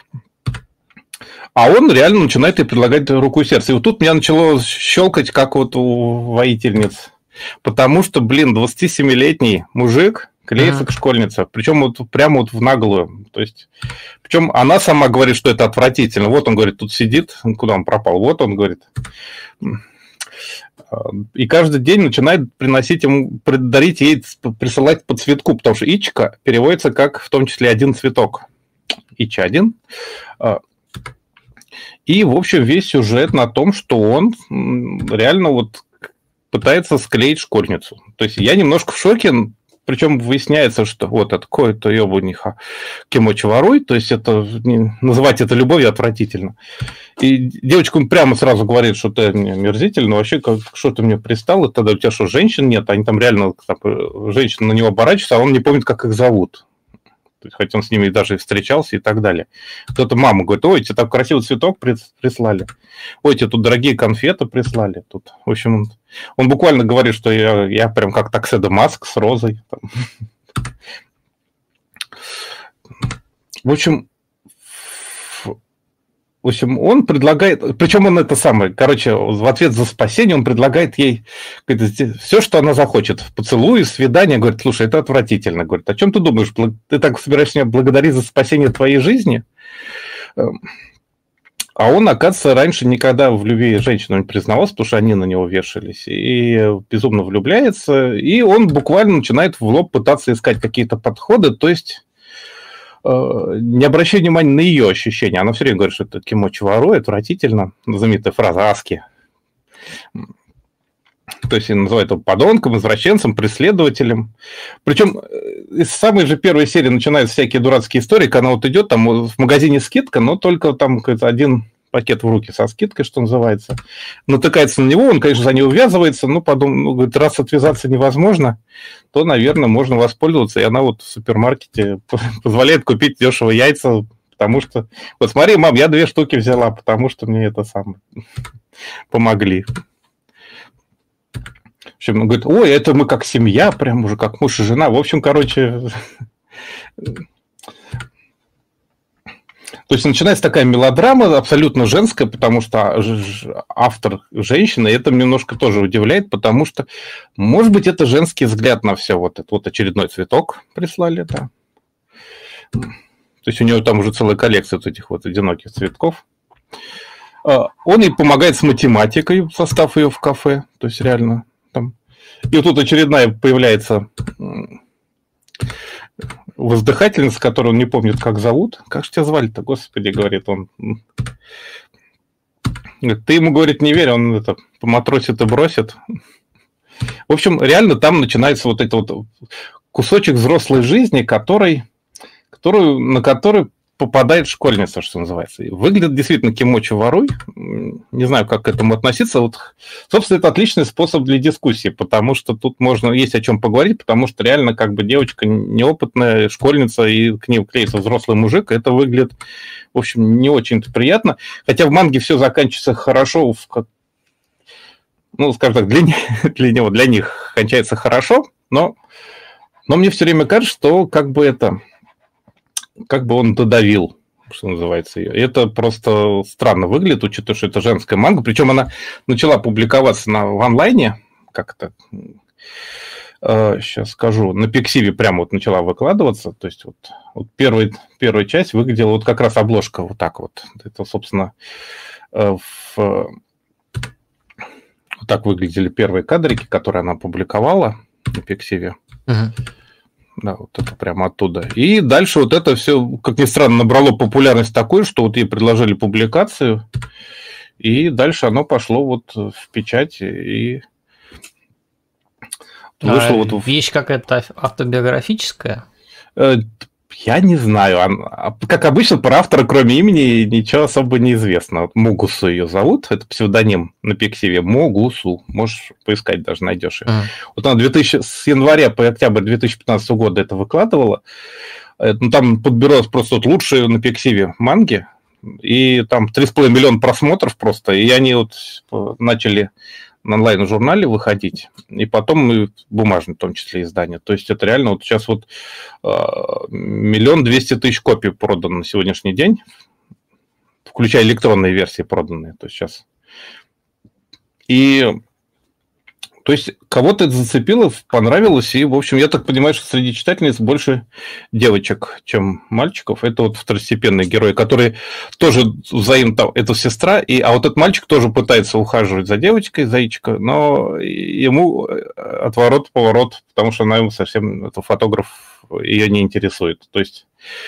А он реально начинает ей предлагать руку и сердце. И вот тут меня начало щелкать, как вот у воительниц. Потому что, блин, двадцатисемилетний мужик клеится mm-hmm. к школьнице. Причем вот прямо вот в наглую. То есть, причем она сама говорит, что это отвратительно. Вот он говорит, тут сидит, куда он пропал? Вот он говорит. И каждый день начинает приносить ему, дарить ей, присылать по цветку, потому что Ичика переводится как в том числе один цветок. Ича один. И, в общем, весь сюжет на том, что он реально вот пытается склеить школьницу. То есть я немножко в шоке, причем выясняется, что вот это какой-то ёбаниха Кимочи Варуй, то есть это называть это любовью отвратительно. И девочка прямо сразу говорит, что ты мерзительно, вообще как, что ты мне пристал, и тогда у тебя что, женщин нет? Они там реально, там, женщины на него оборачиваются, а он не помнит, как их зовут. То есть, хоть он с ними даже и встречался и так далее. Кто-то мама говорит, ой, тебе так красивый цветок прислали. Ой, тебе тут дорогие конфеты прислали. Тут, в общем, он, он буквально говорит, что я, я прям как Такседо Маск с розой. В общем, в общем, он предлагает, причем он это самое, короче, в ответ за спасение он предлагает ей говорит, все, что она захочет. Поцелуй, свидание. Говорит, слушай, это отвратительно. Говорит, о чем ты думаешь? Ты так собираешься меня благодарить за спасение твоей жизни? А он, оказывается, раньше никогда в любви женщину не признавался, потому что они на него вешались. И безумно влюбляется. И он буквально начинает в лоб пытаться искать какие-то подходы. То есть... не обращая внимания на ее ощущения. Она все время говорит, что это Кимочи Варуй, отвратительно. Знаменитая фраза Аски. То есть называют его подонком, извращенцем, преследователем. Причем из самой же первой серии начинаются всякие дурацкие истории, когда она вот идет, там в магазине скидка, но только там один пакет в руки со скидкой, что называется. Натыкается на него, он, конечно, за него увязывается, но подум... ну, говорит, раз отвязаться невозможно, то, наверное, можно воспользоваться. И она вот в супермаркете позволяет купить дешево яйца, потому что... Вот смотри, мам, я две штуки взяла, потому что мне это самое помогли. В общем, он говорит, ой, это мы как семья, прям уже как муж и жена. В общем, короче... То есть начинается такая мелодрама абсолютно женская, потому что автор женщина, и это немножко тоже удивляет, потому что, может быть, это женский взгляд на все. Вот, это, вот очередной цветок прислали, да. То есть у него там уже целая коллекция вот этих вот одиноких цветков. Он ей помогает с математикой, состав ее в кафе, то есть реально там. И вот тут очередная появляется... воздыхательница, которую он не помнит, как зовут. Как же тебя звали-то, господи, говорит он. Ты ему, говорит, не верь, он это поматросит и бросит. В общем, реально там начинается вот этот вот кусочек взрослой жизни, который, которую, на который попадает школьница, что называется. И выглядит действительно Кимочи Варуй. Не знаю, как к этому относиться. Вот, собственно, это отличный способ для дискуссии, потому что тут можно есть о чем поговорить, потому что реально как бы девочка неопытная, школьница, и к ней клеится взрослый мужик. Это выглядит, в общем, не очень-то приятно. Хотя в манге все заканчивается хорошо в ну, скажем так, для, для него, для них кончается хорошо, но, но мне все время кажется, что как бы это, как бы он додавил, что называется, ее. И это просто странно выглядит, учитывая, что это женская манга. Причем она начала публиковаться на, в онлайне, как-то, э, сейчас скажу, на Пиксиве прямо вот начала выкладываться. То есть вот, вот первый, первая часть выглядела вот как раз обложка вот так вот. Это, собственно, э, в, вот так выглядели первые кадрики, которые она публиковала на Пиксиве. Uh-huh. Да, вот это прямо оттуда. И дальше вот это все, как ни странно, набрало популярность такой, что вот ей предложили публикацию, и дальше оно пошло вот в печать, и вышло а вот... Вещь какая-то автобиографическая? Я не знаю. Как обычно, про автора, кроме имени, ничего особо не известно. Вот Могусу ее зовут, это псевдоним на Пиксиве. Могусу. Можешь поискать, даже найдешь ее. Mm. Вот она две тысячи, с января по октябрь две тысячи пятнадцатого года это выкладывала. Ну, там подбиралось просто вот лучшие на Пиксиве манги. И там три с половиной миллиона просмотров просто. И они вот начали на онлайн-журнале выходить, и потом и бумажные, в том числе, издания. То есть это реально вот сейчас вот миллион двести тысяч копий продано на сегодняшний день, включая электронные версии проданные. То есть сейчас. И то есть кого-то это зацепило, понравилось, и, в общем, я так понимаю, что среди читательниц больше девочек, чем мальчиков. Это вот второстепенные герои, которые тоже взаимно, там, это сестра, и, а вот этот мальчик тоже пытается ухаживать за девочкой, заичка, но ему отворот-поворот, потому что она ему совсем, это фотограф, ее не интересует. То есть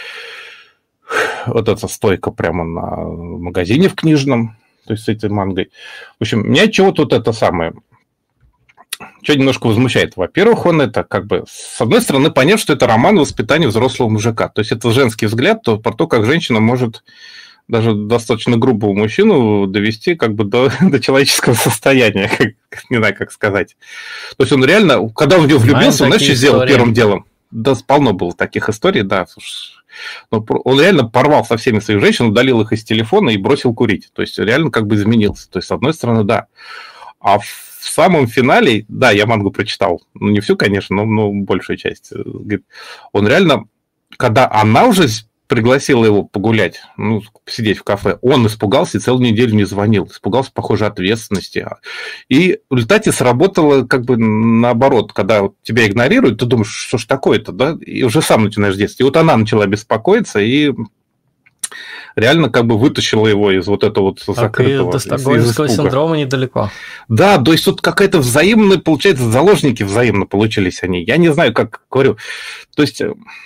вот эта стойка прямо на магазине в книжном, то есть с этой мангой. В общем, меня чего-то вот это самое... Что немножко возмущает. Во-первых, он это как бы, с одной стороны, понять, что это роман воспитания взрослого мужика. То есть это женский взгляд то, про то, как женщина может даже достаточно грубого мужчину довести как бы до, до человеческого состояния. Как, не знаю, как сказать. То есть он реально, когда он в него влюбился, он, знаешь, что сделал первым делом? Да, полно было таких историй, да. Но он реально порвал со всеми своих женщин, удалил их из телефона и бросил курить. То есть реально как бы изменился. То есть, с одной стороны, да. А в В самом финале, да, я мангу прочитал, ну, не всю, конечно, но, но большую часть. Он реально, когда она уже пригласила его погулять, ну, посидеть в кафе, он испугался и целую неделю не звонил. Испугался, похоже, ответственности. И в результате сработало как бы наоборот. Когда вот тебя игнорируют, ты думаешь, что ж такое-то, да? И уже сам начинаешь действовать. И вот она начала беспокоиться, и... реально как бы вытащила его из вот этого вот закрытого. Так и до стокгольмского синдрома недалеко. Да, то есть тут какая-то взаимная, получается, заложники взаимно получились они. Я не знаю, как говорю. То есть,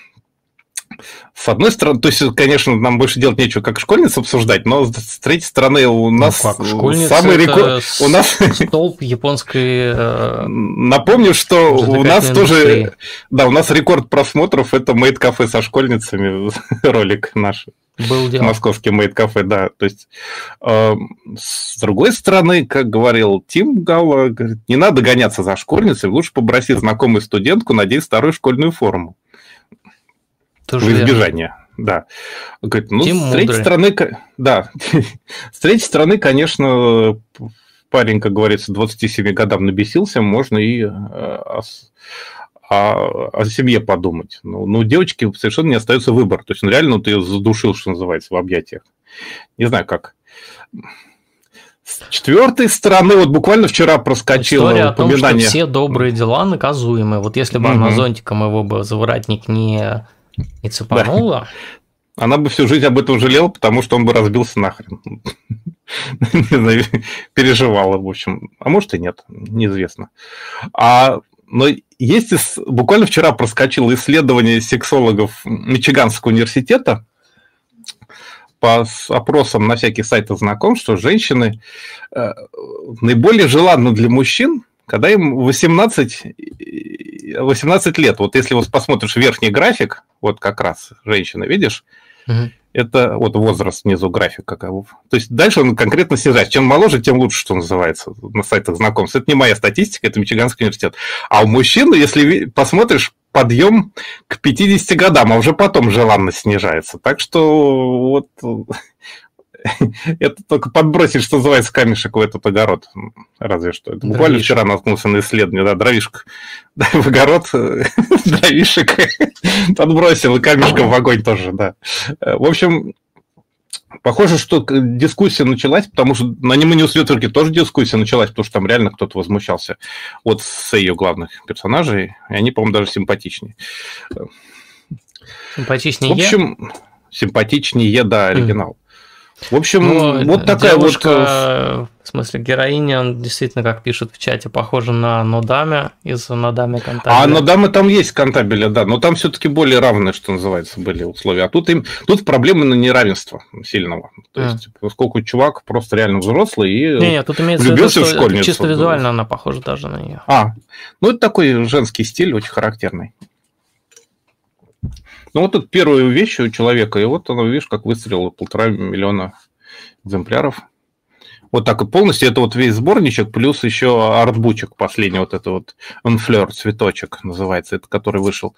с одной стороны, то есть, конечно, нам больше делать нечего, как школьниц обсуждать, но с третьей стороны у нас ну, как, самый рекорд... У нас столб японской... Напомню, что у нас тоже... Да, у нас рекорд просмотров – это мейд-кафе со школьницами, ролик наш. Был дело. Московский мейд-кафе, да. То есть, э, с другой стороны, как говорил Тим Галла, говорит, не надо гоняться за школьницей, лучше попроси знакомую студентку надеть старую школьную форму. Тоже в избежание. Да. Говорит, ну, Тим с третьей мудрый. стороны, да, с третьей стороны, конечно, парень, как говорится, двадцати семи годам набесился, можно и о, о, о семье подумать. Но, но у девочки совершенно не остается выбор. То есть он реально вот ее задушил, что называется, в объятиях. Не знаю, как. С четвертой стороны, вот буквально вчера проскочило История упоминание... о том, что все добрые дела наказуемы. Вот если бы она зонтиком его бы за воротник не, не цепанула... Да. Она бы всю жизнь об этом жалела, потому что он бы разбился нахрен. Не знаю, переживала, в общем. А может и нет, неизвестно. А, но есть... Буквально вчера проскочило исследование сексологов Мичиганского университета по опросам на всяких сайтах знакомств, что женщины э, наиболее желанны для мужчин, когда им восемнадцать, восемнадцать лет. Вот если вот посмотришь верхний график, вот как раз женщина, видишь, угу. Это вот возраст внизу графика. То есть дальше он конкретно снижается. Чем моложе, тем лучше, что называется, на сайтах знакомств. Это не моя статистика, это Мичиганский университет. А у мужчин, если посмотришь, подъем к пятидесяти годам, а уже потом желанность снижается. Так что вот Это только подбросить, что называется, камешек в этот огород. Разве что. Это буквально вчера наткнулся на исследование. Да, дровишек. Да, в огород дровишек подбросил, и камешком в огонь тоже, да. В общем, похоже, что дискуссия началась, потому что на Нему Ньюс Нетворке тоже дискуссия началась, потому что там реально кто-то возмущался от ее главных персонажей, и они, по-моему, даже симпатичнее. Симпатичнее? В общем, симпатичнее, да, оригинал. Mm. В общем, Но вот такая девушка, вот... В смысле, героиня, он действительно, как пишут в чате, похожа на Нодаме из Нодаме Кантабеля. А Нодаме там есть Кантабеля, да, но там все-таки более равные, что называется, были условия. А тут, им... тут проблемы на неравенство сильного. То mm. есть, поскольку чувак просто реально взрослый и не, не, тут имеется влюбился в, в школьницу. Чисто визуально она похожа даже на нее. А, ну это такой женский стиль, очень характерный. Ну, вот тут первая вещь у человека, и вот она, видишь, как выстрелила полтора миллиона экземпляров. Вот так и полностью. Это вот весь сборничек, плюс еще артбучек последний, вот это вот Enfleur, цветочек называется, это который вышел.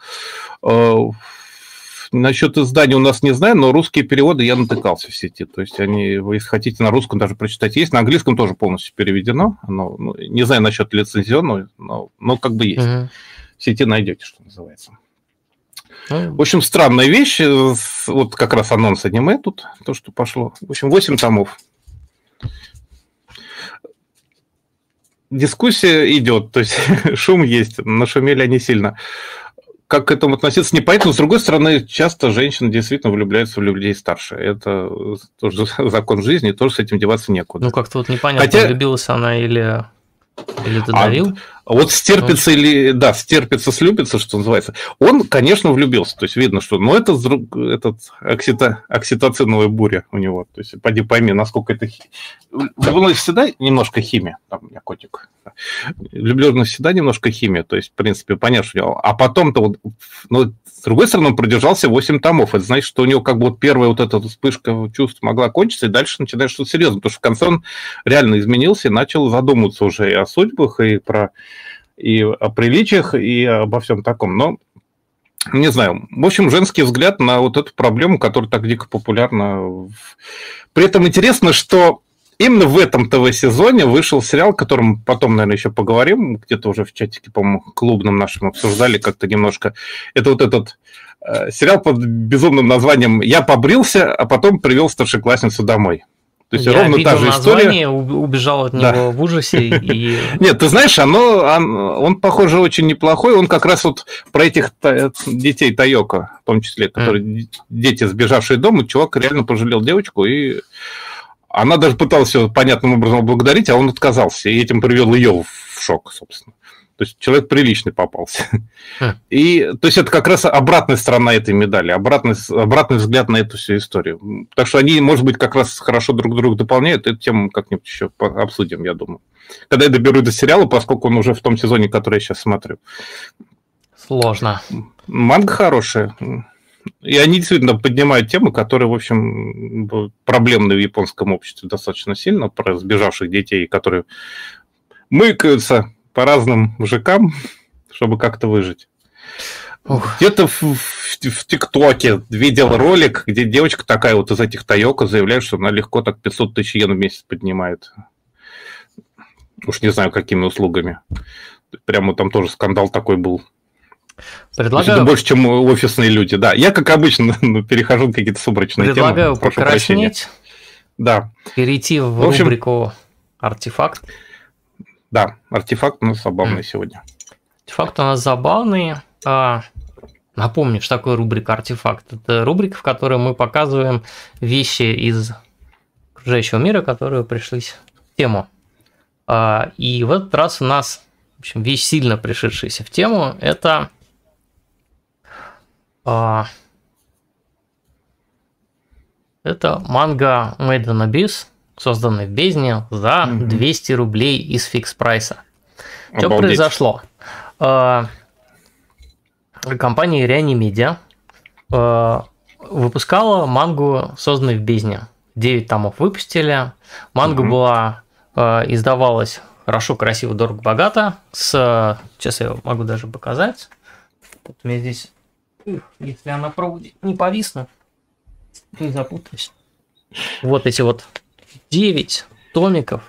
Насчет издания у нас не знаю, но русские переводы я натыкался в сети. То есть они, вы, если хотите, на русском даже прочитать есть, на английском тоже полностью переведено. Оно, ну, не знаю насчет лицензионного, но, но как бы есть. Mm-hmm. В сети найдете, что называется. В общем, странная вещь. Вот как раз анонс аниме тут, то, что пошло. В общем, восемь томов. Дискуссия идет, то есть шум есть, нашумели они сильно. Как к этому относиться, непонятно. С другой стороны, часто женщины действительно влюбляются в людей старше. Это тоже закон жизни, тоже с этим деваться некуда. Ну, как-то вот непонятно, Хотя... влюбилась она или... Или ты давил? А вот стерпится ну, или... Да, стерпится, слюбится, что называется. Он, конечно, влюбился. То есть, видно, что... Но это этот оксито, окситоциновая буря у него. То есть, поди пойми, насколько это... Влюбленность всегда немножко химия. Там у меня котик. Влюбленность всегда немножко химия. То есть, в принципе, понятно, что у него... А потом-то... Вот, ну, с другой стороны, он продержался восемь томов. Это значит, что у него как бы вот первая вот эта вспышка чувств могла кончиться, и дальше начинает что-то серьезное. Потому что в конце он реально изменился и начал задумываться уже и о судьбах, и про... и о приличиях, и обо всем таком. Но, не знаю, в общем, женский взгляд на вот эту проблему, которая так дико популярна. При этом интересно, что именно в этом ТВ-сезоне вышел сериал, о котором потом, наверное, еще поговорим, где-то уже в чатике, по-моему, клубном нашем обсуждали как-то немножко. Это вот этот э, сериал под безумным названием «Я побрился, а потом привел старшеклассницу домой». То есть я ровно та же история. Убежал от него да. в ужасе. И... Нет, ты знаешь, оно, он, он, похоже, очень неплохой. Он как раз вот про этих детей Тайоко, в том числе, которые mm. дети, сбежавшие дома, чувак реально пожалел девочку, и она даже пыталась ее понятным образом благодарить, а он отказался, и этим привел ее в шок, собственно. То есть человек приличный попался. Mm. И, то есть это как раз обратная сторона этой медали, обратный, обратный взгляд на эту всю историю. Так что они, может быть, как раз хорошо друг друга дополняют. Эту тему как-нибудь еще обсудим, я думаю. Когда я доберу до сериала, поскольку он уже в том сезоне, который я сейчас смотрю. Сложно. Манга хорошая. И они действительно поднимают темы, которые, в общем, проблемны в японском обществе достаточно сильно, про сбежавших детей, которые мыкаются по разным мужикам, чтобы как-то выжить. Ух. Где-то в, в, в ТикТоке видел ролик, где девочка такая вот из этих Тайоко заявляет, что она легко так пятьсот тысяч йен в месяц поднимает. Уж не знаю, какими услугами. Прямо там тоже скандал такой был. Предлагаю... Это больше, чем офисные люди. Да, я, как обычно, перехожу на какие-то сумрачные Предлагаю темы. Предлагаю покраснеть. Да. Перейти в, в общем, рубрику «Артефакт». Да, артефакт у нас забавный mm. сегодня. Артефакт у нас забавный. А, напомню, что такое рубрика «Артефакт». Это рубрика, в которой мы показываем вещи из окружающего мира, которые пришлись в тему. А, и в этот раз у нас, в общем, вещь, сильно пришедшаяся в тему, это... А, это манга Made in Abyss, созданный в бездне за mm-hmm. двести рублей из фикс-прайса. Что произошло? Компания Reanimedia выпускала мангу, созданную в бездне. девять томов выпустили. Манга mm-hmm. была, издавалась хорошо, красиво, дорого, богато. С... Сейчас я могу даже показать. Вот у меня здесь... Если она проводит, не повисну, не запутаюсь. вот эти вот девять томиков.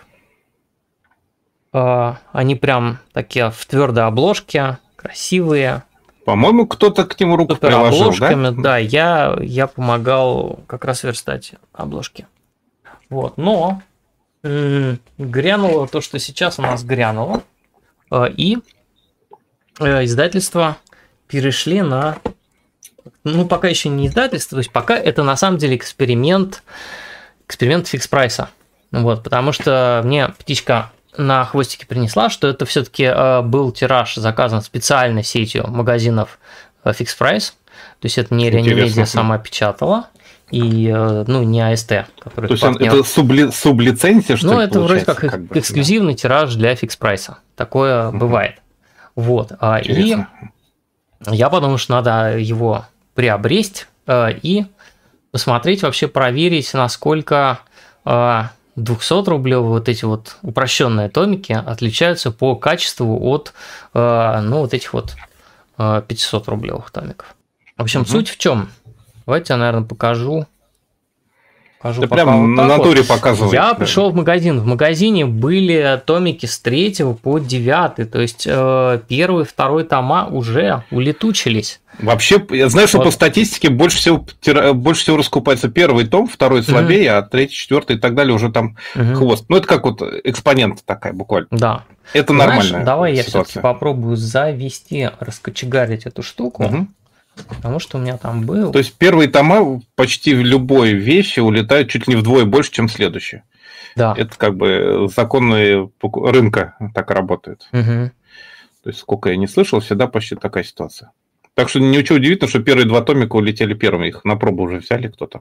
Они прям такие в твердой обложке, красивые. По-моему, кто-то к нему руку приложил, да? Да, я, я помогал как раз верстать обложки. Вот, но м- грянуло то, что сейчас у нас грянуло, и издательства перешли на... Ну, пока еще не издательство, то есть пока это на самом деле эксперимент, эксперимент фикс-прайса. Вот, потому что мне птичка на хвостике принесла, что это все-таки э, был тираж заказан специальной сетью магазинов э, фикс-прайс. То есть это не Реанимедиа сама печатала, и э, ну, не АСТ, который... То есть пахнет... это субли... сублицензия, что ну, ли, это вроде как, как бы, эксклюзивный да. тираж для фикс-прайса. Такое угу. бывает. Вот. И я подумал, что надо его приобрести э, и посмотреть, вообще проверить, насколько... Э, двухсотрублевые вот эти вот упрощенные томики отличаются по качеству от э, ну, вот этих вот э, пятисотрублевых томиков. В общем, угу. суть в чем? Давайте я, наверное, покажу. покажу Ты прям вот на натуре вот. показывай. Я пришел в магазин. В магазине были томики с третьего по девятый. То есть э, первый, второй тома уже улетучились. Вообще, я знаю, что вот. по статистике больше всего, больше всего раскупается первый том, второй слабее, mm-hmm. а третий, четвертый и так далее уже там mm-hmm. хвост. Ну, это как вот экспонент такая буквально. Да. Это Знаешь, нормально. Давай ситуация. я все-таки попробую завести, раскочегарить эту штуку, mm-hmm. потому что у меня там был... То есть первые тома почти в любой вещи улетают чуть ли не вдвое больше, чем следующие. Да. Это как бы законы рынка так работают. Mm-hmm. То есть сколько я не слышал, всегда почти такая ситуация. Так что ничего удивительного, что первые два томика улетели первыми. Их на пробу уже взяли кто-то.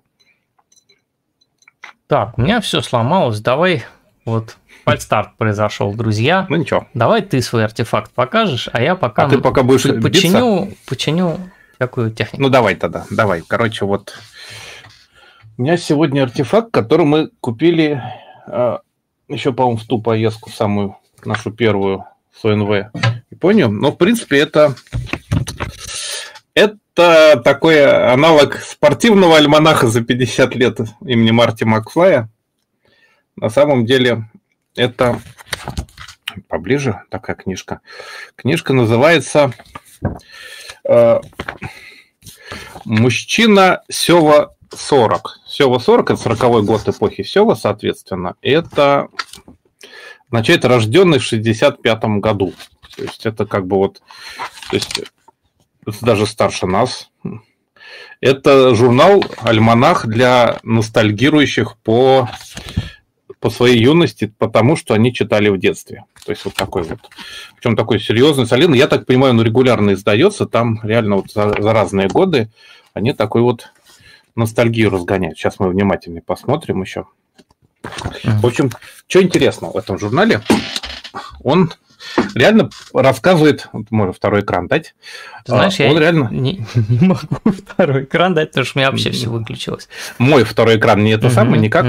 Так, у меня все сломалось. Давай, вот, фальстарт произошел, друзья. Ну ничего. Давай ты свой артефакт покажешь, а я пока... А ты пока будешь починю, биться? починю всякую технику. Ну давай тогда, давай. Короче, вот. У меня сегодня артефакт, который мы купили э, еще, по-моему, в ту поездку, самую нашу первую с О Н В Японию. Но, в принципе, это... Это такой аналог спортивного альманаха за пятьдесят лет имени Марти Макфлая. На самом деле это поближе такая книжка. Книжка называется э, «Мужчина Сёва сорок». Сёва сорок – это сороковой год эпохи Сёва, соответственно. Это означает рожденный в шестьдесят пятом году. То есть это как бы вот... То есть, даже старше нас. Это журнал «Альманах» для ностальгирующих по, по своей юности, потому что они читали в детстве. То есть вот такой вот. Причем такой серьезный, солидный. Я так понимаю, он регулярно издается. Там реально вот за, за разные годы они такой вот ностальгию разгоняют. Сейчас мы внимательнее посмотрим еще. В общем, что интересно в этом журнале, он... реально рассказывает... Вот можно второй экран дать. Ты знаешь, он я реально... не, не могу второй экран дать, потому что у меня вообще все выключилось. Мой второй экран не это самое, никак.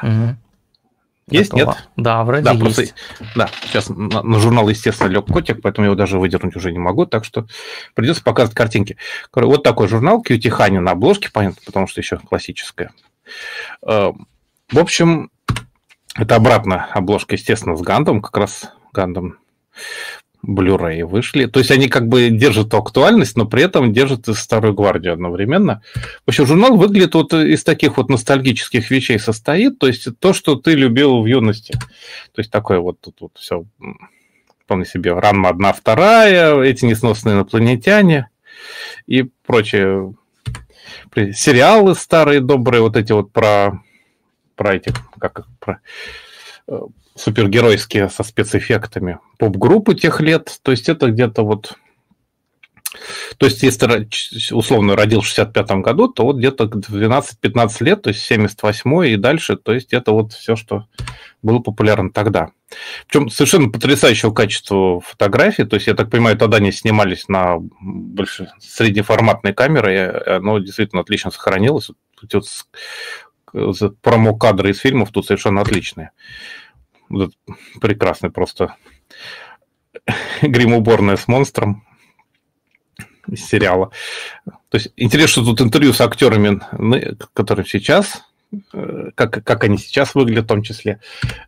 Есть, Готово. нет? Да, вроде да, есть. Просто, да, сейчас на, на журнал, естественно, лег котик, поэтому я его даже выдернуть уже не могу, так что придется показывать картинки. Вот такой журнал, Кьюти Хани на обложке, понятно, потому что еще классическая. В общем, это обратная обложка, естественно, с Гандом, как раз Гандом Blu-ray вышли. То есть они как бы держат актуальность, но при этом держат и старую гвардию одновременно. В общем, журнал выглядит вот из таких вот ностальгических вещей состоит. То есть то, что ты любил в юности. То есть такое вот тут вот все. Помни себе, Ранма одна, вторая, эти несносные инопланетяне и прочие сериалы старые, добрые, вот эти вот про, про эти, как про супергеройские со спецэффектами, поп-группы тех лет, то есть это где-то вот... То есть если условно родил в шестьдесят пятом году, то вот где-то двенадцать-пятнадцать лет, то есть семьдесят восьмой и дальше, то есть это вот все, что было популярно тогда. Причем совершенно потрясающего качества фотографии, то есть я так понимаю, тогда они снимались на больше среднеформатной камерой, и оно действительно отлично сохранилось. Вот промо-кадры из фильмов тут совершенно отличные. Вот прекрасный просто грим-уборная с монстром из сериала. То есть интересно, что тут интервью с актерами, которые сейчас, как, как они сейчас выглядят в том числе.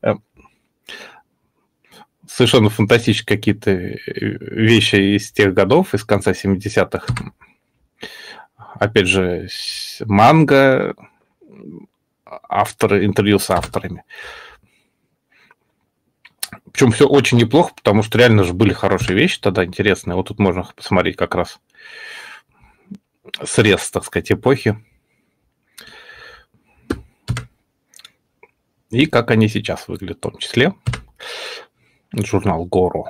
Совершенно фантастические какие-то вещи из тех годов, из конца семидесятых. Опять же, манга, авторы, интервью с авторами. Причем все очень неплохо, потому что реально же были хорошие вещи тогда, интересные. Вот тут можно посмотреть как раз срез, так сказать, эпохи. И как они сейчас выглядят в том числе. Журнал Горо.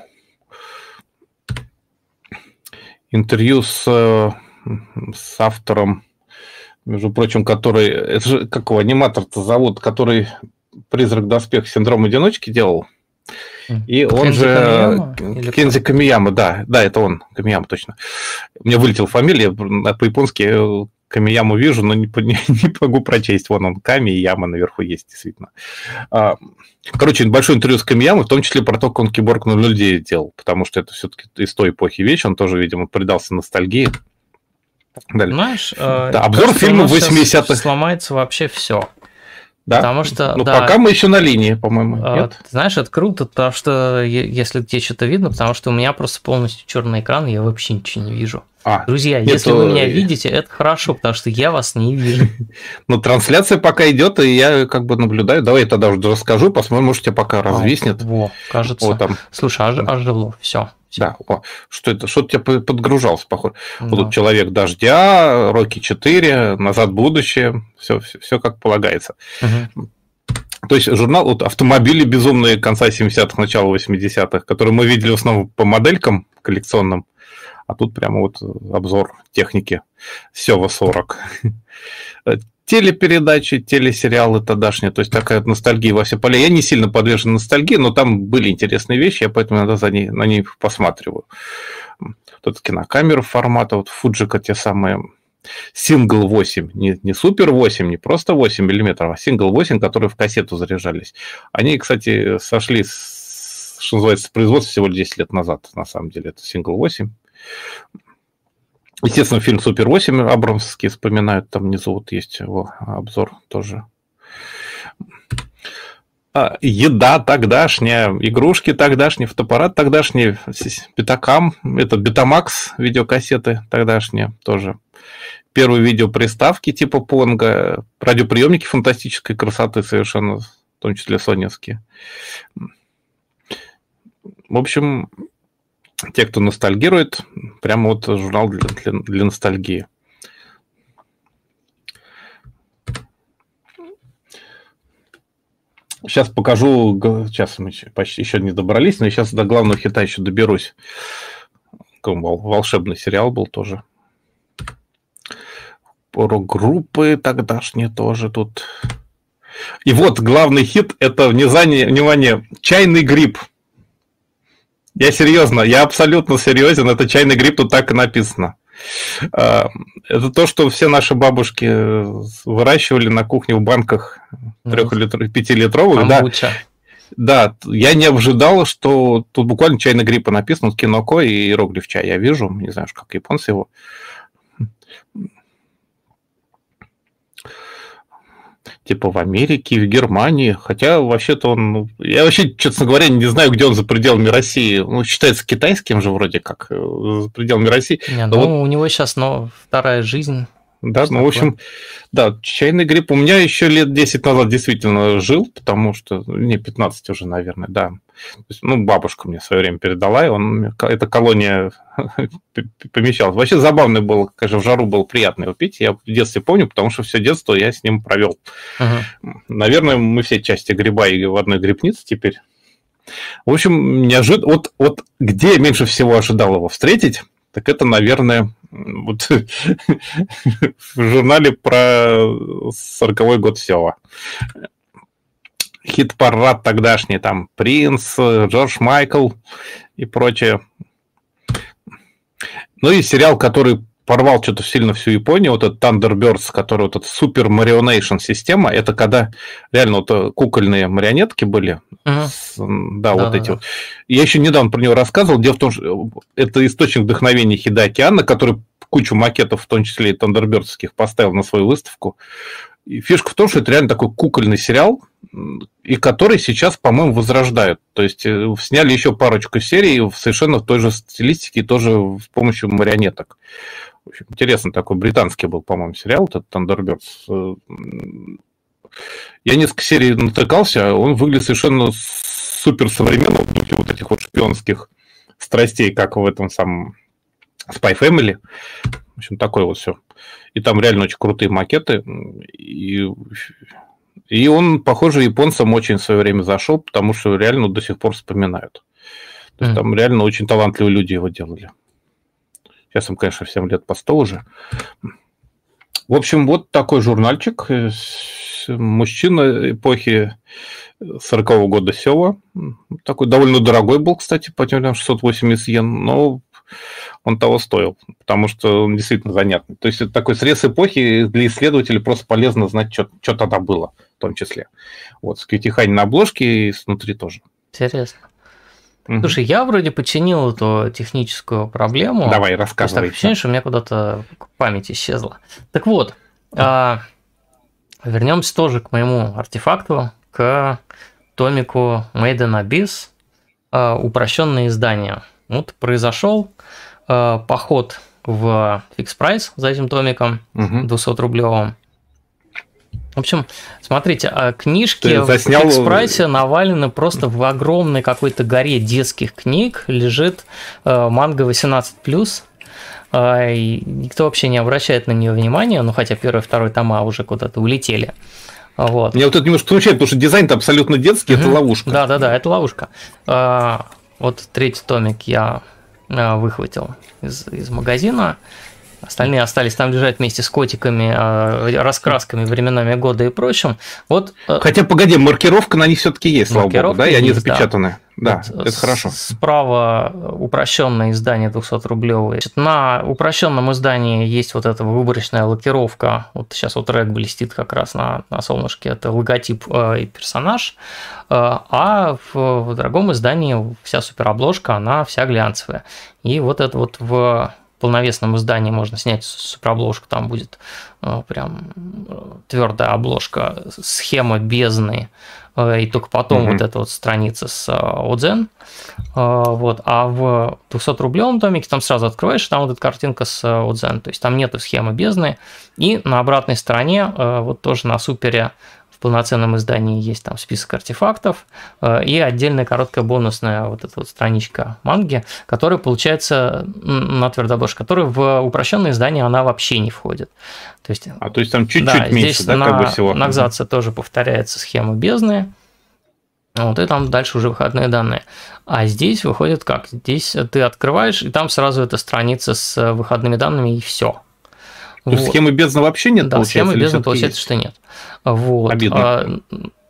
Интервью с, с автором, между прочим, который... Это же, как его аниматор-то зовут, который «Призрак доспех. Синдром одиночки» делал. И он Кензи же... Камияма? Кензи Камияма, да. Да, это он. Камияма, точно. У меня вылетела фамилия. По-японски Камияму вижу, но не, не, не могу прочесть. Вон он, Ками и Яма наверху есть, действительно. Короче, большое интервью с Камиямой, в том числе про то, как он Киборг ноль ноль девять делал, потому что это все-таки из той эпохи вещь. Он тоже, видимо, предался ностальгии. Далее. Знаешь, да, обзор кажется, фильма восьмидесятых. Сломается вообще все. Да? Потому что, ну, да, пока мы еще на линии, по-моему. А, нет? Знаешь, это круто, потому что если тебе что-то видно, потому что у меня просто полностью черный экран, я вообще ничего не вижу. А, Друзья, нет, если то... вы меня видите, это хорошо, потому что я вас не вижу. Ну, трансляция пока идет, и я как бы наблюдаю. Давай я тогда уже расскажу, посмотрим, может, тебя пока развиснет. Во, кажется. Вот там. Слушай, ож- ожило, все. Да, о, что это? Что-то тебя подгружался, похоже. Да. Вот тут «Человек дождя», «Рокки четыре», «Назад в будущее», все, все, все как полагается. Угу. То есть журнал вот, «Автомобили безумные» конца семидесятых, начала восьмидесятых, которые мы видели в основном по моделькам коллекционным, а тут прямо вот обзор техники Сева сорок. Телепередачи, телесериалы тогдашние, то есть такая ностальгия во все поля. Я не сильно подвержен ностальгии, но там были интересные вещи, я поэтому иногда за ней, на ней посматриваю. Тут кинокамеры формата, вот Фуджика те самые, Сингл восемь, не, не Супер восемь, не просто восемь миллиметров, а Сингл восемь, которые в кассету заряжались. Они, кстати, сошли, с, что называется, с производства всего десять лет назад, на самом деле, это Сингл восемь. Естественно, фильм «Супер восемь» абрамсовский вспоминают, там внизу вот есть его обзор тоже. А, еда тогдашняя, игрушки тогдашние, фотоаппарат тогдашний, Бетакам, это Бетамакс, видеокассеты тогдашние тоже. Первые видеоприставки типа Понга, радиоприемники фантастической красоты совершенно, в том числе соневские. В общем... Те, кто ностальгирует, прямо вот журнал для, для, для ностальгии. Сейчас покажу, сейчас мы почти еще не добрались, но я сейчас до главного хита еще доберусь. Волшебный сериал был тоже. Рок-группы тогдашние тоже тут. И вот главный хит — это, внимание, внимание, «Чайный гриб». Я серьезно, я абсолютно серьезен, это «Чайный гриб», тут так и написано. Это то, что все наши бабушки выращивали на кухне в банках трёх-литровых, пятилитровых. Да. Да, я не ожидал, что тут буквально «Чайный гриб» написано, киноко и иероглиф «чай» я вижу, не знаю, как японцы его. Типа в Америке, в Германии, хотя вообще-то он... Я вообще, честно говоря, не знаю, где он за пределами России. Ну, считается китайским же вроде как, за пределами России. Не, ну, вот... у него сейчас но вторая жизнь. Да, ну, такое? В общем, да, «Чайный гриб» у меня еще лет десять назад действительно жил, потому что, не, пятнадцать уже, наверное, да. То есть, ну, бабушка мне в свое время передала, и он, эта колония помещалась. Вообще забавно было, конечно, в жару было приятно его пить. Я в детстве помню, потому что все детство я с ним провел. Uh-huh. Наверное, мы все части гриба и в одной грибнице теперь. В общем, неожиданно... Вот, вот где я меньше всего ожидал его встретить, так это, наверное, вот в журнале про сороковой год Сева. Хит-парад тогдашний, там Принц, Джордж Майкл и прочее. Ну и сериал, который порвал что-то сильно всю Японию, вот этот Thunderbirds, который вот эта супер марионейшн система, это когда реально вот кукольные марионетки были. Uh-huh. С, да, да, вот да, эти да. вот. Я еще недавно про него рассказывал. Дело в том, что это источник вдохновения Хидеаки Анно, который кучу макетов, в том числе и Thunderbirds'ских, поставил на свою выставку. И фишка в том, что это реально такой кукольный сериал, и который сейчас, по-моему, возрождают. То есть сняли еще парочку серий совершенно в той же стилистике, тоже с помощью марионеток. В общем, интересно, такой британский был, по-моему, сериал, этот Thunderbirds. Я несколько серий натыкался, он выглядит совершенно супер современно в духе вот этих вот шпионских страстей, как в этом самом Spy Family. В общем, такое вот все. И там реально очень крутые макеты. И, и он, похоже, японцам очень в свое время зашел, потому что реально до сих пор вспоминают. То есть mm. там реально очень талантливые люди его делали. Сейчас им, конечно, всем лет по сто уже. В общем, вот такой журнальчик. Мужчина эпохи сорокового года Сёва. Такой довольно дорогой был, кстати, по шестьсот восемьдесят йен, но он того стоил, потому что он действительно занятный. То есть это такой срез эпохи, для исследователей просто полезно знать, что, что тогда было, в том числе. Вот, с Кьютихань на обложке и снутри тоже. Интересно. Угу. Слушай, я вроде починил эту техническую проблему. Давай, рассказывай. Так ощущение, что у меня куда-то память исчезла. Так вот, а, вернемся тоже к моему артефакту, к томику Made in Abyss, а, упрощенное издание. Вот произошел а, поход в фикс прайс за этим томиком, угу. двухсотрублевым. В общем, смотрите, книжки заснял... в фикс-прайсе навалены просто в огромной какой-то горе детских книг. Лежит э, манга восемнадцать плюс. Э, и никто вообще не обращает на нее внимания, ну хотя первый и второй тома уже куда-то улетели. Вот. Меня вот это немножко смущает, потому что дизайн-то абсолютно детский, mm-hmm. это ловушка. Да-да-да, это ловушка. Э, вот третий томик я э, выхватил из, из магазина. Остальные остались там лежать вместе с котиками, раскрасками, временами года и прочим. Вот, хотя, погоди, маркировка на них все-таки есть, слава богу, да, и они есть, запечатаны. Да, да вот это хорошо. Справа упрощенное издание двухсотрублевое. На упрощенном издании есть вот эта выборочная лакировка. Вот сейчас вот рэк блестит как раз на, на солнышке. Это логотип и персонаж. А в, в дорогом издании вся суперобложка, она вся глянцевая. И вот это вот в полновесном издании можно снять суперобложку, там будет э, прям твердая обложка, схема бездны, э, и только потом mm-hmm. вот эта вот страница с э, Одзен. Э, вот. А в двухсотрублевом томике там сразу открываешь, там вот эта картинка с э, Одзен, то есть там нету схемы бездны. И на обратной стороне, э, вот тоже на супере, в полноценном издании есть там список артефактов и отдельная короткая бонусная вот эта вот страничка манги, которая получается на твердобложке, которая в упрощенное издание она вообще не входит. То есть, а то есть там чуть-чуть да, меньше, да, на, как бы всего. На Кзаце тоже повторяется схема бездны, вот, и там дальше уже выходные данные. А здесь выходит как? Здесь ты открываешь, и там сразу эта страница с выходными данными, и все. То есть вот. Схемы бездны вообще нет, да, получается? Схемы бездны получается, есть? Что нет. Вот. Обидно.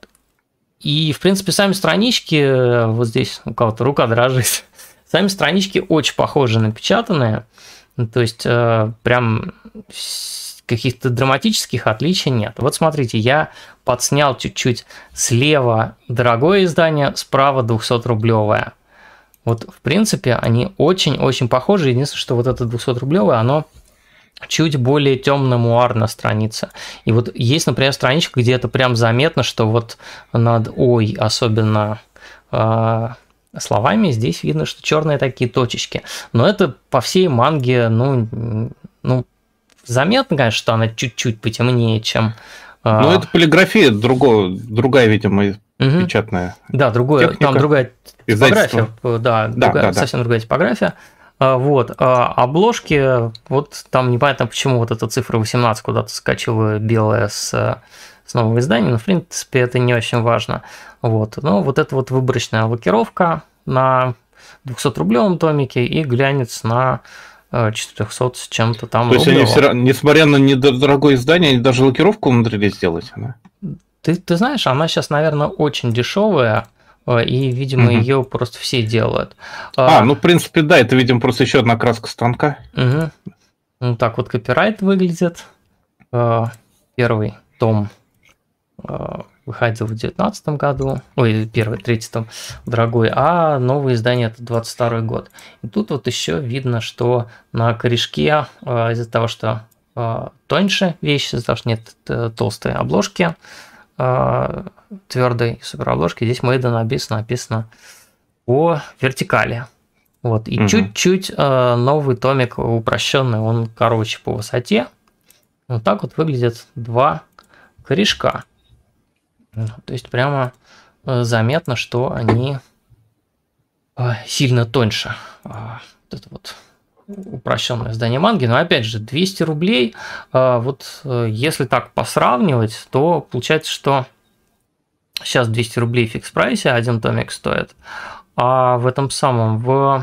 И, в принципе, сами странички, вот здесь у кого-то рука дрожит, сами странички очень похожи на печатанные, то есть прям каких-то драматических отличий нет. Вот смотрите, я подснял чуть-чуть слева дорогое издание, справа двухсотрублевое. Вот, в принципе, они очень-очень похожи, единственное, что вот это двухсотрублевое, оно чуть более темно-муарно страница. И вот есть, например, страничка, где это прям заметно, что вот над «ой», особенно э, словами, здесь видно, что черные такие точечки. Но это по всей манге, ну, ну заметно, конечно, что она чуть-чуть потемнее, чем... Э, ну, это полиграфия, другого, другая, видимо, угу. печатная. Да, другое, техника. Там другая типография, да, да, другая, да, совсем да. другая типография. Вот, а обложки, вот там непонятно, почему вот эта цифра восемнадцать куда-то скачивала белая с, с нового издания, но в принципе это не очень важно. Вот, но вот это вот выборочная лакировка на двухсотрублевом томике и глянец на четыреста с чем-то там. То есть они все равно, несмотря на недорогое издание, они даже лакировку умудрились сделать, да? Ты, ты знаешь, она сейчас, наверное, очень дешевая. И, видимо, угу. ее просто все делают. А, ну, в принципе, да, это, видимо, просто еще одна краска станка. Угу. Ну, так вот копирайт выглядит. Первый том выходил в девятнадцатом году. Ой, первый, третий том дорогой. А новое издание это двадцать второй год. И тут вот еще видно, что на корешке из-за того, что тоньше вещь, из-за того, что нет толстой обложки, твердой суперобложки. Здесь Made in Abyss написано по вертикали. Вот. И угу. чуть-чуть новый томик упрощенный, он короче по высоте. Вот так вот выглядят два корешка. То есть прямо заметно, что они сильно тоньше. Вот это вот упрощенное издание манги. Но опять же, двести рублей. Вот если так посравнивать, то получается, что сейчас двести рублей в фикс-прайсе один томик стоит. А в этом самом, в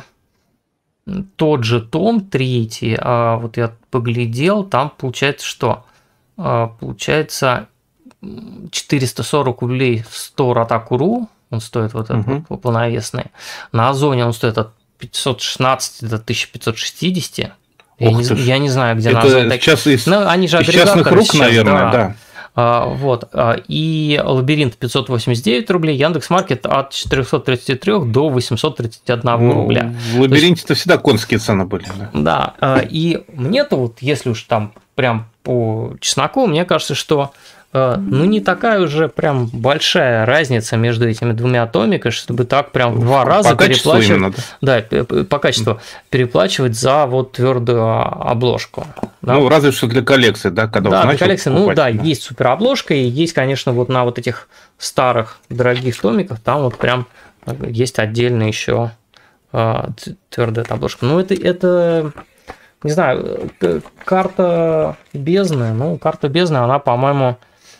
тот же том, третий, вот я поглядел, там получается что? Получается четыреста сорок рублей в Store Otaku.ru, он стоит вот этот uh-huh. вот полновесный. На Озоне он стоит от пятьсот шестнадцать до тысяча пятьсот шестьдесят. Я не, я не знаю, где это на Озоне так... сейчас из, ну, они же из частных рук, сейчас, наверное, да. да. А, вот. И Лабиринт пятьсот восемьдесят девять рублей, Яндекс.Маркет от четыреста тридцать три до восемьсот тридцать один ну, рубля. В Лабиринте-то есть... всегда конские цены были. Да. да. И мне-то вот, если уж там прям по чесноку, мне кажется, что ну не такая уже прям большая разница между этими двумя томиками, чтобы так прям в два раза по переплачивать. Именно, да? да, по качеству переплачивать за вот твердую обложку. Да? Ну, разве что для коллекции, да, когда да, вот для коллекции, покупать, ну да, да, есть суперобложка, и есть, конечно, вот на вот этих старых дорогих томиках, там вот прям есть отдельно еще твердая обложка. Ну, это, это не знаю, карта бездны, ну, карта бездны, она, по-моему,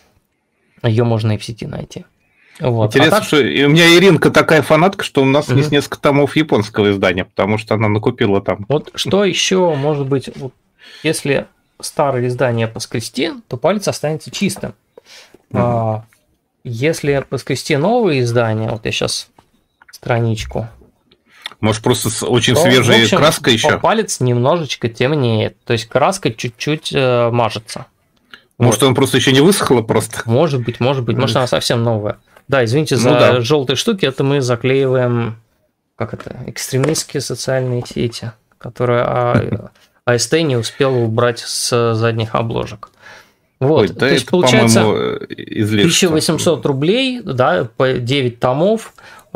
ее можно и в сети найти. Вот. Интересно, а так... что и у меня Иринка такая фанатка, что у нас mm-hmm. есть несколько томов японского издания, потому что она накупила там. Вот что еще может быть, вот, если старое издание поскрести, то палец останется чистым. Mm-hmm. А, если поскрести новое издание, вот я сейчас страничку. Может, просто очень то, свежая в общем, краска еще? Палец немножечко темнеет, то есть краска чуть-чуть э, мажется. Может, вот. Он просто еще не высохла просто? Может быть, может быть. Может, она совсем новая. Да, извините за ну, да. желтые штуки. Это мы заклеиваем, как это, экстремистские социальные сети, которые эй эс ти не успел убрать с задних обложек. Вот, Ой, да то есть это, получается тысяча восемьсот рублей, да, по девять томов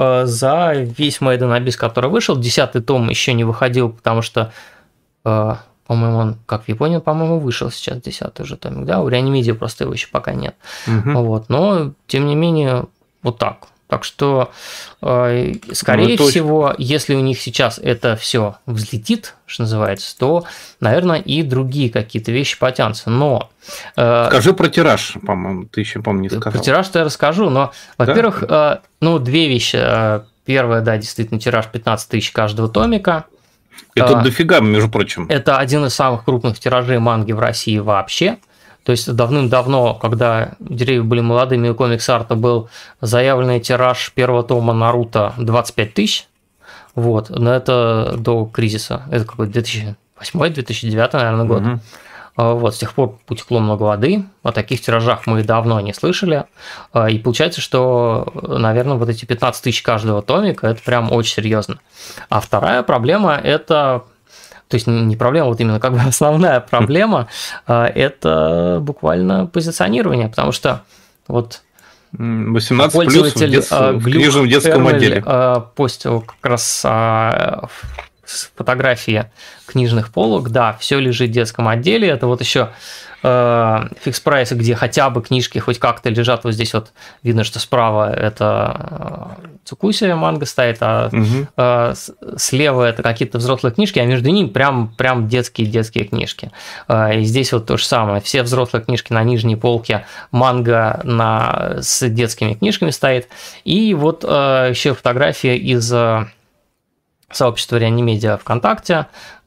за весь Made in Abyss, который вышел. Десятый том еще не выходил, потому что... По-моему, он, как в Японии, по-моему, вышел сейчас десятый уже томик, да, у Реанимедиа просто его еще пока нет. Угу. Вот, но, тем не менее, вот так. Так что, э, скорее ну, всего, очень... если у них сейчас это все взлетит, что называется, то, наверное, и другие какие-то вещи потянутся. Но... Э, Скажи про тираж, по-моему, ты еще, по-моему, не сказал. Про тираж-то я расскажу, но, во-первых, да? э, ну, две вещи. Первое, да, действительно, тираж пятнадцать тысяч каждого томика. Это а, дофига, между прочим. Это один из самых крупных тиражей манги в России вообще. То есть давным-давно, когда деревья были молодыми, у комикс-арта был заявленный тираж первого тома Наруто двадцать пять тысяч. Вот. Но это до кризиса. Это какой две тысячи восьмой - две тысячи девятый, наверное, год. Угу. Вот, с тех пор утекло много воды. О таких тиражах мы давно не слышали. И получается, что, наверное, вот эти пятнадцать тысяч каждого томика – это прям очень серьезно. А вторая проблема – это… То есть не проблема, вот именно как бы основная проблема – это буквально позиционирование. Потому что вот… восемнадцать плюс в, дет... в книжном детском отделе. Постил как раз фотографии книжных полок, да, все лежит в детском отделе. Это вот еще э, фикс-прайсы, где хотя бы книжки хоть как-то лежат. Вот здесь вот видно, что справа это Цукуся манга стоит, а угу. э, слева это какие-то взрослые книжки, а между ними прям, прям детские-детские книжки. Э, и здесь вот то же самое. Все взрослые книжки на нижней полке, манга на, с детскими книжками стоит. И вот э, еще фотография из сообщества Реанимедиа ВКонтакте.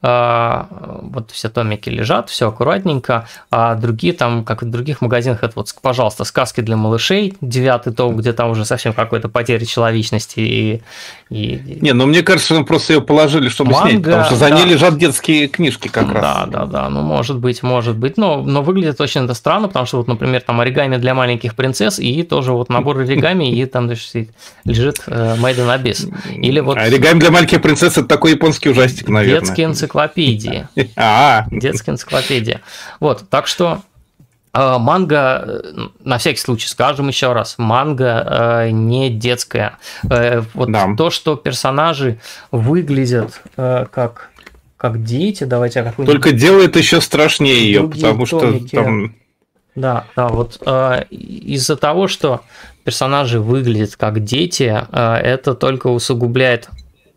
Вот все томики лежат, все аккуратненько, а другие там, как и в других магазинах, это вот, пожалуйста, сказки для малышей, девятый том, где там уже совсем какой-то потеря человечности и... и... Не, ну мне кажется, что просто ее положили, чтобы манга, снять, потому что за да. ней лежат детские книжки как раз. Да, да, да, ну может быть, может быть, но, но выглядит очень это странно, потому что вот, например, там оригами для маленьких принцесс и тоже вот набор оригами, и там лежит Made in Abyss. Или вот... Оригами для маленьких принцесс – это такой японский ужастик, наверное. Детские энциклопедии. энциклопедии. А, Детская энциклопедия. Вот, так что э, манга, на всякий случай скажем еще раз, манга э, не детская. Э, вот Да. то, что персонажи выглядят э, как, как дети, давайте я какую-нибудь... только делает еще страшнее ее, Другие потому что томики. там... Да, да, вот э, из-за того, что персонажи выглядят как дети, э, это только усугубляет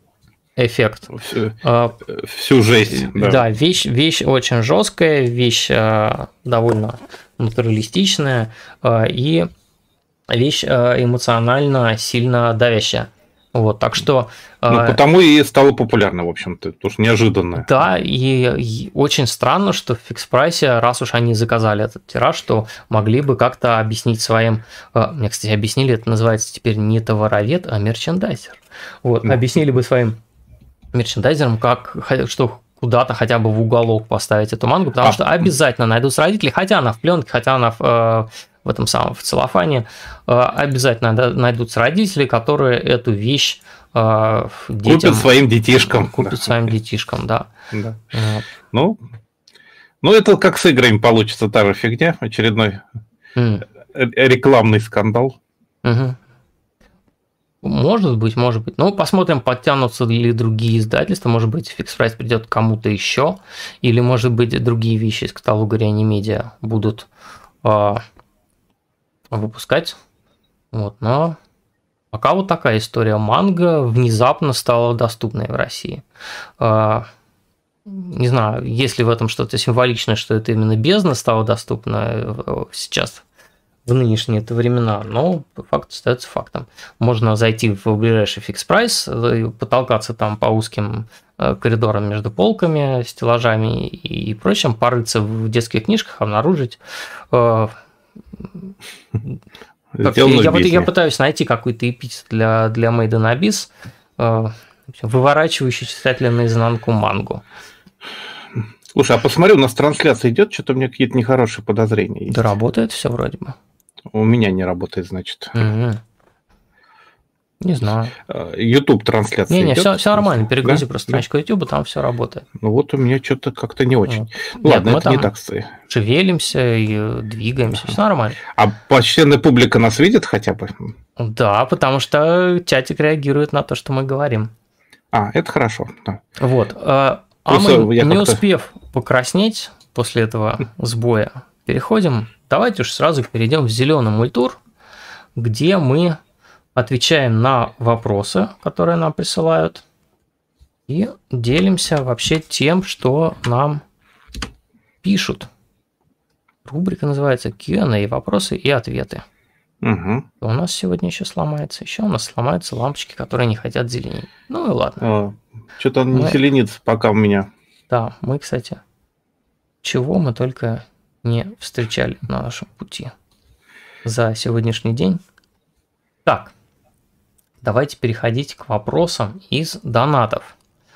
эффект. Всю, Э, всю жесть. Да. да, вещь, вещь очень жесткая, вещь э, довольно натуралистичная э, и вещь э, эмоционально сильно давящая. Вот, так что... э, Ну, потому и стало популярно, в общем-то, потому что неожиданно. Да, и, и очень странно, что в фикс-прайсе, раз уж они заказали этот тираж, то могли бы как-то объяснить своим... э, Мне, кстати, объяснили, это называется теперь не товаровед, а мерчендайзер. Вот, Да. объяснили бы своим мерчендайзерам, как, что куда-то хотя бы в уголок поставить эту мангу, потому А. что обязательно найдутся родители, хотя она в пленке, хотя она в, э, в этом самом в целлофане, э, обязательно найдутся родители, которые эту вещь э, детям, Купят своим детишкам. купят Да. своим детишкам, да. Да. Вот. Ну, ну, это как с играми получится та же фигня, очередной М. рекламный скандал. Мгм. Может быть, может быть. Ну, посмотрим, подтянутся ли другие издательства. Может быть, фикс-прайс придет к кому-то еще. Или, может быть, другие вещи из каталога Реанимедиа будут э, выпускать. Вот, но пока вот такая история. Манга внезапно стала доступной в России. Э, не знаю, есть ли в этом что-то символичное, что это именно бездна стала доступна сейчас в нынешние это времена, но факт остается фактом. Можно зайти в ближайший фикс-прайс, потолкаться там по узким коридорам между полками, стеллажами и прочим, порыться в детских книжках, обнаружить. Как, я, я, я пытаюсь найти какой-то эпитет для, для Made in Abyss, выворачивающий читателя наизнанку мангу. Слушай, а посмотри, у нас трансляция идет, что-то у меня какие-то нехорошие подозрения есть. Да работает все вроде бы. У меня не работает, значит. Угу. Не знаю. YouTube трансляция не, не, идет? все, все нормально. Перегрузи да? просто страничку YouTube, там все работает. Ну вот у меня что-то как-то не очень. Вот. Ну, ладно, Нет, это не так стоит. Шевелимся и двигаемся, все нормально. А почтенная публика нас видит хотя бы? Да, потому что чатик реагирует на то, что мы говорим. А, это хорошо. Да. Вот. А Просто мы, не как-то... успев покраснеть после этого сбоя, переходим. Давайте уж сразу перейдем в зеленый мультур, где мы отвечаем на вопросы, которые нам присылают, и делимся вообще тем, что нам пишут. Рубрика называется кью энд эй, вопросы и ответы. Угу. У нас сегодня еще сломается. Еще у нас сломаются лампочки, которые не хотят зеленеть. Ну и ладно. А, что-то он мы... не зеленится пока у меня. Да, мы, кстати, чего мы только не встречали на нашем пути за сегодняшний день. Так, давайте переходить к вопросам из донатов.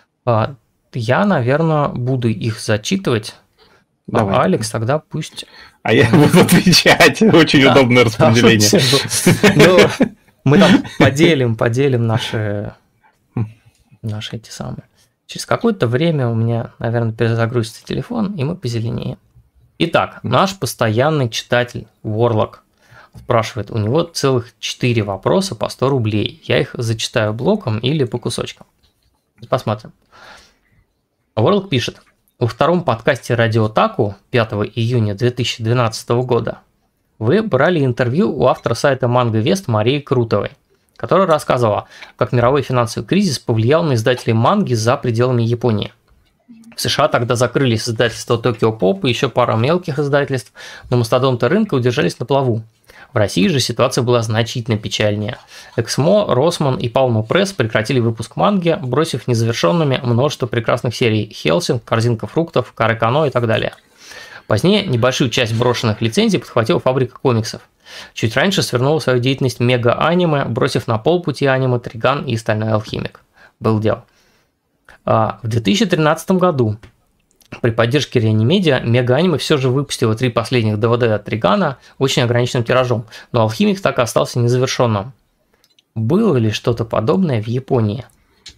Я, наверное, буду их зачитывать. Давай. А Алекс тогда пусть... А я буду отвечать. Очень да, удобное распределение. Ну, мы там поделим, поделим наши, наши эти самые. Через какое-то время у меня, наверное, перезагрузится телефон, и мы позеленеем. Итак, наш постоянный читатель Warlock спрашивает, у него целых четыре вопроса по сто рублей. Я их зачитаю блоком или по кусочкам. Посмотрим. Warlock пишет. Во втором подкасте Радио Таку пятого июня две тысячи двенадцатого года вы брали интервью у автора сайта MangaVest Марии Крутовой, которая рассказывала, как мировой финансовый кризис повлиял на издателей манги за пределами Японии. В США тогда закрылись издательства Tokyo Pop и еще пара мелких издательств, но мастодонты рынка удержались на плаву. В России же ситуация была значительно печальнее. Эксмо, Росман и Палма Пресс прекратили выпуск манги, бросив незавершенными множество прекрасных серий «Хелсинг», «Корзинка фруктов», «Каракано» и так далее. Позднее небольшую часть брошенных лицензий подхватила фабрика комиксов. Чуть раньше свернула свою деятельность мега-аниме, бросив на полпути аниме «Триган» и «Стальной алхимик». Был дел. А в две тысячи тринадцатом году при поддержке Реанимедиа мега-аниме все же выпустило три последних ди ви ди от Тригана очень ограниченным тиражом, но алхимик так и остался незавершенным. Было ли что-то подобное в Японии?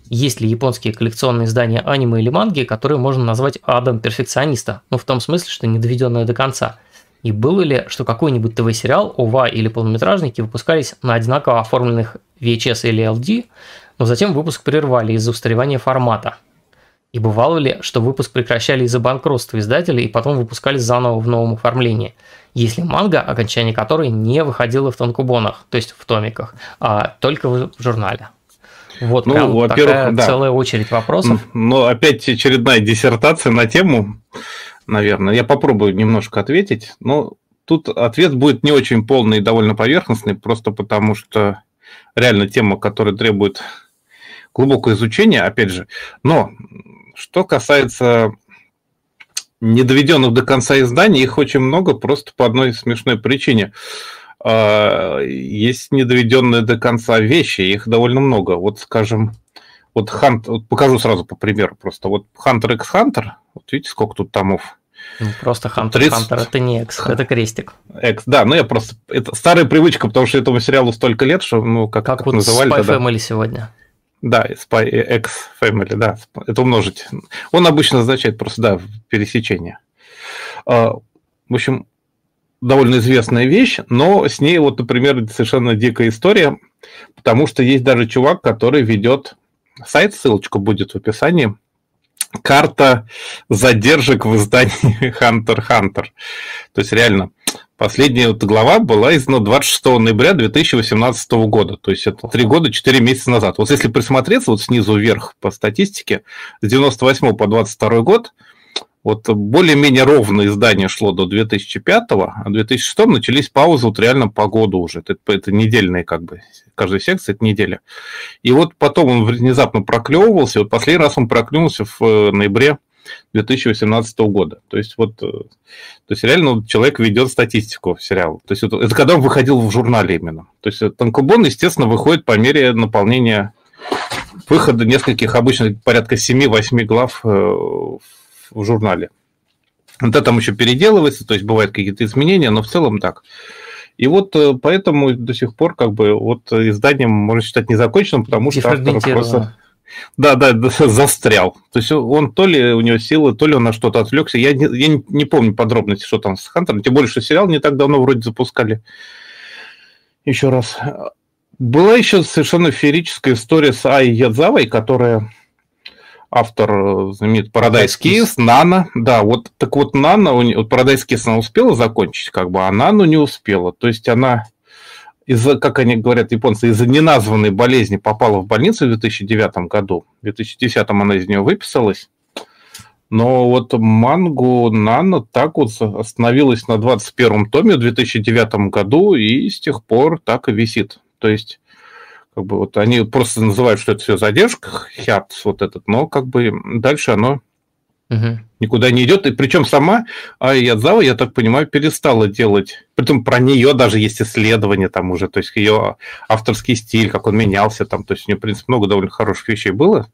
есть ли японские коллекционные издания аниме или манги, которые можно назвать адом перфекциониста, ну в том смысле, что не доведенные до конца. И было ли, что какой-нибудь ТВ-сериал, ОВА или полнометражники выпускались на одинаково оформленных ви эйч эс или эл ди, но затем выпуск прервали из-за устаревания формата? И бывало ли, что выпуск прекращали из-за банкротства издателей и потом выпускали заново в новом оформлении, если манга, окончание которой не выходило в танкобонах, то есть в томиках, а только в журнале? Вот ну, прям такая да. целая очередь вопросов. Но опять очередная диссертация на тему, наверное. Я попробую немножко ответить, но тут ответ будет не очень полный и довольно поверхностный, просто потому что реально тема, которая требует глубокого изучения, опять же. Но что касается недоведенных до конца изданий, их очень много, просто по одной смешной причине. Есть недоведенные до конца вещи, их довольно много. Вот, скажем, вот, Hunt, вот покажу сразу по примеру просто. Вот Hunter x Hunter, вот видите, сколько тут томов? Ну, просто Hunter тридцать... Hunter это не X, это крестик. X, да, ну я просто... Это старая привычка, потому что этому сериалу столько лет, что, ну, как, как, как вот называли Spy тогда. Family сегодня. Да, Spy X Family, да, это умножить. Он обычно означает просто, да, пересечение. В общем, довольно известная вещь, но с ней вот, например, совершенно дикая история, потому что есть даже чувак, который ведет сайт, ссылочка будет в описании, карта задержек в издании Hunter x Hunter. То есть реально, последняя вот глава была издана двадцать шестого ноября две тысячи восемнадцатого года, то есть это три года, четыре месяца назад. Вот если присмотреться вот снизу вверх по статистике, с девяносто восьмого по двадцать второй год, вот более-менее ровное издание шло до две тысячи пятого, а в две тысячи шестом начались паузы вот реально по году уже. Это, это недельные как бы, каждая секция – это неделя. И вот потом он внезапно проклевывался, вот последний раз он проклюнулся в ноябре две тысячи восемнадцатого года. То есть вот, то есть реально человек ведет статистику сериала. То есть это, это когда он выходил в журнале именно. То есть танкобон, естественно, выходит по мере наполнения выхода нескольких, обычно порядка семи-восьми глав в в журнале. Это там еще переделывается, то есть бывают какие-то изменения, но в целом так. И вот поэтому до сих пор как бы вот издание можно считать незаконченным, потому что автор просто... Да, да, застрял. То есть он то ли у него силы, то ли он на что-то отвлекся. Я не, я не помню подробности, что там с Хантером, тем более, что сериал не так давно вроде запускали. Еще раз. Была еще совершенно феерическая история с Ай Ядзавой, которая... автор знаменит Paradise Kiss, Нана. Да, вот так вот Нана, вот Paradise Kiss она успела закончить, как бы, а Нану не успела. То есть она из-за, как они говорят, японцы, из-за неназванной болезни попала в больницу в две тысячи девятом году. В две тысячи десятом она из нее выписалась. Но вот мангу Нана так вот остановилась на двадцать первом томе в две тысячи девятом году и с тех пор так и висит. То есть как бы вот они просто называют, что это все задержка, хиатус вот этот, но как бы дальше оно угу. никуда не идет. И причем сама Ай Ядзава, я так понимаю, перестала делать. Притом про нее даже есть исследования там уже, то есть ее авторский стиль, как он менялся там, то есть у нее, в принципе, много довольно хороших вещей было.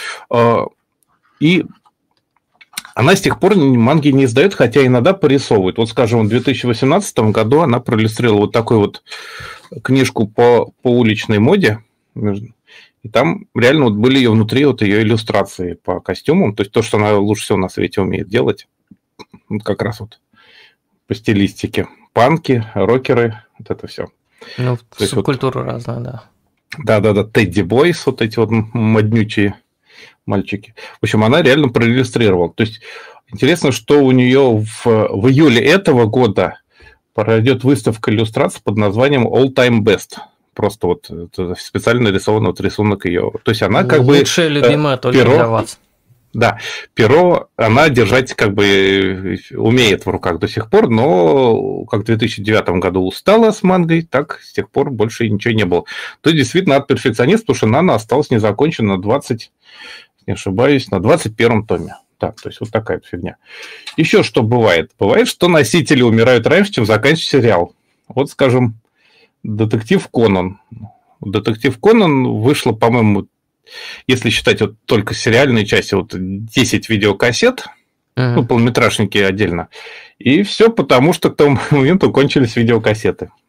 И она с тех пор манги не издает, хотя иногда порисовывает. Вот, скажем, в две тысячи восемнадцатом году она проиллюстрировала вот такую вот книжку по, по уличной моде. И там реально вот были ее внутри вот ее иллюстрации по костюмам. То есть то, что она лучше всего на свете умеет делать. Вот как раз вот по стилистике. Панки, рокеры, вот это все. Ну, субкультура вот, разная, да. Да-да-да, Тедди Бойс, вот эти вот моднючие мальчики. В общем, она реально проиллюстрировала. То есть интересно, что у нее в, в июле этого года пройдет выставка иллюстраций под названием All Time Best. Просто вот специально нарисован вот рисунок ее. То есть она как Лучшая, бы... Лучшая, любимая э, только перо, для вас. Да, перо она держать как бы умеет в руках до сих пор, но как в две тысячи девятом году устала с мангой, так с тех пор больше ничего не было. То есть действительно от перфекциониста, потому что Нана осталась незакончена на двадцать, не ошибаюсь, на двадцать первом томе. Да, то есть вот такая фигня. Еще что бывает? Бывает, что носители умирают раньше, чем заканчивается сериал. Вот, скажем, детектив Конан. Детектив Конан вышло, по-моему, если считать вот только сериальные части, вот десять видеокассет, uh-huh. ну, полнометражники отдельно. И все потому, что к тому моменту кончились видеокассеты.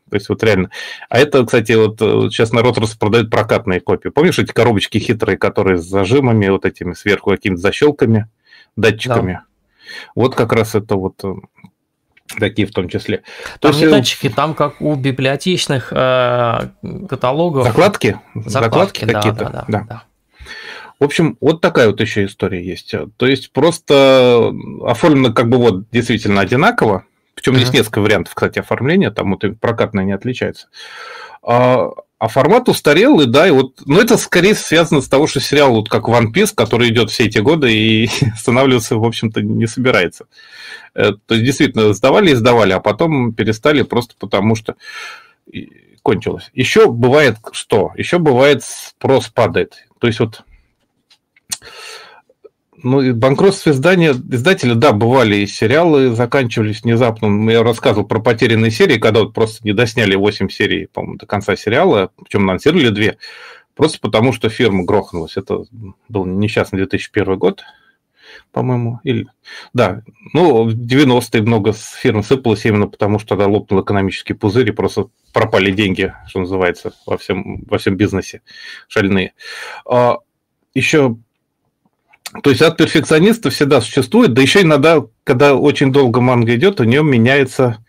То есть вот реально. А это, кстати, вот сейчас народ распродает прокатные копии. Помнишь эти коробочки хитрые, которые с зажимами, вот этими сверху какими-то защелками, датчиками? Да. Вот как раз это вот такие в том числе. Там то не есть, датчики, там как у библиотечных э, каталогов. Закладки? Закладки, Закладки да, какие-то. Да, да, да. да. В общем, вот такая вот еще история есть. То есть просто оформлено как бы вот действительно одинаково. Причем uh-huh. есть несколько вариантов, кстати, оформления. Там вот прокатное не отличается. А, а формат устарел, и да, и вот, но это скорее связано с того, что сериал вот как One Piece, который идет все эти годы и останавливаться, в общем-то, не собирается. То есть, действительно, сдавали и сдавали, а потом перестали просто потому, что кончилось. Еще бывает что? Еще бывает спрос падает. То есть, вот ну, банкротство издания, издателя, да, бывали и сериалы заканчивались внезапно. Я рассказывал про потерянные серии, когда вот просто не досняли восемь серий, по-моему, до конца сериала, причем анонсировали две, просто потому что фирма грохнулась. Это был несчастный две тысячи первый год, по-моему. Или... Да, ну, в девяностые много фирм сыпалось именно потому, что тогда лопнул экономический пузырь, и просто пропали деньги, что называется, во всем, во всем бизнесе шальные. А еще... То есть от перфекциониста всегда существует, да еще иногда, когда очень долго манга идет, у нее меняется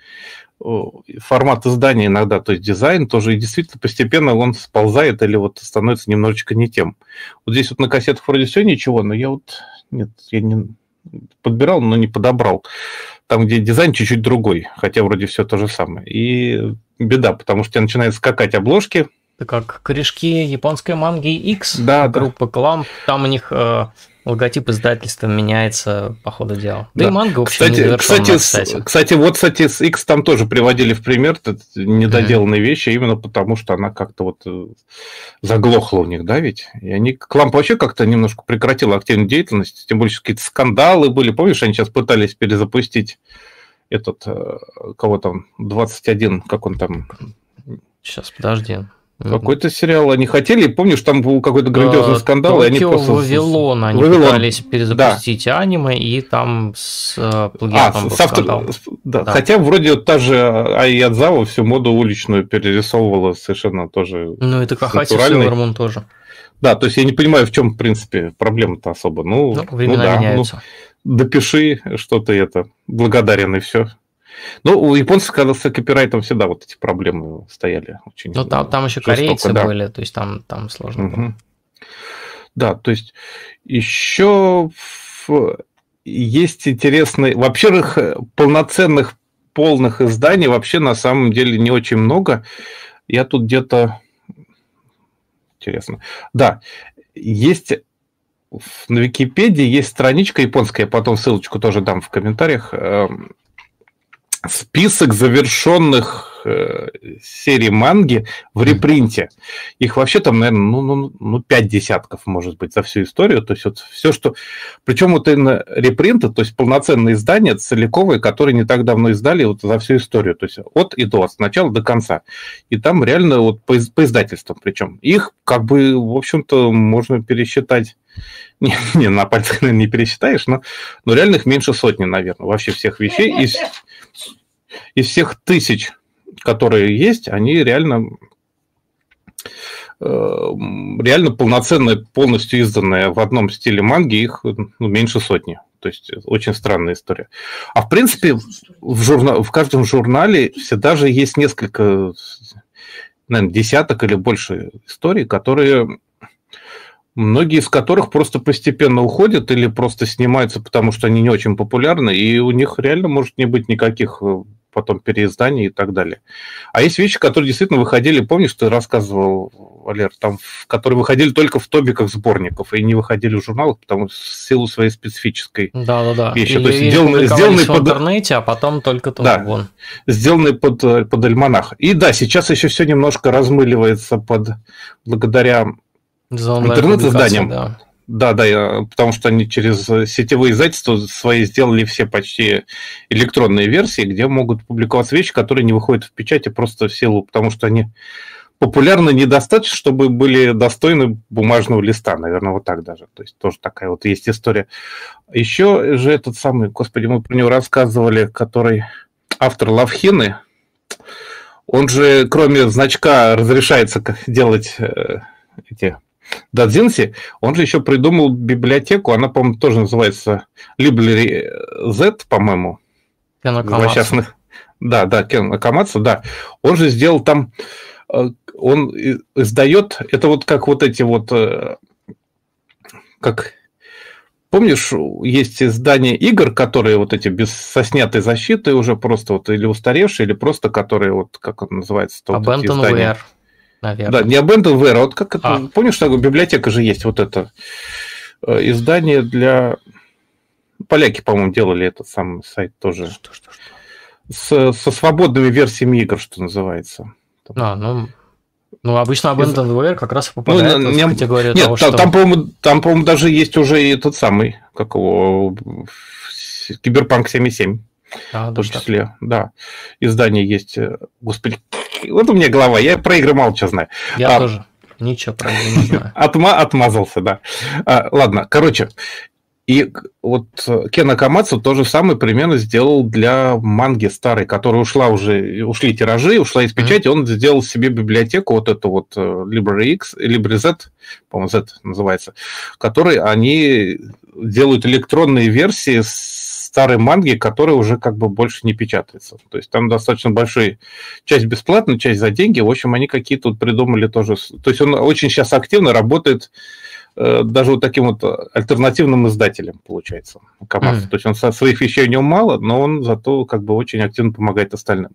формат издания иногда, то есть дизайн тоже, и действительно постепенно он сползает или вот становится немножечко не тем. Вот здесь вот на кассетах вроде все ничего, но я вот, нет, я не подбирал, но не подобрал. Там, где дизайн чуть-чуть другой, хотя вроде все то же самое. И беда, потому что у тебя начинают скакать обложки. Это как корешки японской манги X, да, группа да. Clamp, там у них... Э... логотип издательства меняется по ходу дела. Да, да и манга вообще кстати, не кстати, кстати. Кстати, вот, кстати, с X там тоже приводили в пример недоделанные mm-hmm. вещи, именно потому что она как-то вот заглохла у них, да, ведь? И они, Clamp вообще как-то немножко прекратила активную деятельность, тем более, что какие-то скандалы были. Помнишь, они сейчас пытались перезапустить этот, кого там, двадцать один, как он там? Сейчас, подожди. Какой-то сериал они хотели, помнишь, там был какой-то грандиозный скандал, Токио, и они просто... Вавилон, они Вавилон. пытались перезапустить да. аниме, и там с плагиатом а, был с автор... скандал. Да. Да. Хотя вроде та же Ай Ядзава всю моду уличную перерисовывала совершенно тоже. Ну, и Такахати Силвермун тоже. Да, то есть я не понимаю, в чем, в принципе, проблема-то особо. Ну, ну времена ну, да, меняются. Ну, допиши что-то это, благодарен, и все. Ну, у японцев, когда с копирайтом всегда вот эти проблемы стояли. Очень ну, там, там еще жестоко, корейцы да. были, то есть там, там сложно угу. было. Да, то есть еще есть интересные... Во-первых, полноценных, полных изданий вообще на самом деле не очень много. Я тут где-то... Интересно. Да, есть... На Википедии есть страничка японская, я потом ссылочку тоже дам в комментариях. Список завершенных э, серий манги в репринте. Их вообще там, наверное, ну, ну, ну, пять десятков, может быть, за всю историю. То есть вот все, что... Причем вот именно репринты, то есть полноценные издания целиковые, которые не так давно издали вот за всю историю. То есть от и до, от начала до конца. И там реально вот по, по издательствам причем. Их как бы, в общем-то, можно пересчитать. Не, не на пальцах, наверное, не пересчитаешь, но, но реально их меньше сотни, наверное, вообще всех вещей. Из, из всех тысяч, которые есть, они реально, э, реально полноценные, полностью изданные в одном стиле манги, их ну, меньше сотни. То есть очень странная история. А в принципе, в, журна... в каждом журнале всегда же есть несколько, наверное, десяток или больше историй, которые... Многие из которых просто постепенно уходят или просто снимаются, потому что они не очень популярны, и у них реально может не быть никаких потом переизданий и так далее. А есть вещи, которые действительно выходили, помнишь, ты рассказывал, Валер, там, которые выходили только в томиках сборников и не выходили в журналах, потому что в силу своей специфической да-да-да. вещи. Или, То есть или сделанные, сделанные в под... интернете, а потом только там да, вон. Сделанные под, под альманах. И да, сейчас еще все немножко размыливается под благодаря интернет-изданием. Да. да, да, потому что они через сетевые издательства свои сделали все почти электронные версии, где могут публиковаться вещи, которые не выходят в печати просто в силу, потому что они популярны недостаточно, чтобы были достойны бумажного листа, наверное, вот так даже. То есть тоже такая вот есть история. Еще же этот самый, господи, мы про него рассказывали, который автор Лавхины, Он же, кроме значка, разрешается делать э, эти додзинси, он же еще придумал библиотеку, она, по-моему, тоже называется Library Z, по-моему. Кен Акамацу. Да, да, Кен Акамацу, да. Он же сделал там, он издает, это вот как вот эти вот, как, помнишь, есть издания игр, которые вот эти без со снятой защиты уже просто вот или устаревшие, или просто которые вот, как он называется? Abandonware, наверное. Да, не Abandonware, а вот как это, а. Помнишь, что библиотека же есть, вот это издание для... Поляки, по-моему, делали этот самый сайт тоже. Что, что, что? С, со свободными версиями игр, что называется. А, ну, ну обычно Abandonware как раз и попадает ну, не, в категорию нет, того, там, что... Там, по-моему, там, по-моему, даже есть уже и тот самый, как его, Киберпанк семьдесят семь. А, в том числе, так. Да. Издание есть. Господи, вот у меня голова, я про игры мало что знаю. Я а, тоже ничего про игры не знаю. Отма, отмазался, да. А, ладно, короче... И вот Кен Акамацу то же самое примерно сделал для манги старой, которая ушла уже, ушли тиражи, ушла из печати, mm-hmm. он сделал себе библиотеку, вот эту вот Library X, Library Z, по-моему, Z называется, которой они делают электронные версии старой манги, которая уже как бы больше не печатается. То есть там достаточно большая часть бесплатная, часть за деньги. В общем, они какие-то тут придумали тоже. То есть он очень сейчас активно работает даже вот таким вот альтернативным издателем, получается, Акамацу. Mm. То есть он со своих вещей у него мало, но он зато как бы очень активно помогает остальным.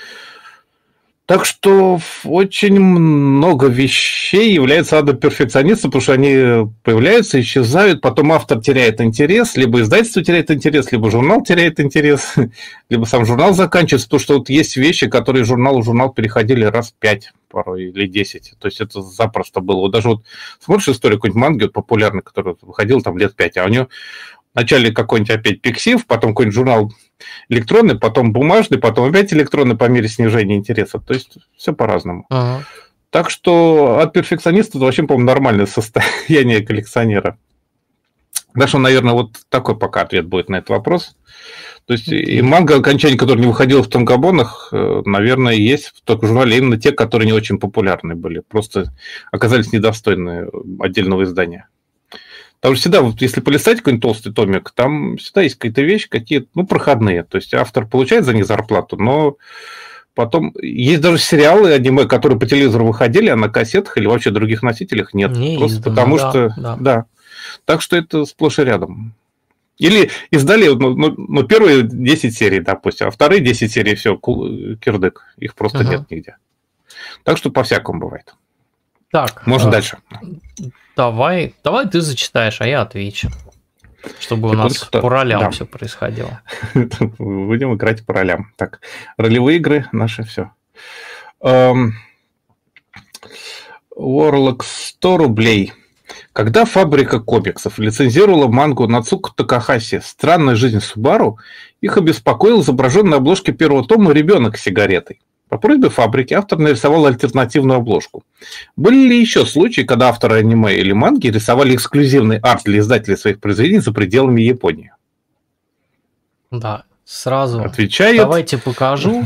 Так что очень много вещей являются адом-перфекционистом, потому что они появляются, исчезают, потом автор теряет интерес, либо издательство теряет интерес, либо журнал теряет интерес, либо сам журнал заканчивается, потому что вот есть вещи, которые из журнала в журнал переходили раз пять порой или десять. То есть это запросто было. Вот даже вот смотришь историю какой-нибудь манги вот, популярной, которая выходила там лет пять, а у нее вначале какой-нибудь опять пиксив, потом какой-нибудь журнал электронный, потом бумажный, потом опять электронный по мере снижения интереса. То есть все по-разному. Ага. Так что от перфекциониста это вообще, по-моему, нормальное состояние коллекционера. Даже, наверное, вот такой пока ответ будет на этот вопрос. То есть и манга окончание, которое не выходило в тонкобонах, наверное, есть в только журнале именно те, которые не очень популярны были. Просто оказались недостойны отдельного издания. Потому что всегда, вот если полистать какой-нибудь толстый томик, там всегда есть какие-то вещи, какие-то, ну, проходные. То есть автор получает за них зарплату, но потом есть даже сериалы, аниме, которые по телевизору выходили, а на кассетах или вообще других носителях нет. Не Просто издано, потому да, что... Да. да. Так что это сплошь и рядом. Или издали ну, ну, ну, первые десять серий, допустим, а вторые десять серий, все, кирдык. Их просто угу. нет нигде. Так что по-всякому бывает. Так. Можно а... дальше. Давай, давай ты зачитаешь, а я отвечу. Чтобы у нас кто... по ролям да. все происходило. Будем играть по ролям. Так, ролевые игры наши все. Um, Warlock сто рублей. Когда фабрика комиксов лицензировала мангу Нацуко Такахаси «Странная жизнь Субару», их обеспокоил изображенный на обложке первого тома ребенок с сигаретой. По просьбе фабрики автор нарисовал альтернативную обложку. Были ли еще случаи, когда авторы аниме или манги рисовали эксклюзивный арт для издателей своих произведений за пределами Японии? Да, сразу. Отвечает. Давайте покажу.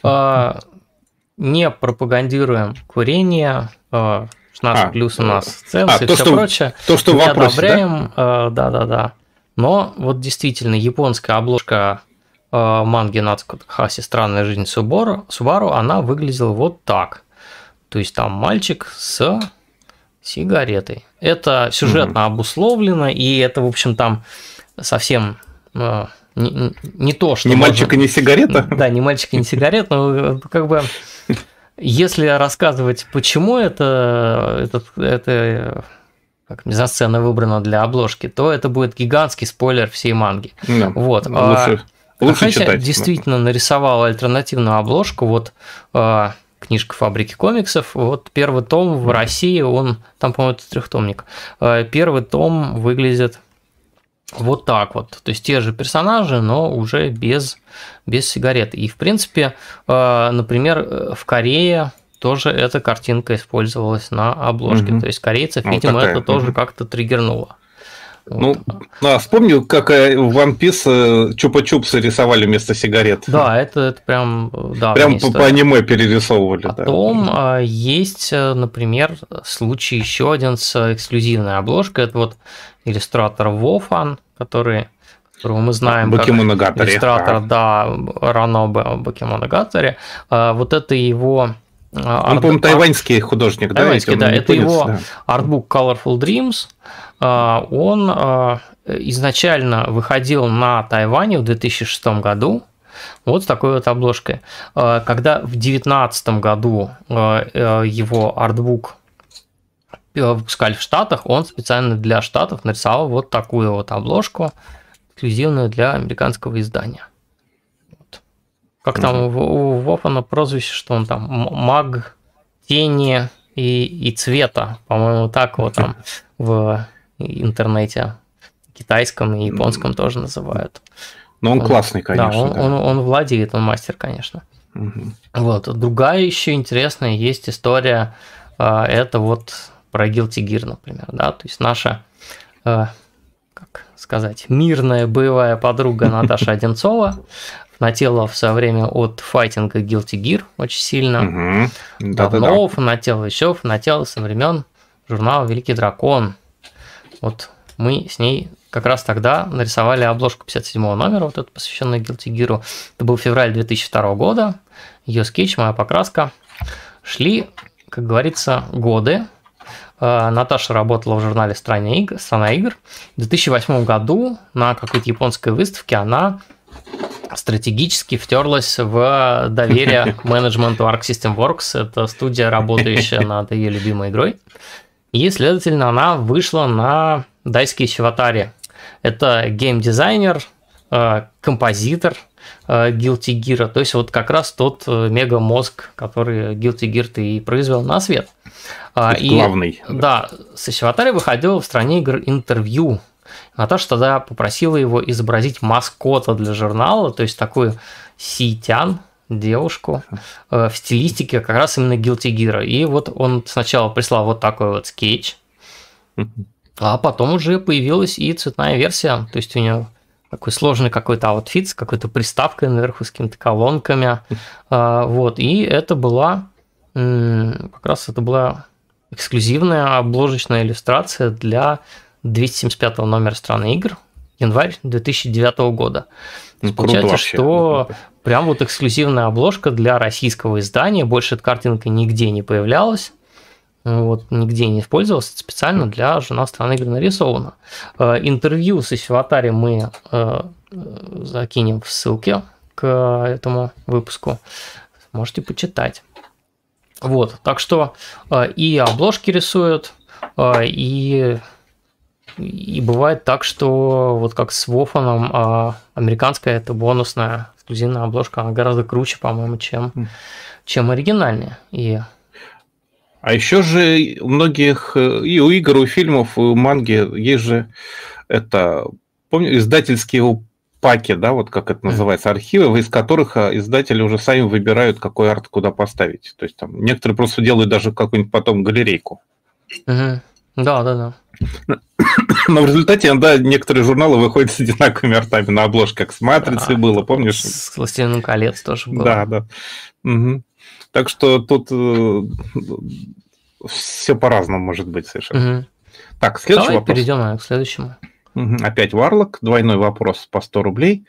Не пропагандируем курение, шестнадцать плюс у нас ценз и все прочее. То, что не одобряем, да-да-да. Но вот действительно японская обложка манги Нацуко Такахаси «Странная жизнь Субару», Субару, она выглядела вот так. То есть там мальчик с сигаретой. Это сюжетно mm-hmm. обусловлено, и это, в общем, там совсем э, не, не то, что... Не можно... мальчик и не сигарета? Да, не мальчик и не сигарета, но как бы... Если рассказывать, почему это, это, это как мизансцена выбрана для обложки, то это будет гигантский спойлер всей манги. Да, вот. Лучше... Лучше читать. Действительно нарисовал альтернативную обложку. Вот э, книжка «Фабрики комиксов». Вот первый том в России, он там, по-моему, это трехтомник. Э, первый том выглядит вот так вот. То есть те же персонажи, но уже без, без сигарет. И, в принципе, э, например, в Корее тоже эта картинка использовалась на обложке. Mm-hmm. То есть корейцев, видимо, вот это тоже как-то триггернуло. Ну, вот. А, вспомню, как в One Piece чупа-чупсы рисовали вместо сигарет. Да, это, это прям... Да, прям по, по аниме перерисовывали. Потом да. есть, например, случай еще один с эксклюзивной обложкой. Это вот иллюстратор Вофан, который... которого мы знаем как иллюстратор, да, Ранобе Бакемоногатари. Вот это его... Он, арт... по-моему, тайваньский художник, тайваньский, да? да, это его да. артбук Colorful Dreams. Он изначально выходил на Тайване в две тысячи шестом году вот с такой вот обложкой. Когда в две тысячи девятнадцатом году его артбук выпускали в Штатах, он специально для Штатов нарисовал вот такую вот обложку, эксклюзивную для американского издания. Вот. Как там mm-hmm. у Вофана прозвище, что он там маг тени и, и цвета, по-моему, так вот там в интернете китайском и японском mm-hmm. тоже называют. Но он, он классный, конечно. Да, он, да. Он, он владеет, он мастер, конечно. Mm-hmm. Вот. Другая еще интересная есть история, это вот про Guilty Gear, например, да, то есть наша... как сказать, мирная боевая подруга Наташа Одинцова фанатела в свое время от файтинга Guilty Gear очень сильно. Угу. Давно фанатела, еще фанатела со времен журнала «Великий дракон». Вот мы с ней как раз тогда нарисовали обложку пятьдесят седьмого номера, вот эту, посвященную Guilty Gear. Это был февраль две тысячи второго года. Ее скетч, моя покраска. Шли, как говорится, годы. Наташа работала в журнале «Страна игр». В две тысячи восьмом году на какой-то японской выставке она стратегически втерлась в доверие к менеджменту Arc System Works. Это студия, работающая над ее любимой игрой. И, следовательно, она вышла на Дайски Сиватари. Это геймдизайнер, композитор Guilty Gear. То есть вот как раз тот мегамозг, который Guilty Gear и произвел на свет. И, главный. Да, с Сиватари выходило в «Стране игр» интервью. Наташа тогда попросила его изобразить маскота для журнала, то есть такую сиитян, девушку, в стилистике как раз именно Guilty Gear. И вот он сначала прислал вот такой вот скетч, а потом уже появилась и цветная версия, то есть у нее такой сложный какой-то аутфит с какой-то приставкой наверху, с какими-то колонками. Вот, и это была как раз это была эксклюзивная обложечная иллюстрация для двести семьдесят пятого номера «Страны игр», январь две тысячи девятого года. Ну, получается, что прям вот эксклюзивная обложка для российского издания, больше эта картинка нигде не появлялась, вот, нигде не использовалась, специально для журнала «Страны игр» нарисовано. Интервью с Сиватари мы закинем в ссылке к этому выпуску, можете почитать. Вот, так что и обложки рисуют, и, и бывает так, что вот как с Вофаном, американская это бонусная эксклюзивная обложка, она гораздо круче, по-моему, чем, чем оригинальная. И... А еще же у многих и у игр, и у фильмов, и у манги есть же это, помню, издательские паки, да, вот как это называется, архивы, из которых издатели уже сами выбирают, какой арт куда поставить. То есть там некоторые просто делают даже какую-нибудь потом галерейку. Угу. Да, да, да. Но в результате, да, некоторые журналы выходят с одинаковыми артами на обложке, как с «Матрицей» да, было, помнишь? С «Властелином колец» тоже было. Да, да. Угу. Так что тут э, все по-разному может быть совершенно. Угу. Так, следующий Давай вопрос. перейдем к следующему. Опять Варлок, двойной вопрос по сто рублей.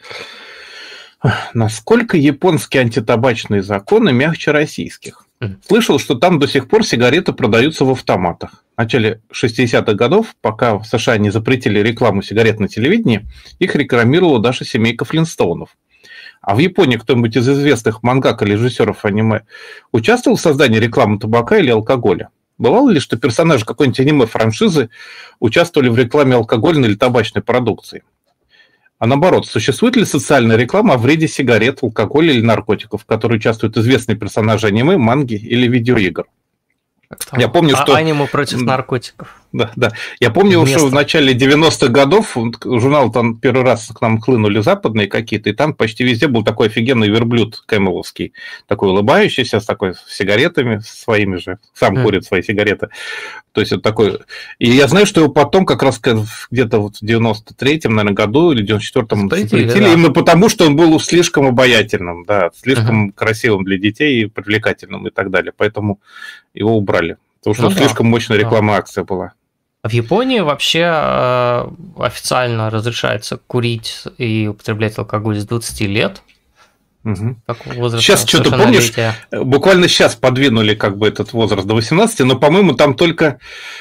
Насколько японские антитабачные законы мягче российских? Слышал, что там до сих пор сигареты продаются в автоматах. В начале шестидесятых годов, пока в США не запретили рекламу сигарет на телевидении, их рекламировала даже семейка Флинстоунов. А в Японии кто-нибудь из известных мангака или режиссеров аниме участвовал в создании рекламы табака или алкоголя? Бывало ли, что персонажи какой-нибудь аниме-франшизы участвовали в рекламе алкогольной или табачной продукции? А наоборот, существует ли социальная реклама о вреде сигарет, алкоголя или наркотиков, в которой участвуют известные персонажи аниме, манги или видеоигр? Я помню, а что... аниме против наркотиков. Да, да. Я помню, Место. что в начале девяностых годов журнал там первый раз к нам хлынули западные какие-то, и там почти везде был такой офигенный верблюд кэмеловский, такой улыбающийся, с такой с сигаретами своими же, сам mm. курит свои сигареты. То есть вот такой. И я знаю, что его потом как раз где-то вот в девяносто третьем, наверное, году или девяносто четвёртом запретили, да. Именно потому, что он был слишком обаятельным, да, слишком uh-huh. красивым для детей и привлекательным и так далее. Поэтому его убрали. Потому что ну, слишком да. мощная рекламная да. акция была. В Японии вообще э, официально разрешается курить и употреблять алкоголь с двадцати лет. Угу. Сейчас что-то помнишь, буквально сейчас подвинули как бы этот возраст до восемнадцати, но, по-моему, там только,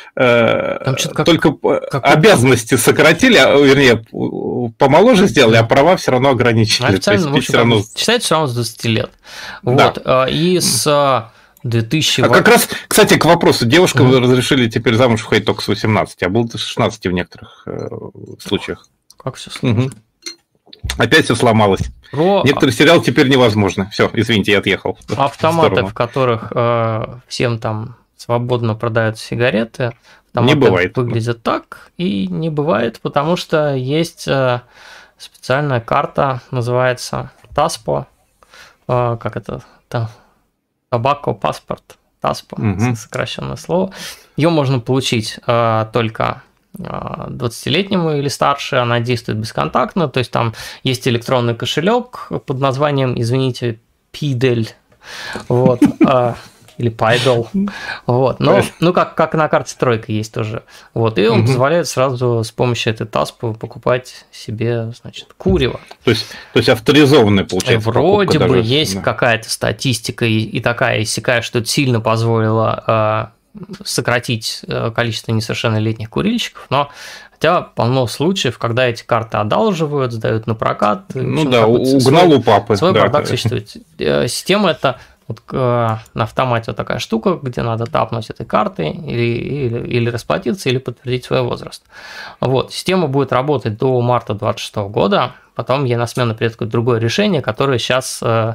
э, там как, только как обязанности сократили, а, вернее, помоложе сделали, а права все равно ограничили. Официально, в общем, все равно... считается все равно с двадцати лет. Да. Вот. И с две тысячи... А как раз, кстати, к вопросу, девушкам mm-hmm. разрешили теперь замуж выходить только с восемнадцати, а было с шестнадцати в некоторых э, случаях. Как все сложно. Угу. Опять все сломалось. Про... Некоторые сериалы теперь невозможно. Все, извините, я отъехал. Автоматы, в, в которых э, всем там свободно продают сигареты, автоматы не бывает. Выглядят так, и не бывает, потому что есть э, специальная карта, называется таспо, э, как это там, Tobacco Passport, таспо, угу. сокращенное слово. Ее можно получить э, только двадцатилетнему или старше, она действует бесконтактно, то есть там есть электронный кошелек под названием, извините, Пидель, вот, или Пайдл, вот, но, ну, как, как на карте тройка есть тоже, вот, и он угу. позволяет сразу с помощью этой таспы покупать себе, значит, курево. То есть, то есть авторизованный, получается, вроде бы даже, есть да. какая-то статистика и, и такая, и сякая, что это сильно позволило сократить количество несовершеннолетних курильщиков, но хотя полно случаев, когда эти карты одалживают, сдают на прокат. Ну да, угнал свой, у папы. Свой да, бардак да. существует. Система это вот, на автомате вот такая штука, где надо тапнуть этой картой или, или, или расплатиться, или подтвердить свой возраст. Вот. Система будет работать до марта двадцать шестого года. Потом ей на смену придет какое-то другое решение, которое сейчас э,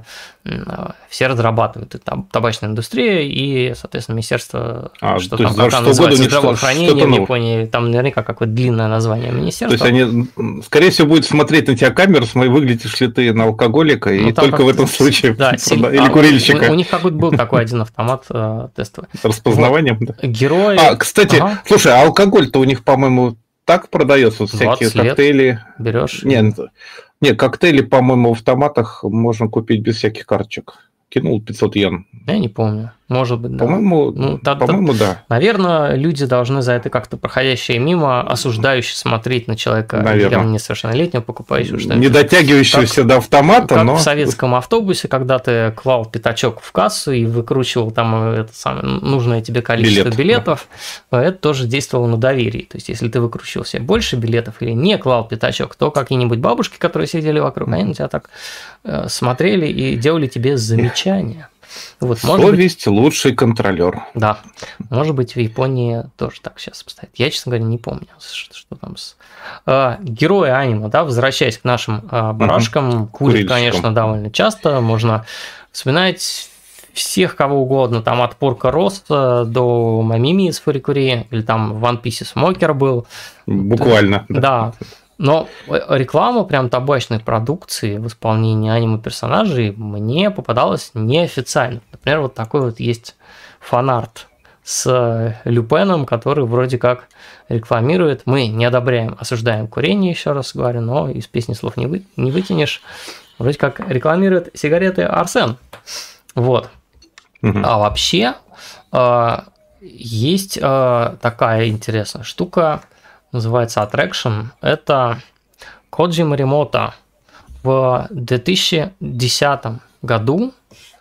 все разрабатывают. Это табачная индустрия и, соответственно, министерство, а, что там пока называется, здравоохранение в Японии, там наверняка какое-то длинное название министерства. То есть они, скорее всего, будут смотреть на тебя камеру, смотри, выглядишь ли ты на алкоголика, ну, и только в этом случае, да, или а, курильщика. У, у них какой-то был такой один автомат э, тестовый. С распознаванием, вот. Да. Герои... А, кстати, ага. слушай, а алкоголь-то у них, по-моему, так продается, вот всякие коктейли. Берешь. Нет, нет, коктейли, по-моему, в автоматах можно купить без всяких карточек. Кинул пятьсот йен. Я не помню. Может быть, да. По-моему, ну, та, по-моему та, да. Наверное, люди должны за это как-то проходящие мимо, осуждающие смотреть на человека, явно несовершеннолетнего, покупающего что-то. Не дотягивающегося как, до автомата, как но... в советском автобусе, когда ты клал пятачок в кассу и выкручивал там это самое, нужное тебе количество Билет, билетов, да. Это тоже действовало на доверии. То есть, если ты выкручивал себе больше билетов или не клал пятачок, то какие-нибудь бабушки, которые сидели вокруг, они на тебя так смотрели и делали тебе замечания. Вот, Совесть быть, лучший контролер. Да, может быть, в Японии тоже так сейчас обстоит. Я, честно говоря, не помню, что, что там с... А, герои аниме, да, возвращаясь к нашим а, барашкам, угу. курят, конечно, довольно часто. Можно вспоминать всех кого угодно, там от Порка Росса до Мамими из Фурикури, или там в One Piece Смокер был. Буквально. Да. да. Но реклама прям табачной продукции в исполнении аниме-персонажей мне попадалась неофициально. Например, вот такой вот есть фанарт с Люпеном, который вроде как рекламирует. Мы не одобряем, осуждаем курение, еще раз говорю, но из песни слов не, вы, не вытянешь. Вроде как рекламирует сигареты Арсен. Вот. Угу. А вообще э, есть э, такая интересная штука, называется Attraction. Это Коджи Моримото в две тысячи десятом году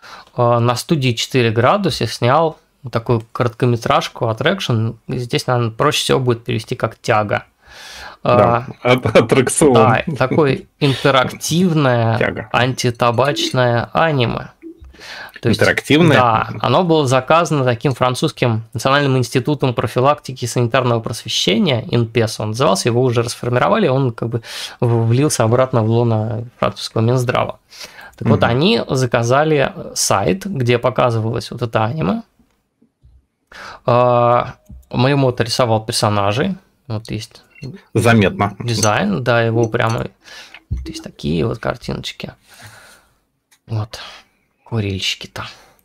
на студии четыре градуса снял такую короткометражку Attraction. Здесь, наверное, проще всего будет перевести как тяга. Да, аттракцион. Да, такое интерактивное тяга. Антитабачное аниме. То есть, интерактивное? Да, оно было заказано таким французским национальным институтом профилактики и санитарного просвещения, эн пи эс он назывался, его уже расформировали, он как бы влился обратно в лоно французского Минздрава. Так угу. вот, они заказали сайт, где показывалось вот это аниме, Маэмото рисовал персонажей. Вот есть заметно дизайн, да, его прямо... Вот есть такие вот картиночки. Вот. Курильщики-то.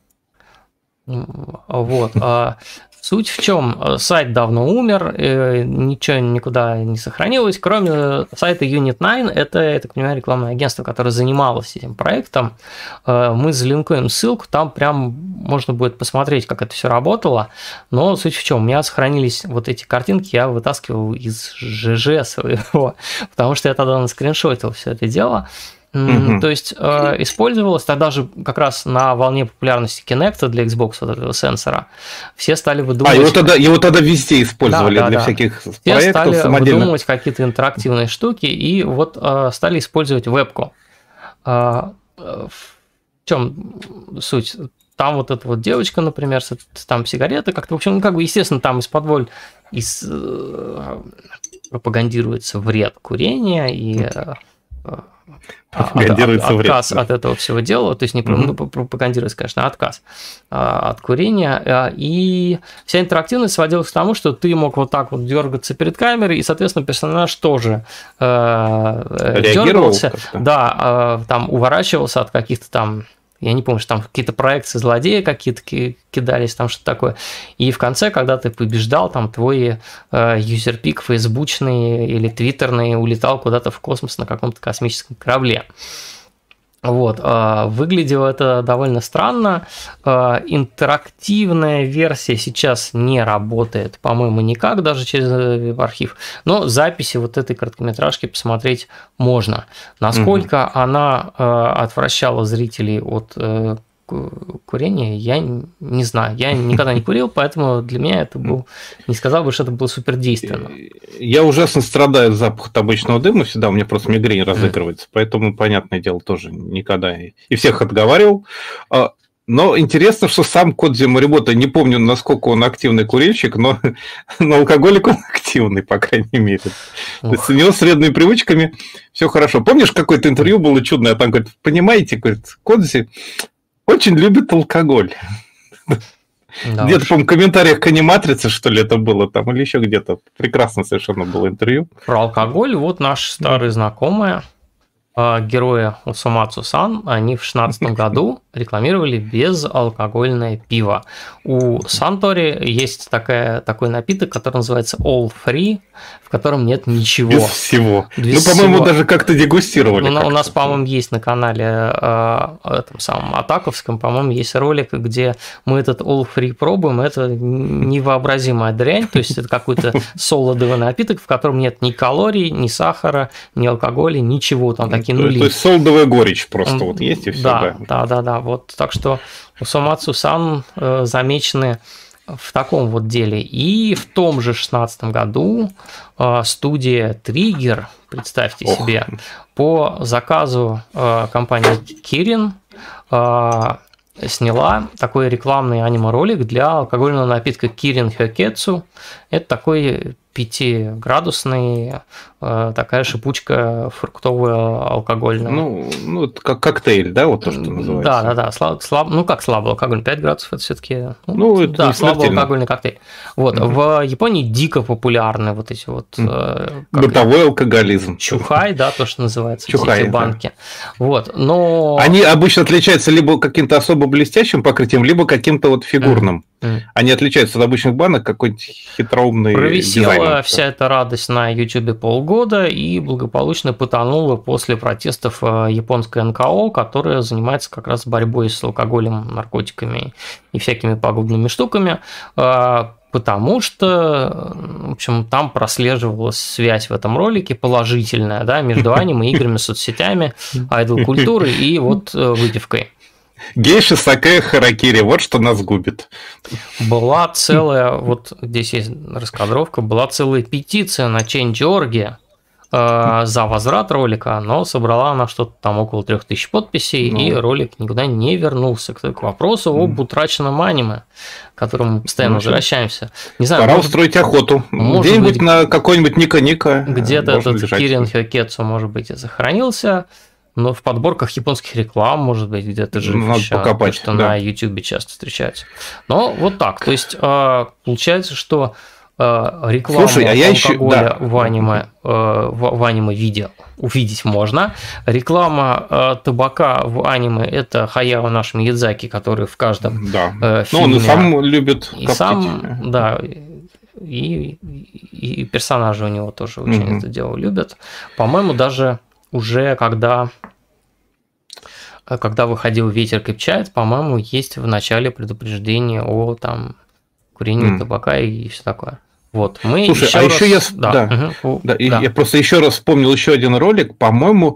Вот. Суть в чем? Сайт давно умер, ничего никуда не сохранилось, кроме сайта Unit девять. Это, я так понимаю, рекламное агентство, которое занималось этим проектом. Мы залинкуем ссылку, там прям можно будет посмотреть, как это все работало. Но суть в чем? У меня сохранились вот эти картинки, я вытаскивал из ЖЖ своего, потому что я тогда наскриншотил все это дело. Mm-hmm. То есть э, использовалось тогда же как раз на волне популярности Kinect для Xbox, вот этого сенсора. Все стали выдумывать... А, его тогда, его тогда везде использовали, да, да, для да. всяких Все проектов стали самодельных. выдумывать какие-то интерактивные штуки, и вот э, стали использовать вебку. Э, в чем суть? Там вот эта вот девочка, например, там сигареты, как-то, в общем, ну, как бы, естественно, там из-под воль из, э, пропагандируется вред курения и... Э, пропагандируется отказ вред. От этого всего дела, то есть не mm-hmm. ну, пропагандируется, конечно, отказ от курения, и вся интерактивность сводилась к тому, что ты мог вот так вот дергаться перед камерой, и, соответственно, персонаж тоже э, дергался, да, там уворачивался от каких-то там, я не помню, что там какие-то проекции злодея какие-то кидались, там что-то такое. И в конце, когда ты побеждал, там твой э, юзерпик фейсбучный или твиттерный улетал куда-то в космос на каком-то космическом корабле. Вот. Э, выглядело это довольно странно. Э, интерактивная версия сейчас не работает, по-моему, никак, даже через архив. Но записи вот этой короткометражки посмотреть можно. Насколько угу. она э, отвращала зрителей от э, курения, я не знаю. Я никогда не курил, поэтому для меня это был... Не сказал бы, что это было супердейственно. Я ужасно страдаю от запаха табачного дыма всегда, у меня просто мигрень разыгрывается, поэтому, понятное дело, тоже никогда и всех отговаривал. Но интересно, что сам Кодзи Моримота, не помню, насколько он активный курильщик, но на алкоголик он активный, по крайней мере. То есть у него с вредными привычками все хорошо. Помнишь, какое-то интервью было чудное, там говорит, понимаете, говорит, Кодзи очень любит алкоголь. Да где-то, по-моему, в комментариях к аниматрице, что ли, это было там, или еще где-то. Прекрасно совершенно было интервью. Про алкоголь вот наши старые знакомые, герои Усумацу-сан, они в шестнадцатом году рекламировали безалкогольное пиво. У Сантори есть такая, такой напиток, который называется All Free, в котором нет ничего. Без всего. Без ну, по-моему, всего. даже как-то дегустировали. Ну, как-то. У нас, по-моему, есть на канале э, этом самом Атаковском, по-моему, есть ролик, где мы этот All Free пробуем. Это невообразимая дрянь, то есть это какой-то солодовый напиток, в котором нет ни калорий, ни сахара, ни алкоголя, ничего там такие нули. То есть солодовая горечь просто вот есть и все. Да, да, да, да. Вот так что Усумацу-сан э, замечены в таком вот деле. И в том же шестнадцатом году э, студия Trigger, представьте Ох. себе, по заказу э, компании Kirin э, сняла такой рекламный аниме-ролик для алкогольного напитка Kirin Hyoketsu. Это такой пятиградусный, э, такая шипучка фруктовая алкогольная. Ну, ну как коктейль, да, вот то, что называется. Да, да, да, слаб, слаб, ну как слабый алкоголь, пять градусов это все-таки, ну, ну это да, слабый алкогольный коктейль. Вот, mm-hmm. в Японии дико популярны вот эти вот... Mm-hmm. Бытовой алкоголизм. Чухай, да, то, что называется, Чухай, эти банки. Да. Вот, но... Они обычно отличаются либо каким-то особо блестящим покрытием, либо каким-то вот фигурным. Mm-hmm. Они отличаются от обычных банок, какой-нибудь хитроумный Провисела дизайн. Вся эта радость на YouTube полгода и благополучно потонула после протестов японской эн ка о, которая занимается как раз борьбой с алкоголем, наркотиками и всякими пагубными штуками, потому что, в общем, там прослеживалась связь в этом ролике положительная, да, между аниме, играми, соцсетями, айдол-культурой и вот выпивкой. Гейши, сакэ, харакири, вот что нас губит. Была целая, вот здесь есть раскадровка, была целая петиция на Change точка орг э, за возврат ролика, но собрала она что-то там около трех тысяч подписей, ну. и ролик никуда не вернулся. К вопросу об утраченном аниме, к которому мы постоянно ну, возвращаемся. Не знаю, пора может, устроить охоту. Где-нибудь быть, на какой-нибудь Ника-Ника. Где-то этот Kirin Hyoketsu, может быть, и сохранился. Но в подборках японских реклам, может быть, где-то жив Надо еще, покопать, что да. на YouTube часто встречается. Но вот так. То есть получается, что рекламу Слушай, а я алкоголя еще... да. в аниме, в, в аниме видео увидеть можно. Реклама табака в аниме – это Хаяо наш Миядзаки, который в каждом да. фильме... Ну, он и сам любит и коптить. сам, да, и, и, и персонажи у него тоже очень mm-hmm. это дело любят. По-моему, даже уже когда, когда выходил «Ветер крепчает», по-моему, есть в начале предупреждение о там, курении mm. табака и все такое. Вот, мы Слушай, еще а раз... еще я, да. Да, угу. да, да. я просто еще раз вспомнил еще один ролик, по-моему,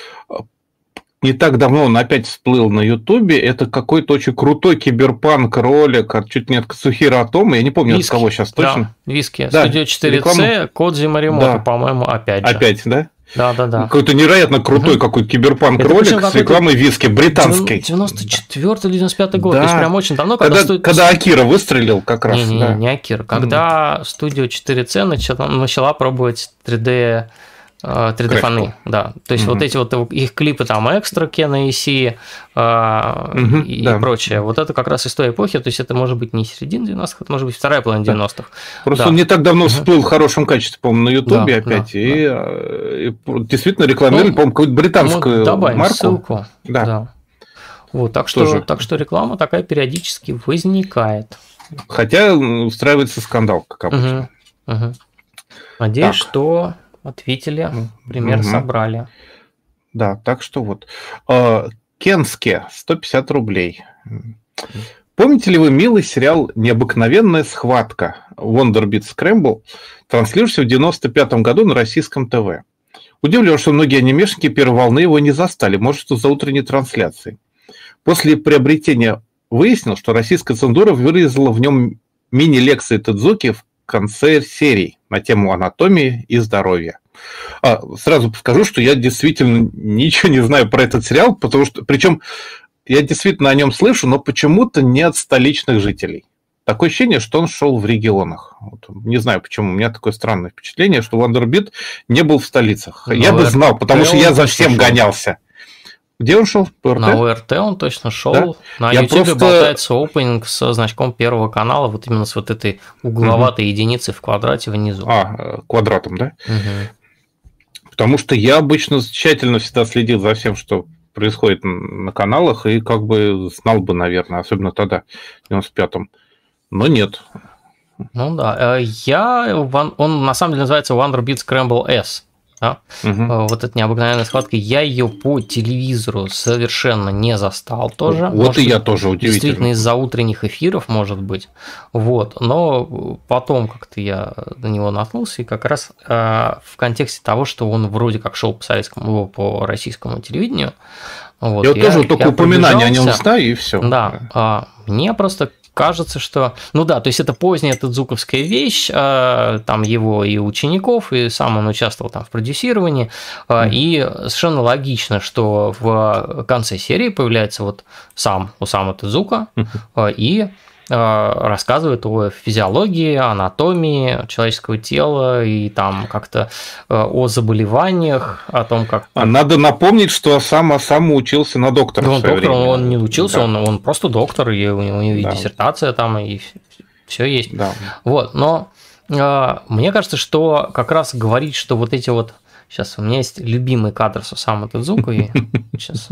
не так давно он опять всплыл на Ютубе. Это какой-то очень крутой киберпанк ролик, от, чуть не от Кацухиро Атома. Я не помню, Виски. от кого сейчас точно. Да, Виски. Да, Студия четыре цэ, реклама... Кодзи Маримото, да. По-моему, опять же. Опять, да? Да, да, да. Какой-то невероятно крутой угу. какой-то киберпанк-ролик с рекламой виски британской. девяносто четвёртый или девяносто пятый год, да. то есть прям очень давно. Когда, когда, студ... когда Акира выстрелил как раз. Не, не, да. не Акира. Когда mm. студия четыре цэ начала, начала пробовать три дэ три дэ-фоны, да. То есть mm-hmm. вот эти вот их клипы там экстра, Кена и Си mm-hmm, и, да. и прочее. Вот это как раз из той эпохи, то есть это может быть не середина девяностых, это может быть вторая половина да. девяностых. Просто да. он не так давно всплыл mm-hmm. в хорошем качестве, по-моему, на Ютубе да, опять, да, и, да. и действительно рекламировали, ну, по-моему, какую-то британскую добавим марку. Ссылку. Да. да. Вот, так что, так что реклама такая периодически возникает. Хотя устраивается скандал, как обычно. Угу, угу. Надеюсь, так. что ответили, пример угу. собрали. Да, так что вот. Кенске, сто пятьдесят рублей. Помните ли вы милый сериал «Необыкновенная схватка» Wonder Beat Scramble, транслировался в девяносто пятом году на российском ТВ? Удивлен, что многие анимешники первой волны его не застали, может, из-за утренней трансляции. После приобретения выяснил, что российская цензура вырезала в нем мини-лекции Тедзуки в конце серии на тему анатомии и здоровья. А, сразу скажу, что я действительно ничего не знаю про этот сериал, потому что, причем я действительно о нем слышу, но почему-то не от столичных жителей. Такое ощущение, что он шел в регионах. Вот, не знаю почему, у меня такое странное впечатление, что Wonderbeat не был в столицах. Но я бы знал, потому что я за всем гонялся. Где он шел? По эр тэ? На о эр тэ он точно шел. Да? На YouTube просто... болтается опенинг со значком Первого канала, вот именно с вот этой угловатой угу. единицей в квадрате внизу. А, квадратом, да? Угу. Потому что я обычно тщательно всегда следил за всем, что происходит на каналах, и как бы знал бы, наверное, особенно тогда, в девяносто пятом. Но нет. Ну да. Я... Он на самом деле называется Wonderbeat Scramble S. Да? Угу. Вот эта необыкновенная схватка, я ее по телевизору совершенно не застал тоже. Вот может, и я тоже удивительно. Действительно, из-за утренних эфиров, может быть. Вот. Но потом как-то я на него наткнулся, и как раз э, в контексте того, что он вроде как шел по советскому, по российскому телевидению. Вот, я, я тоже только упоминание о нем знаю, и все. Да. А, мне просто кажется, что... Ну да, то есть это поздняя тедзуковская вещь, там его и учеников, и сам он участвовал там в продюсировании, mm. и совершенно логично, что в конце серии появляется вот сам Осама Тедзука mm-hmm. и рассказывает о физиологии, анатомии человеческого тела и там как-то о заболеваниях, о том, как... А надо напомнить, что сам Осама учился на доктора. Да, он доктор, он не учился, да. он, он просто доктор, и у него, у него да. диссертация там, и все есть. Да. Вот, но э, мне кажется, что как раз говорить, что вот эти вот... Сейчас у меня есть любимый кадр с Осамой Тедзуко, и сейчас...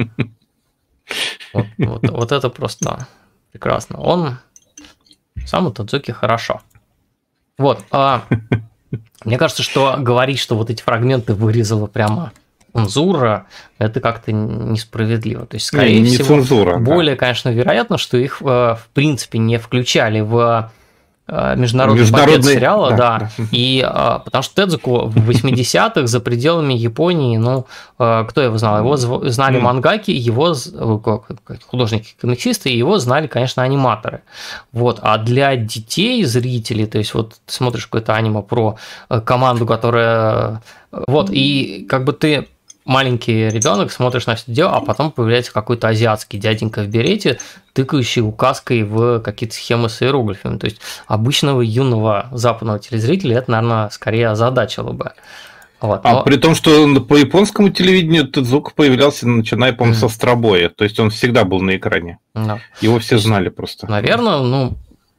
Вот, вот, вот это просто прекрасно. Он... Саму Тедзуки хорошо. Вот. А, мне кажется, что говорить, что вот эти фрагменты вырезала прямо цензура, это как-то несправедливо. То есть, скорее не, не всего, цензура, более, да. конечно, вероятно, что их в принципе не включали в международный, международный пакет сериала, да, да. да. И потому что Тедзуку в восьмидесятых за пределами Японии, ну, кто его знал? Его знали мангаки, его художники-комиксисты, его знали, конечно, аниматоры. Вот. А для детей, зрителей, то есть вот ты смотришь какое-то аниме про команду, которая... Вот, и как бы ты... маленький ребенок, смотришь на все это дело, а потом появляется какой-то азиатский дяденька в берете, тыкающий указкой в какие-то схемы с иероглифами. То есть обычного юного западного телезрителя это, наверное, скорее озадачило бы. Вот, а но... при том, что по японскому телевидению Тедзука появлялся, начиная, по-моему, mm. со Астробоя. То есть он всегда был на экране. No. Его все знали просто. Наверное, ну,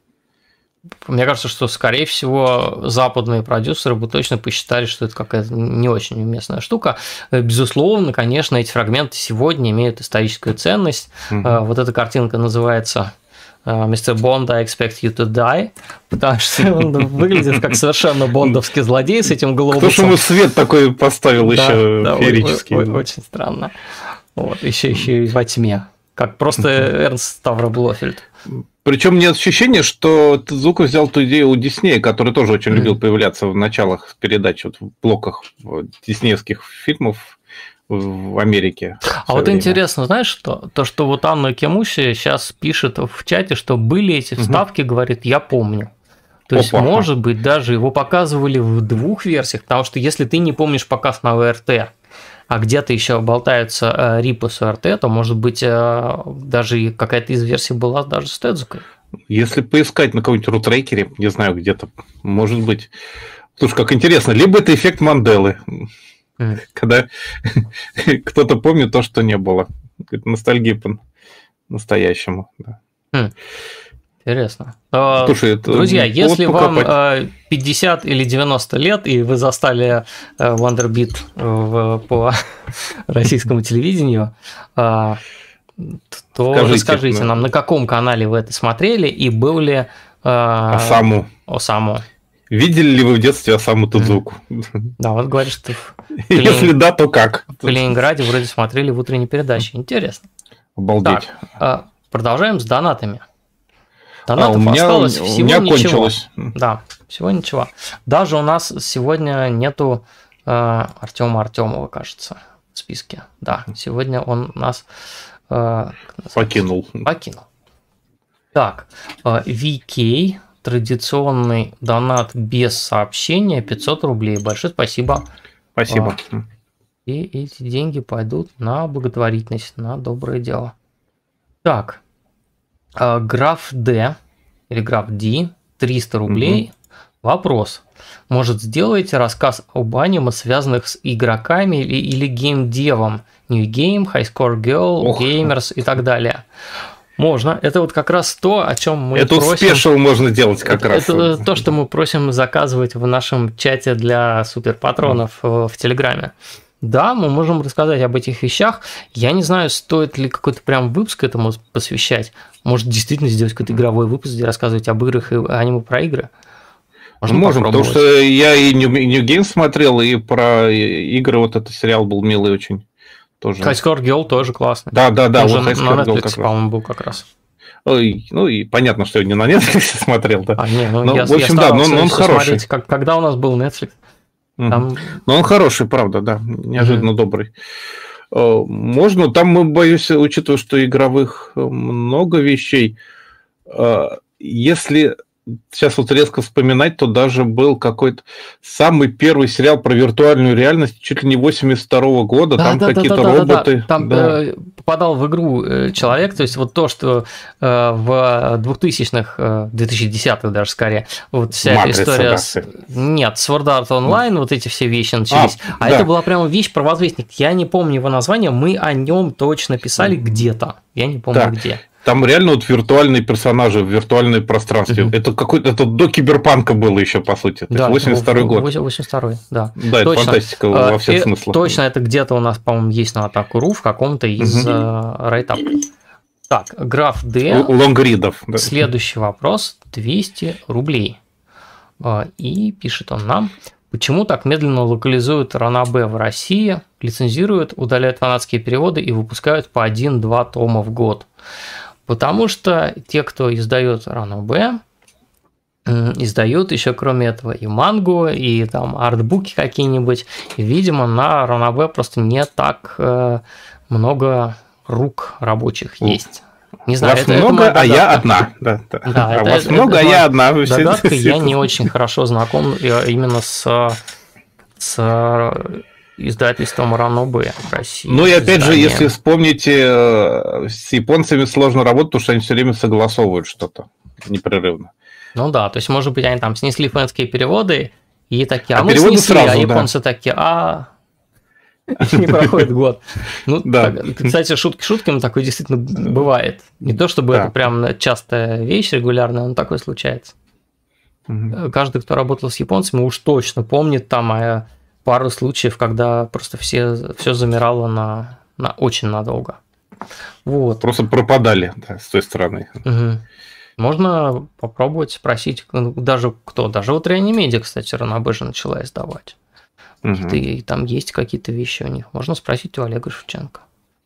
мне кажется, что, скорее всего, западные продюсеры бы точно посчитали, что это какая-то не очень уместная штука. Безусловно, конечно, эти фрагменты сегодня имеют историческую ценность. Mm-hmm. Вот эта картинка называется «мистер Бонд, I expect you to die», потому что он выглядит как совершенно бондовский злодей с этим глобусом. Кто же ему свет такой поставил еще феерический? Очень странно. Вот, еще еще и во тьме, как просто Эрнст Ставро Блофельд. Причем нет ощущения, что Тедзука взял ту идею у Диснея, который тоже очень любил появляться в началах передач, вот в блоках диснеевских фильмов в Америке. А вот время. Интересно, знаешь что? То, что вот Анна Кемуси сейчас пишет в чате, что были эти вставки, угу. говорит, я помню. То Опа. Есть, может быть, даже его показывали в двух версиях, потому что если ты не помнишь показ на ОРТ, а где-то еще болтаются э, рипы с ОРТ, то, может быть, э, даже какая-то из версий была даже с Тедзукой. Если поискать на каком-нибудь рутрекере, не знаю, где-то, может быть. Слушай, как интересно, либо это эффект Манделы. Когда кто-то помнит то, что не было. Ностальгия по-настоящему. Да. Хм. Интересно. Слушай, это друзья, если вам пятьдесят или девяносто лет, и вы застали Wonderbeat по российскому телевидению, то скажите, расскажите да. нам, на каком канале вы это смотрели, и был ли Осаму. Осаму. Видели ли вы в детстве Осаму Тедзуку? Да, вот говоришь, что в Калини... Если да, то как? В Калининграде вроде смотрели в утренней передаче. Интересно. Обалдеть. Так, продолжаем с донатами. Донатов а, у меня, осталось у всего меня ничего. Кончилось. Да, всего ничего. Даже у нас сегодня нету э, Артема Артемова, кажется, в списке. Да, сегодня он нас э, покинул. Покинул. Так, э, ви кей. Традиционный донат без сообщения пятьсот рублей. Большое спасибо. Спасибо. И эти деньги пойдут на благотворительность, на доброе дело. Так. Граф Д или граф Д, триста рублей. Угу. Вопрос. Может, сделаете рассказ об аниме, связанных с игроками или, или геймдевом? New Game, High Score Girl, Ох. Gamers и так далее. Можно. Это вот как раз то, о чем мы это просим. Это спешл можно делать как это, раз. Это то, что мы просим заказывать в нашем чате для суперпатронов mm. в Телеграме. Да, мы можем рассказать об этих вещах. Я не знаю, стоит ли какой-то прям выпуск этому посвящать. Может, действительно сделать какой-то игровой выпуск, где рассказывать об играх и аниме про игры. Можно Можем, потому что я и New, New Game смотрел, и про игры вот этот сериал был милый очень. Тоже. High Score Girl тоже классно. Да, да, да. Вот на Netflix, по-моему, был как раз. Ой, ну и понятно, что я не на Netflix смотрел, да. А, не, ну, но, я, в общем, я да, но, но он хороший. Смотреть, как, когда у нас был Netflix. Там... Но он хороший, правда, да, неожиданно mm-hmm. добрый. Можно, там, мы боюсь, учитывая, что игровых много вещей, если сейчас вот резко вспоминать, то даже был какой-то самый первый сериал про виртуальную реальность, чуть ли не восемьдесят второго года, да, там да, какие-то да, да, роботы. Да, да. Там да. э, попадал в игру э, человек, то есть вот то, что э, в двухтысячных, э, две тысячи десятых даже скорее, вот вся Матрица, эта история... Да. С... Нет, Sword Art Online, вот эти все вещи начались, а, а да. это была прямо вещь про возвестник. Я не помню его название, мы о нем точно писали где-то, я не помню да. где. Там реально вот виртуальные персонажи в виртуальном пространстве. Uh-huh. Это какой-то это до киберпанка было еще, по сути. То да, восемьдесят второй год. восемьдесят второй, да. Да, точно. Это фантастика во всех и смыслах. Точно, это где-то у нас, по-моему, есть на Атаку.ру в каком-то из uh-huh. райтап. Так, граф Д. Лонгридов. Да. Следующий вопрос. двести рублей. И пишет он нам. Почему так медленно локализуют Ранобэ в России, лицензируют, удаляют фанатские переводы и выпускают по один-два тома в год? Потому что те, кто издает Ранобэ, издают еще кроме этого и мангу, и там артбуки какие-нибудь. И, видимо, на Ранобэ просто не так много рук рабочих есть. Не знаю, вас это, много, это а я одна. Да, да. Да, а это, вас это, много, это а я одна. Догадка, я не очень хорошо знаком именно с, с издательством Ранобэ в России. Ну и опять же, если вспомните, с японцами сложно работать, потому что они все время согласовывают что-то непрерывно. Ну да, то есть, может быть, они там снесли фэнские переводы И такие, а, А мы переводы снесли, сразу, а да. японцы такие, а... И не проходит год. Ну, Да. так, кстати, шутки шутками, такое действительно бывает. Не то чтобы Да. это прям частая вещь, регулярная, но такое случается. Мгм. Каждый, кто работал с японцами, уж точно помнит там а, пару случаев, когда просто все, все замирало на, на очень надолго. Вот. Просто пропадали, да, с той стороны. Угу. Можно попробовать спросить, ну, даже кто, даже вот Реанимедиа, кстати, ранобэ же начала издавать. Мгм. И там есть какие-то вещи у них. Можно спросить у Олега Шевченко.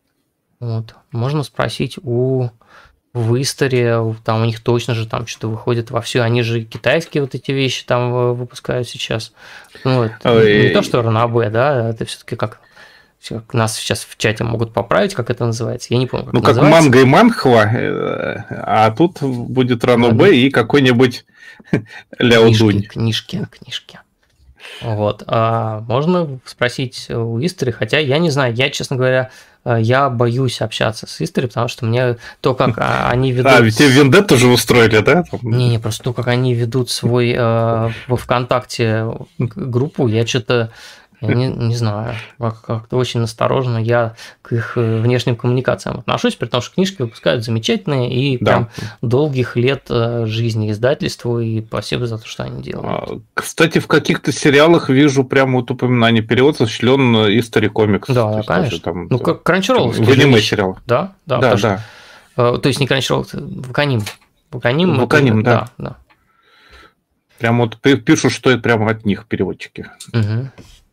Вот. Можно спросить у в Истере, там у них точно же там что-то выходит вовсю. Они же китайские вот эти вещи там э, выпускают сейчас. Ну, это не Ой. то, что ранобэ, да, это все-таки как как нас сейчас в чате могут поправить, как это называется. Я не помню, как Ну, это как называется. манга и манхва, э, а тут будет ранобэ и какой-нибудь ляодунь. Книжки, книжки, книжки. Вот. А можно спросить у Истори, хотя я не знаю, я, честно говоря, я боюсь общаться с Истори, потому что мне то, как они ведут... А, ведь тебе Вендетту же устроили, да? Там? Не, не, просто то, как они ведут свой э, во ВКонтакте группу, я что-то, я не, не знаю, как-то очень осторожно я к их внешним коммуникациям отношусь, при том, что книжки выпускают замечательные и Да. прям долгих лет жизни издательству, и спасибо за то, что они делают. Кстати, в каких-то сериалах вижу прямо вот упоминание перевода осуществлен History Comics. Да, То да, есть конечно. тоже там, Ну, как Crunchyroll. в аниме сериал. Да, да, Да, потому да. что, то есть не Crunchyroll, Ваканим. Ваканим, Ваканим, это- да. да, Прям вот пи- пишут, что это прямо от них переводчики. да. Мгм.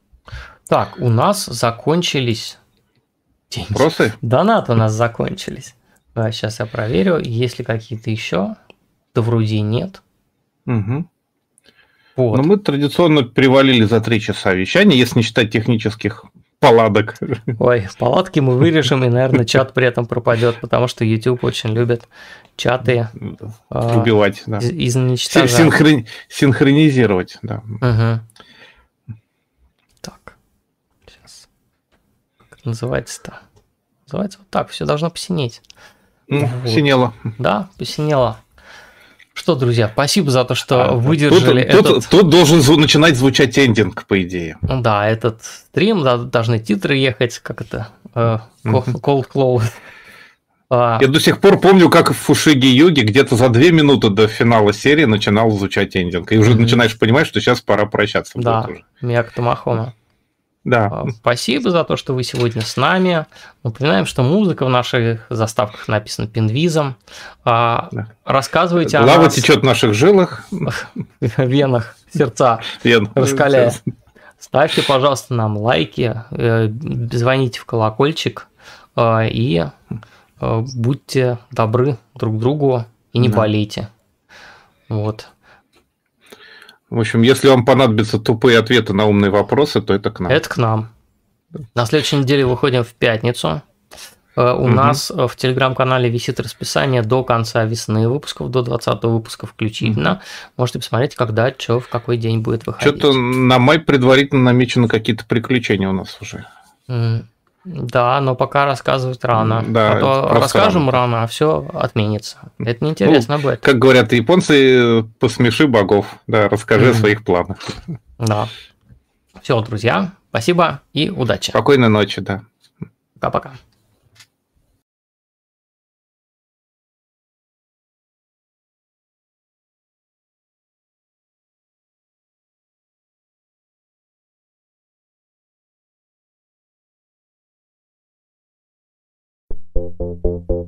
Так, у нас закончились деньги. Вопросы? Донаты у нас закончились. Да, сейчас я проверю, есть ли какие-то еще. Да вроде и нет. Угу. Вот. Но мы традиционно привалили за три часа вещания, если не считать технических паладок. Ой, палатки мы вырежем, и, наверное, чат при этом пропадет, потому что YouTube очень любит чаты а, Убивать, да. из- Син- изничтожать. синхрон- Синхронизировать, да. Угу. Так, сейчас. Как это называется-то? Называется вот так, все должно посинеть. Ну, Вот. синело. Да, посинело. Что, друзья, спасибо за то, что А, выдержали тут, тут- этот... тут должен зву- начинать звучать эндинг, по идее. Ну да, этот стрим, да, должны титры ехать, как это, э, Мгм. Cold Close. А, Я до сих пор помню, как в Фушиги Юги где-то за две минуты до финала серии начинал звучать эндинг. И уже Мгм. начинаешь понимать, что сейчас пора прощаться. да, будет уже. Мияко Томахома. Да. А, Спасибо за то, что вы сегодня с нами. Напоминаем, что музыка в наших заставках написана пинвизом. А, Да. Рассказывайте о Лава нас течет в наших жилах. в венах, сердца Вен. раскаляя. Ставьте, пожалуйста, нам лайки, э, звоните в колокольчик э, и э, будьте добры друг другу и не Да. болейте. Вот. В общем, если вам понадобятся тупые ответы на умные вопросы, то это к нам. Это к нам. На следующей неделе выходим в пятницу. Э, У Мгм. нас э, в телеграм-канале висит расписание до конца весны выпусков, до двадцатого выпуска включительно. Можете посмотреть, когда, что, в какой день будет выходить. Что-то на май предварительно намечены какие-то приключения у нас уже. М, Да, но пока рассказывать рано. Да, а то это просто расскажем рано. рано, а все отменится. Это неинтересно будет. Как говорят японцы, посмеши богов. Да, расскажи о Мгм. своих планах. Да. Все, друзья, спасибо и удачи. Спокойной ночи, да. Пока-пока. Thank you.